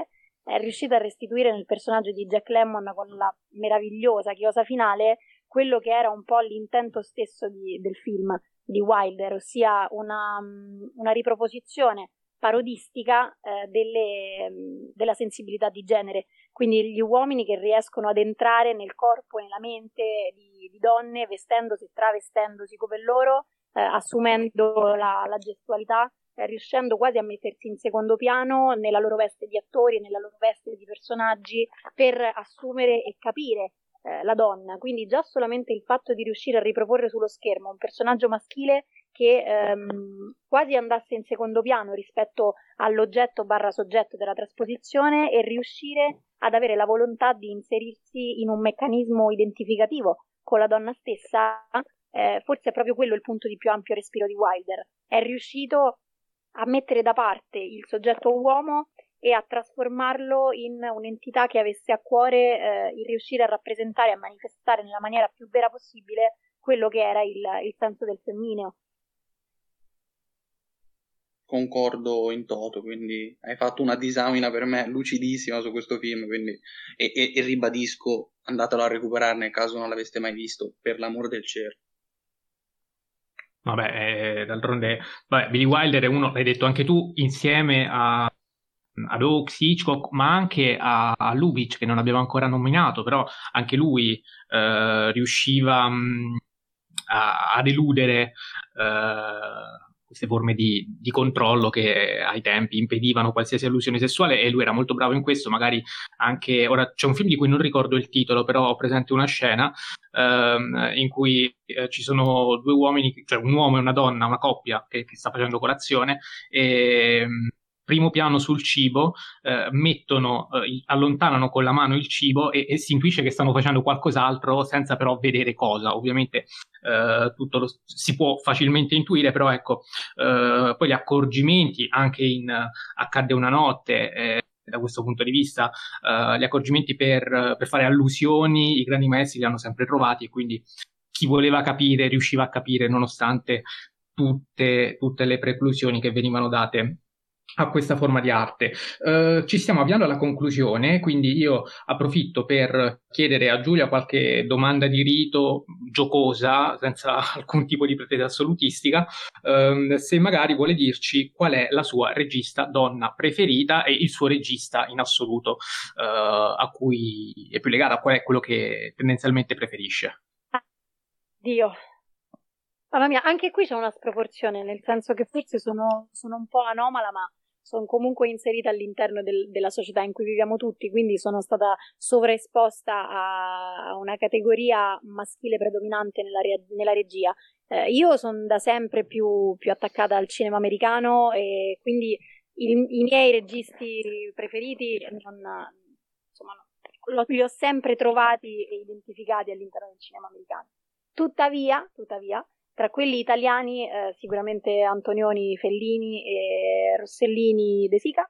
è riuscita a restituire nel personaggio di Jack Lemmon, con la meravigliosa chiosa finale, quello che era un po' l'intento stesso di, del film di Wilder, ossia una, una riproposizione parodistica eh, delle, della sensibilità di genere, quindi gli uomini che riescono ad entrare nel corpo e nella mente di, di donne, vestendosi e travestendosi come loro, eh, assumendo la, la gestualità, eh, riuscendo quasi a mettersi in secondo piano nella loro veste di attori, nella loro veste di personaggi, per assumere e capire eh, la donna. Quindi già solamente il fatto di riuscire a riproporre sullo schermo un personaggio maschile che ehm, quasi andasse in secondo piano rispetto all'oggetto barra soggetto della trasposizione, e riuscire ad avere la volontà di inserirsi in un meccanismo identificativo con la donna stessa, eh, forse è proprio quello il punto di più ampio respiro di Wilder. È riuscito a mettere da parte il soggetto uomo e a trasformarlo in un'entità che avesse a cuore eh, il riuscire a rappresentare e a manifestare nella maniera più vera possibile quello che era il, il senso del femmineo. Concordo in toto, quindi hai fatto una disamina per me lucidissima su questo film, quindi, e, e, e ribadisco, andatelo a recuperare nel caso non l'aveste mai visto, per l'amor del cielo. Vabbè, eh, d'altronde, vabbè, Billy Wilder è uno, l'hai detto anche tu, insieme a, ad Hawks, Hitchcock, ma anche a, a Lubitsch, che non abbiamo ancora nominato, però anche lui eh, riusciva mh, a, ad eludere eh, queste forme di, di controllo che ai tempi impedivano qualsiasi allusione sessuale, e lui era molto bravo in questo. Magari anche, ora c'è un film di cui non ricordo il titolo, però ho presente una scena ehm, in cui eh, ci sono due uomini, cioè un uomo e una donna, una coppia che, che sta facendo colazione, e primo piano sul cibo, eh, mettono, eh, allontanano con la mano il cibo e, e si intuisce che stanno facendo qualcos'altro senza però vedere cosa. Ovviamente eh, tutto lo, si può facilmente intuire, però ecco, eh, poi gli accorgimenti anche in uh, Accadde una notte, eh, da questo punto di vista, uh, gli accorgimenti per, per fare allusioni, i grandi maestri li hanno sempre trovati, e quindi chi voleva capire riusciva a capire, nonostante tutte, tutte le preclusioni che venivano date a questa forma di arte. Uh, ci stiamo avviando alla conclusione, quindi io approfitto per chiedere a Giulia qualche domanda di rito giocosa, senza alcun tipo di pretesa assolutistica, um, se magari vuole dirci qual è la sua regista donna preferita e il suo regista in assoluto uh, a cui è più legata, qual è quello che tendenzialmente preferisce. Dio. Mamma mia, anche qui c'è una sproporzione, nel senso che forse sono, sono un po' anomala, ma sono comunque inserita all'interno del, della società in cui viviamo tutti, quindi sono stata sovraesposta a, a una categoria maschile predominante nella, re, nella regia. Eh, io sono da sempre più, più attaccata al cinema americano, e quindi i, i miei registi preferiti non, insomma, no, li ho sempre trovati e identificati all'interno del cinema americano. Tuttavia, tuttavia, tra quelli italiani eh, sicuramente Antonioni, Fellini e Rossellini, De Sica.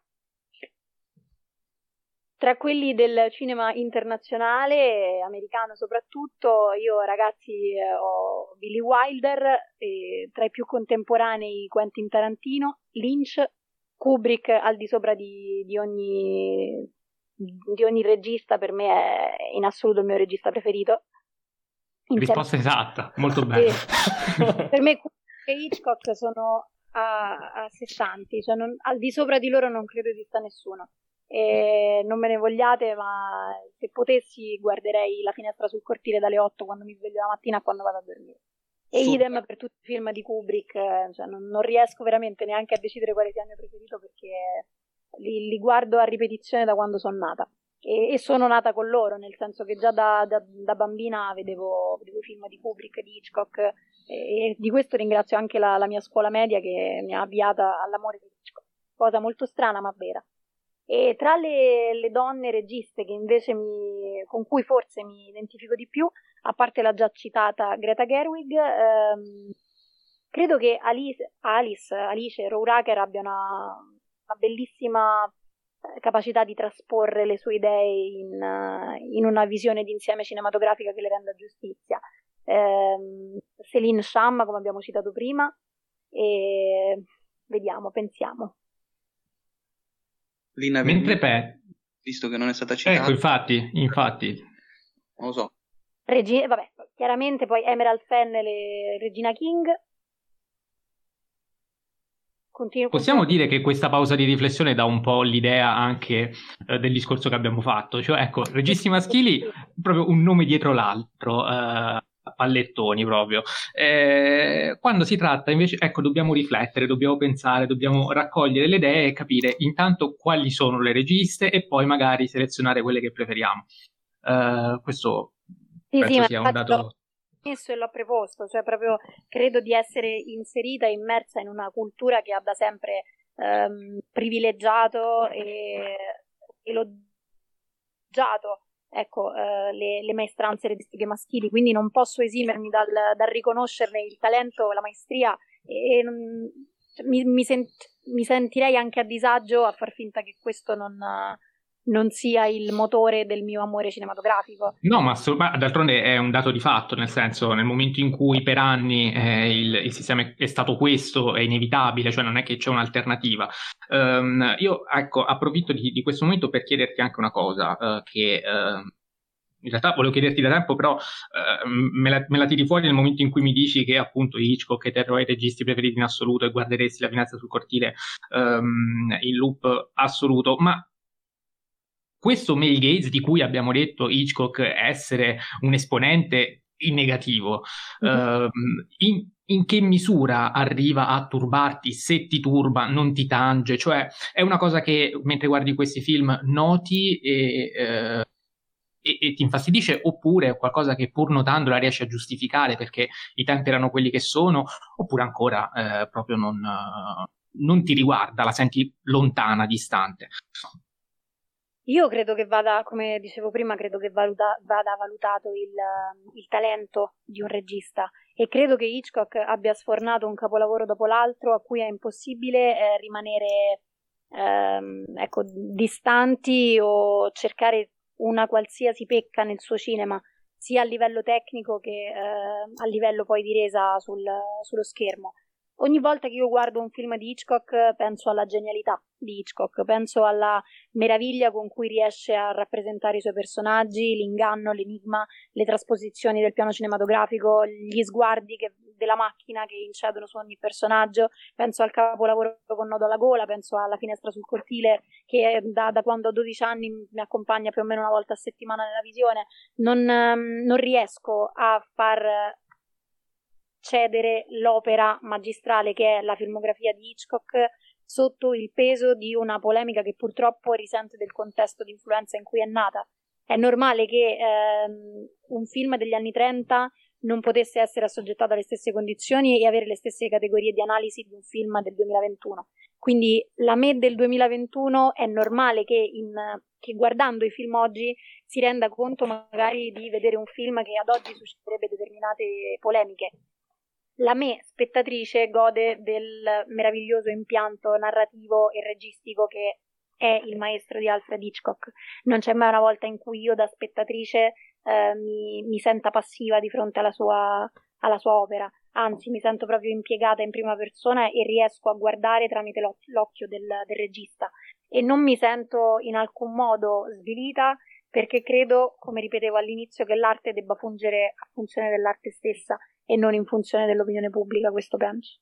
Tra quelli del cinema internazionale, americano soprattutto, io ragazzi eh, ho Billy Wilder, e tra i più contemporanei Quentin Tarantino, Lynch, Kubrick, al di sopra di, di, ogni, di ogni regista. Per me è in assoluto il mio regista preferito. Insieme... Risposta esatta, molto bella. Per me e Hitchcock sono a, a sé stanti, cioè non, al di sopra di loro non credo esista nessuno. E non me ne vogliate, ma se potessi guarderei La finestra sul cortile dalle otto quando mi sveglio la mattina a quando vado a dormire. E Super. Idem per tutti i film di Kubrick, cioè non, non riesco veramente neanche a decidere quale sia il mio preferito, perché li, li guardo a ripetizione da quando sono nata. E, e sono nata con loro, nel senso che già da, da, da bambina vedevo, vedevo i film di Kubrick, di Hitchcock, e, e di questo ringrazio anche la, la mia scuola media che mi ha avviata all'amore di Hitchcock, cosa molto strana ma vera. E tra le, le donne registe che invece mi, con cui forse mi identifico di più, a parte la già citata Greta Gerwig, ehm, credo che Alice, Alice, Alice Rohrwacher abbia una, una bellissima capacità di trasporre le sue idee in, in una visione d'insieme cinematografica che le renda giustizia. Eh, Céline Sciamma, come abbiamo citato prima, e vediamo, pensiamo. Lina Mentre Pe- visto che non è stata citata. Ecco, infatti, infatti. Non lo so. Regi- vabbè, chiaramente poi Emerald Fennell e Regina King. Continuo, Possiamo continuo. dire che questa pausa di riflessione dà un po' l'idea anche eh, del discorso che abbiamo fatto, cioè ecco, registi maschili, proprio un nome dietro l'altro, eh, pallettoni proprio. Eh, quando si tratta invece, ecco, dobbiamo riflettere, dobbiamo pensare, dobbiamo raccogliere le idee e capire intanto quali sono le registe e poi magari selezionare quelle che preferiamo. Eh, questo sì, penso sì, sia un dato... messo e l'ho preposto, cioè proprio credo di essere inserita, immersa in una cultura che ha da sempre ehm, privilegiato e elogiato, ecco, eh, le, le maestranze registiche maschili, quindi non posso esimermi dal, dal riconoscerne il talento, la maestria e, e non, mi, mi, sent, mi sentirei anche a disagio a far finta che questo non... non sia il motore del mio amore cinematografico. No, ma, so, ma d'altronde è un dato di fatto, nel senso, nel momento in cui per anni eh, il, il sistema è stato questo, è inevitabile, cioè non è che c'è un'alternativa. Um, io, ecco, approfitto di, di questo momento per chiederti anche una cosa, uh, che uh, in realtà volevo chiederti da tempo, però uh, me, la, me la tiri fuori nel momento in cui mi dici che appunto Hitchcock è tra i tuoi registi preferiti in assoluto e guarderesti La finestra sul cortile um, in loop assoluto, ma questo male gaze di cui abbiamo detto Hitchcock essere un esponente in negativo, mm-hmm. uh, in, in che misura arriva a turbarti, se ti turba, non ti tange? Cioè è una cosa che mentre guardi questi film noti e, uh, e, e ti infastidisce, oppure è qualcosa che pur notandola riesci a giustificare perché i tempi erano quelli che sono, oppure ancora uh, proprio non, uh, non ti riguarda, la senti lontana, distante? Io credo che vada, come dicevo prima, credo che valuta, vada valutato il, il talento di un regista e credo che Hitchcock abbia sfornato un capolavoro dopo l'altro a cui è impossibile eh, rimanere ehm, ecco, distanti o cercare una qualsiasi pecca nel suo cinema, sia a livello tecnico che eh, a livello poi di resa sul, sullo schermo. Ogni volta che io guardo un film di Hitchcock penso alla genialità di Hitchcock, penso alla meraviglia con cui riesce a rappresentare i suoi personaggi, l'inganno, l'enigma, le trasposizioni del piano cinematografico, gli sguardi che, della macchina che incidono su ogni personaggio, penso al capolavoro con Nodo alla gola, penso alla finestra sul cortile che da, da quando ho dodici anni mi accompagna più o meno una volta a settimana nella visione. Non, non riesco a far cedere l'opera magistrale che è la filmografia di Hitchcock sotto il peso di una polemica che purtroppo risente del contesto di influenza in cui è nata. È normale che ehm, un film degli anni trenta non potesse essere assoggettato alle stesse condizioni e avere le stesse categorie di analisi di un film del duemilaventuno. Quindi la me del duemilaventuno è normale che, in, che guardando i film oggi si renda conto magari di vedere un film che ad oggi susciterebbe determinate polemiche. La me spettatrice gode del meraviglioso impianto narrativo e registico che è il maestro di Alfred Hitchcock. Non c'è mai una volta in cui io da spettatrice eh, mi, mi senta passiva di fronte alla sua, alla sua opera, anzi mi sento proprio impiegata in prima persona e riesco a guardare tramite l'occhio del, del regista e non mi sento in alcun modo svilita perché credo, come ripetevo all'inizio, che l'arte debba fungere a funzione dell'arte stessa e non in funzione dell'opinione pubblica, questo penso.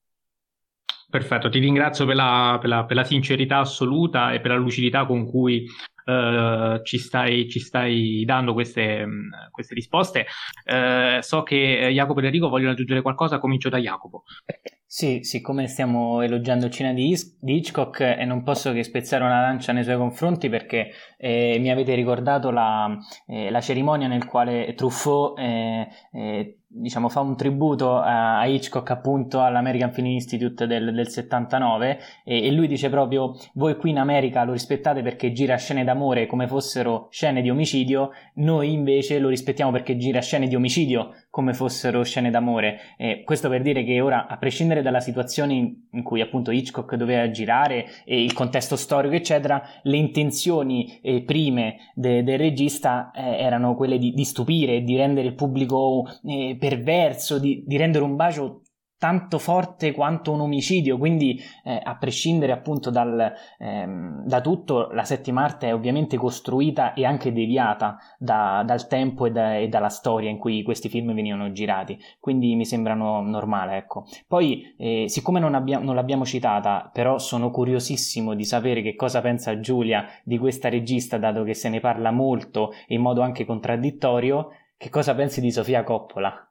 Perfetto, ti ringrazio per la, per la, per la sincerità assoluta e per la lucidità con cui uh, ci, stai, ci stai dando queste, queste risposte. Uh, so che Jacopo e Enrico vogliono aggiungere qualcosa, comincio da Jacopo. Sì, siccome stiamo elogiando il cinema di, di Hitchcock e eh, non posso che spezzare una lancia nei suoi confronti perché eh, mi avete ricordato la, eh, la cerimonia nel quale Truffaut eh, eh, diciamo fa un tributo a, a Hitchcock appunto all'American Film Institute del, del settantanove e, e lui dice proprio: voi qui in America lo rispettate perché gira scene d'amore come fossero scene di omicidio, noi invece lo rispettiamo perché gira scene di omicidio come fossero scene d'amore. Eh, questo per dire che ora, a prescindere dalla situazione in, in cui appunto Hitchcock doveva girare e il contesto storico eccetera, le intenzioni eh, prime de, del regista eh, erano quelle di, di stupire, di rendere il pubblico eh, perverso, di, di rendere un bacio tanto forte quanto un omicidio, quindi eh, a prescindere appunto dal, ehm, da tutto, la settima arte è ovviamente costruita e anche deviata da, dal tempo e, da, e dalla storia in cui questi film venivano girati, quindi mi sembrano normale, ecco. Poi eh, siccome non, abbia, non l'abbiamo citata, però sono curiosissimo di sapere che cosa pensa Giulia di questa regista, dato che se ne parla molto e in modo anche contraddittorio. Che cosa pensi di Sofia Coppola?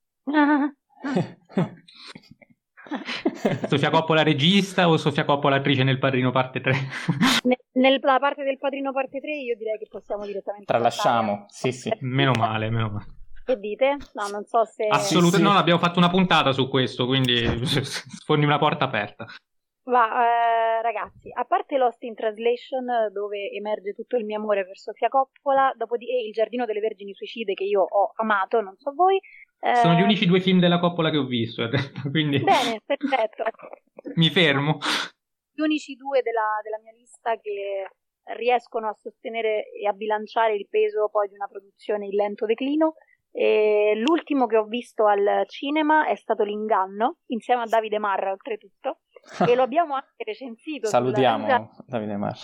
Sofia Coppola regista o Sofia Coppola attrice nel Padrino parte tre? Nella parte del Padrino parte tre io direi che possiamo direttamente tralasciamo, sì sì. Meno male, meno male. Che dite? No, non so se... Assolutamente, sì, sì. No, abbiamo fatto una puntata su questo, quindi sfondi una porta aperta. Va, eh, ragazzi, a parte Lost in Translation, dove emerge tutto il mio amore per Sofia Coppola, dopodiché Il Giardino delle Vergini Suicide, che io ho amato, non so voi. Eh... Sono gli unici due film della Coppola che ho visto, in realtà, quindi... Bene, perfetto. Mi fermo. Gli unici due della, della mia lista che riescono a sostenere e a bilanciare il peso poi di una produzione in lento declino. E l'ultimo che ho visto al cinema è stato L'Inganno, insieme a Davide Marra, oltretutto. E lo abbiamo anche recensito. Salutiamo sulla... Davide Marra.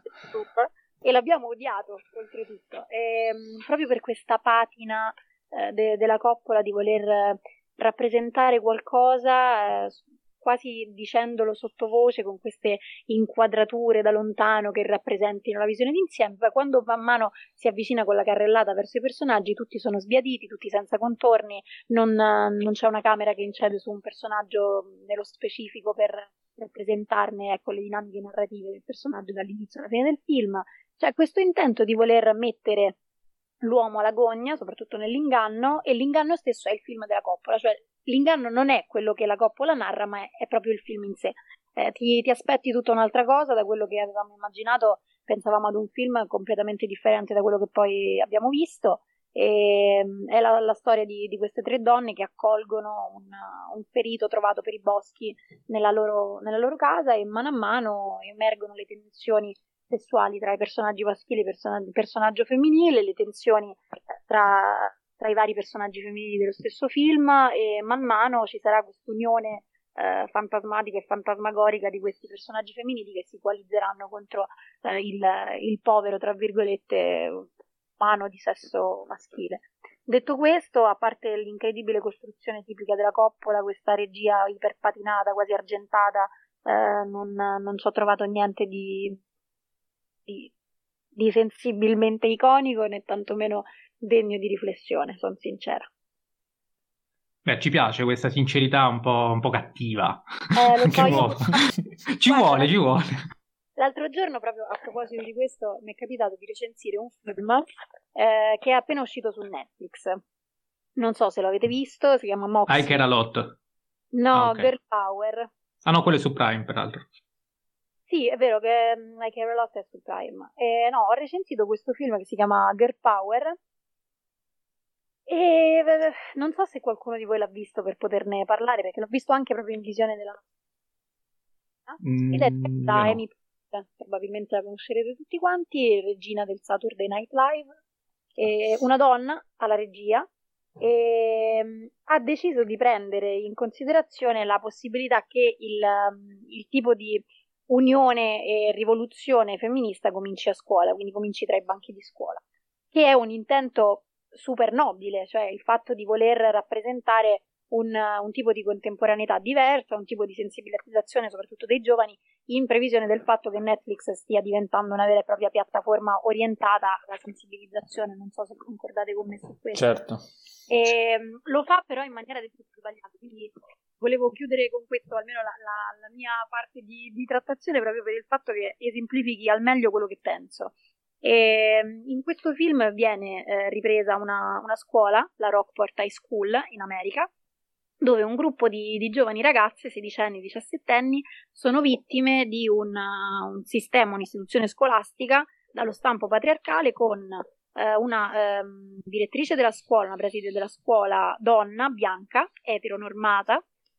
E l'abbiamo odiato, oltretutto. E, proprio per questa patina eh, de- della Coppola di voler rappresentare qualcosa, eh, quasi dicendolo sottovoce, con queste inquadrature da lontano che rappresentino la visione d'insieme. Poi quando man mano si avvicina con la carrellata verso i personaggi, tutti sono sbiaditi, tutti senza contorni, non, non c'è una camera che incede su un personaggio nello specifico per rappresentarne, ecco, le dinamiche narrative del personaggio dall'inizio alla fine del film. C'è questo intento di voler mettere l'uomo alla gogna, soprattutto nell'Inganno, e l'Inganno stesso è il film della Coppola, cioè L'Inganno non è quello che la Coppola narra, ma è, è proprio il film in sé. Eh, ti, ti aspetti tutta un'altra cosa da quello che avevamo immaginato, pensavamo ad un film completamente differente da quello che poi abbiamo visto. E, è la, la storia di, di queste tre donne che accolgono un, un ferito trovato per i boschi nella loro, nella loro casa, e mano a mano emergono le tensioni sessuali tra i personaggi maschili e il personaggio femminile, le tensioni tra, tra i vari personaggi femminili dello stesso film, e man mano ci sarà quest'unione eh, fantasmatica e fantasmagorica di questi personaggi femminili che si coalizzeranno contro eh, il, il povero, tra virgolette, umano di sesso maschile. Detto questo, a parte l'incredibile costruzione tipica della Coppola, questa regia iperpatinata, quasi argentata, eh, non, non ci ho trovato niente di Di, di sensibilmente iconico, né tantomeno degno di riflessione, sono sincera. Beh, ci piace questa sincerità un po', un po' cattiva. Eh, lo so, io... ci Guarda, vuole, ci vuole. L'altro giorno, proprio a proposito di questo, mi è capitato di recensire un film eh, che è appena uscito su Netflix. Non so se l'avete visto, si chiama Moxie. I Care a Lot. No, ah, okay. Girl Power. Ah no, quello è su Prime, peraltro. Sì, è vero che I Care a Lot è su Prime. Eh, no, ho recensito questo film che si chiama Girl Power e eh, non so se qualcuno di voi l'ha visto per poterne parlare, perché l'ho visto anche proprio in visione della mm, ed è da no. Amy Poehler, probabilmente la conoscerete tutti quanti, regina del Saturday Night Live, e una donna alla regia, e ha deciso di prendere in considerazione la possibilità che il, il tipo di unione e rivoluzione femminista cominci a scuola, quindi cominci tra i banchi di scuola, che è un intento super nobile, cioè il fatto di voler rappresentare un, un tipo di contemporaneità diversa, un tipo di sensibilizzazione soprattutto dei giovani, in previsione del fatto che Netflix stia diventando una vera e propria piattaforma orientata alla sensibilizzazione. Non so se concordate con me su questo. Certo. E, lo fa però in maniera del tutto sbagliata, quindi volevo chiudere con questo almeno la, la, la mia parte di, di trattazione, proprio per il fatto che esemplifichi al meglio quello che penso. E in questo film viene eh, ripresa una, una scuola, la Rockport High School in America, dove un gruppo di, di giovani ragazze, sedicenni, diciassettenni, sono vittime di un, un sistema, un'istituzione scolastica dallo stampo patriarcale, con eh, una eh, direttrice della scuola, una preside della scuola donna, bianca, eteronormata,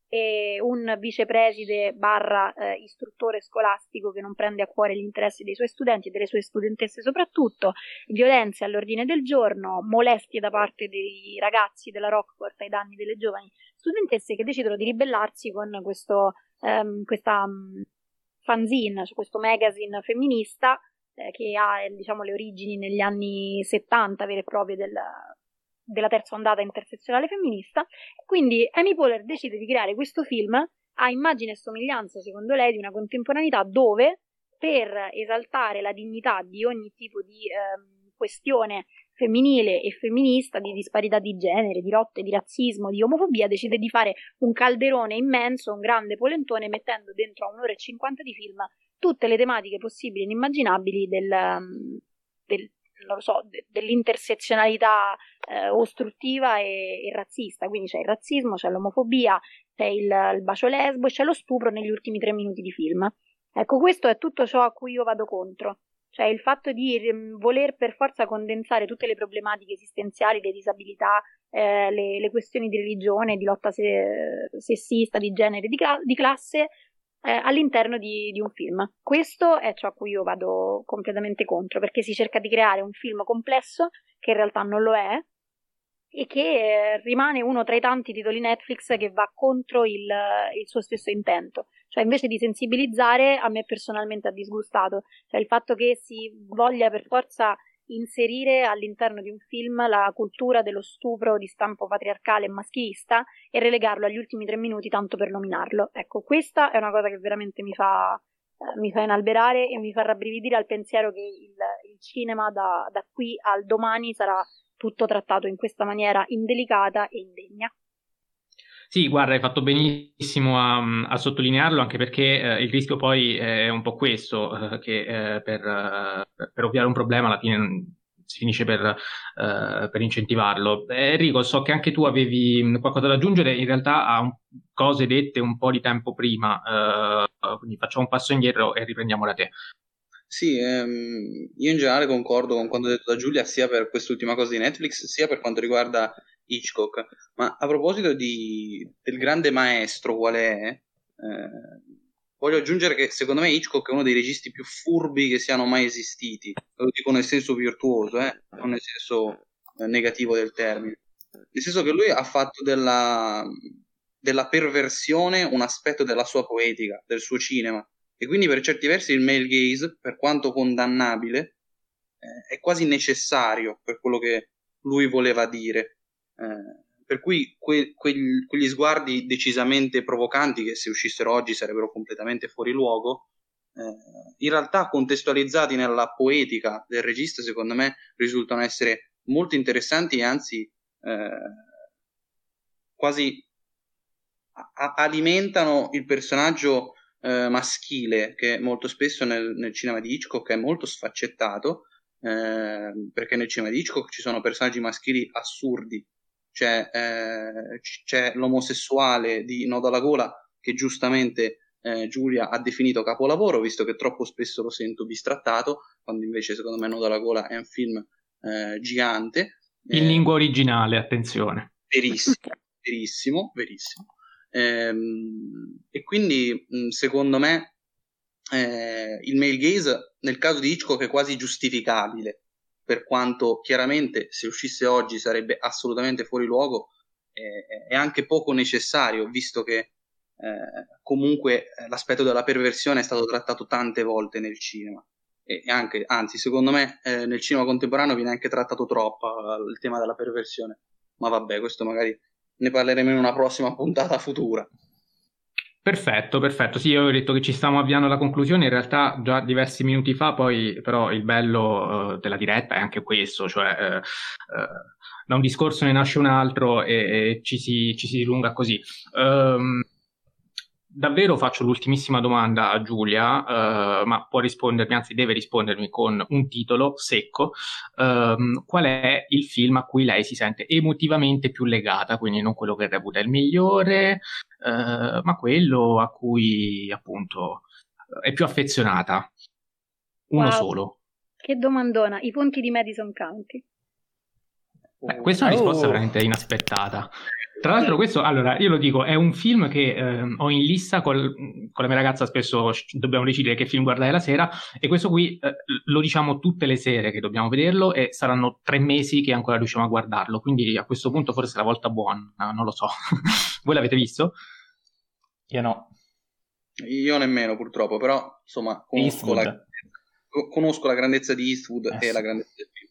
e un vicepreside barra eh, istruttore scolastico che non prende a cuore gli interessi dei suoi studenti e delle sue studentesse soprattutto, violenze all'ordine del giorno, molestie da parte dei ragazzi della Rockport ai danni delle giovani studentesse che decidono di ribellarsi con questo, ehm, questa um, fanzine, cioè questo magazine femminista eh, che ha eh, diciamo le origini negli anni settanta vere e proprie del della terza ondata intersezionale femminista. Quindi Amy Poehler decide di creare questo film a immagine e somiglianza, secondo lei, di una contemporaneità dove, per esaltare la dignità di ogni tipo di ehm, questione femminile e femminista, di disparità di genere, di lotte, di razzismo, di omofobia, decide di fare un calderone immenso, un grande polentone, mettendo dentro a un'ora e cinquanta di film tutte le tematiche possibili e inimmaginabili del, del non lo so, de- dell'intersezionalità eh, ostruttiva e-, e razzista. Quindi c'è il razzismo, c'è l'omofobia, c'è il, il bacio lesbo e c'è lo stupro negli ultimi tre minuti di film. Ecco, questo è tutto ciò a cui io vado contro, cioè il fatto di um, voler per forza condensare tutte le problematiche esistenziali, le disabilità, eh, le, le questioni di religione, di lotta se- sessista, di genere, di, cla- di classe Eh, all'interno di, di un film. Questo è ciò a cui io vado completamente contro, perché si cerca di creare un film complesso che in realtà non lo è e che eh, rimane uno tra i tanti titoli Netflix che va contro il, il suo stesso intento. Cioè, invece di sensibilizzare, a me personalmente ha disgustato, cioè il fatto che si voglia per forza inserire all'interno di un film la cultura dello stupro di stampo patriarcale e maschilista e relegarlo agli ultimi tre minuti tanto per nominarlo. Ecco, questa è una cosa che veramente mi fa, eh, mi fa inalberare e mi fa rabbrividire al pensiero che il, il cinema da, da qui al domani sarà tutto trattato in questa maniera indelicata e indegna. Sì, guarda, hai fatto benissimo a, a sottolinearlo, anche perché eh, il rischio poi è un po' questo, eh, che eh, per, eh, per ovviare un problema alla fine si finisce per, eh, per incentivarlo. Eh, Enrico, so che anche tu avevi qualcosa da aggiungere, in realtà a un, cose dette un po' di tempo prima, eh, quindi facciamo un passo indietro e riprendiamo da te. Sì, ehm, io in generale concordo con quanto detto da Giulia, sia per quest'ultima cosa di Netflix, sia per quanto riguarda Hitchcock. Ma a proposito di, del grande maestro qual è, eh, voglio aggiungere che secondo me Hitchcock è uno dei registi più furbi che siano mai esistiti. Lo dico nel senso virtuoso, eh, non nel senso eh, negativo del termine. Nel senso che lui ha fatto della, della perversione un aspetto della sua poetica, del suo cinema. E quindi per certi versi il male gaze, per quanto condannabile, eh, è quasi necessario per quello che lui voleva dire. Eh, per cui que- que- quegli sguardi decisamente provocanti, che se uscissero oggi sarebbero completamente fuori luogo, eh, in realtà contestualizzati nella poetica del regista, secondo me risultano essere molto interessanti e anzi eh, quasi a- alimentano il personaggio eh, maschile, che molto spesso nel, nel cinema di Hitchcock è molto sfaccettato, eh, perché nel cinema di Hitchcock ci sono personaggi maschili assurdi. C'è, eh, c'è l'omosessuale di Nodo alla gola, che giustamente eh, Giulia ha definito capolavoro, visto che troppo spesso lo sento bistrattato, quando invece secondo me Nodo alla gola è un film eh, gigante. In eh, lingua originale, attenzione. Verissimo, verissimo, verissimo. Ehm, e quindi mh, secondo me eh, il male gaze nel caso di Hitchcock è quasi giustificabile, per quanto chiaramente se uscisse oggi sarebbe assolutamente fuori luogo, eh, è anche poco necessario, visto che eh, comunque l'aspetto della perversione è stato trattato tante volte nel cinema e anche, anzi secondo me eh, nel cinema contemporaneo viene anche trattato troppo eh, il tema della perversione, ma vabbè, questo magari ne parleremo in una prossima puntata futura. Perfetto, perfetto. Sì, io ho detto che ci stiamo avviando alla conclusione, in realtà già diversi minuti fa, poi però il bello uh, della diretta è anche questo, cioè uh, uh, da un discorso ne nasce un altro e, e ci, si, ci si dilunga così. Um, davvero faccio l'ultimissima domanda a Giulia, uh, ma può rispondermi, anzi deve rispondermi con un titolo secco. Um, qual è il film a cui lei si sente emotivamente più legata, quindi non quello che reputa il migliore, uh, ma quello a cui appunto è più affezionata? Uno Wow, solo. Che domandona, i ponti di Madison County. Beh, questa è una risposta Oh. veramente inaspettata. Tra l'altro questo, allora, io lo dico, è un film che eh, ho in lista col, con la mia ragazza, spesso dobbiamo decidere che film guardare la sera, e questo qui eh, lo diciamo tutte le sere che dobbiamo vederlo, e saranno tre mesi che ancora riusciamo a guardarlo, quindi a questo punto forse è la volta buona, non lo so. Voi l'avete visto? Io no. Io nemmeno purtroppo, però insomma conosco, la, conosco la grandezza di Eastwood eh. e la grandezza del film.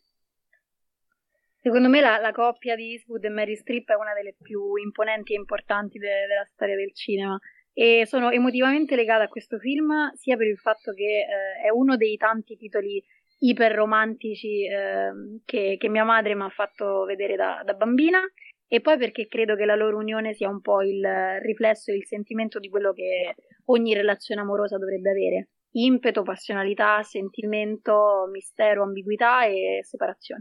Secondo me la, la coppia di Eastwood e Meryl Streep è una delle più imponenti e importanti de, della storia del cinema, e sono emotivamente legata a questo film sia per il fatto che eh, è uno dei tanti titoli iperromantici eh, che, che mia madre mi ha fatto vedere da, da bambina, e poi perché credo che la loro unione sia un po' il riflesso e il sentimento di quello che ogni relazione amorosa dovrebbe avere: impeto, passionalità, sentimento, mistero, ambiguità e separazione.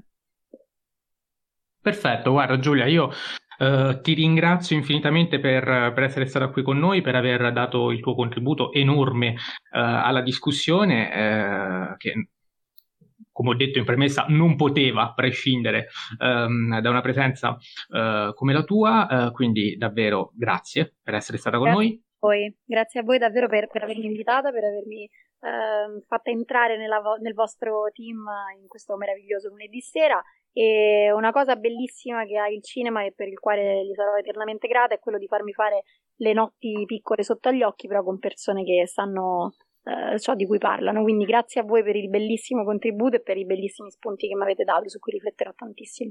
Perfetto, guarda Giulia, io eh, ti ringrazio infinitamente per, per essere stata qui con noi, per aver dato il tuo contributo enorme eh, alla discussione, eh, che come ho detto in premessa non poteva prescindere ehm, da una presenza eh, come la tua, eh, quindi davvero grazie per essere stata con grazie noi. A voi. Grazie a voi davvero per, per avermi invitata, per avermi eh, fatta entrare nella vo- nel vostro team in questo meraviglioso lunedì sera. E una cosa bellissima che ha il cinema e per il quale gli sarò eternamente grata è quello di farmi fare le notti piccole sotto agli occhi, però con persone che sanno eh, ciò di cui parlano. Quindi grazie a voi per il bellissimo contributo e per i bellissimi spunti che mi avete dato, su cui rifletterò tantissimo.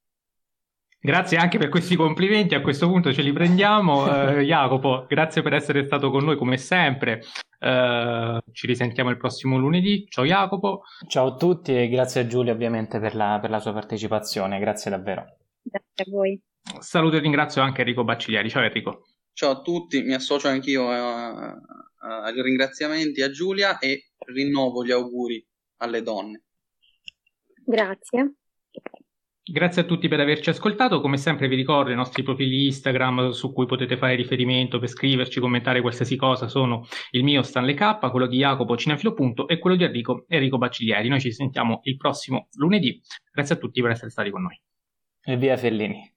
Grazie anche per questi complimenti, a questo punto ce li prendiamo. Eh, Jacopo, grazie per essere stato con noi come sempre. Uh, ci risentiamo il prossimo lunedì. Ciao Jacopo. Ciao a tutti e grazie a Giulia ovviamente per la, per la sua partecipazione, grazie davvero. Grazie a voi. Saluto e ringrazio anche Enrico Bacciglieri. Ciao Enrico. Ciao a tutti, mi associo anch'io ai ringraziamenti a Giulia e rinnovo gli auguri alle donne. Grazie. Grazie a tutti per averci ascoltato. Come sempre vi ricordo i nostri profili Instagram su cui potete fare riferimento per scriverci, commentare qualsiasi cosa. Sono il mio Stanley K, quello di Jacopo Cinefilo Punto e quello di Enrico Enrico Bacciglieri. Noi ci sentiamo il prossimo lunedì. Grazie a tutti per essere stati con noi. E via Fellini.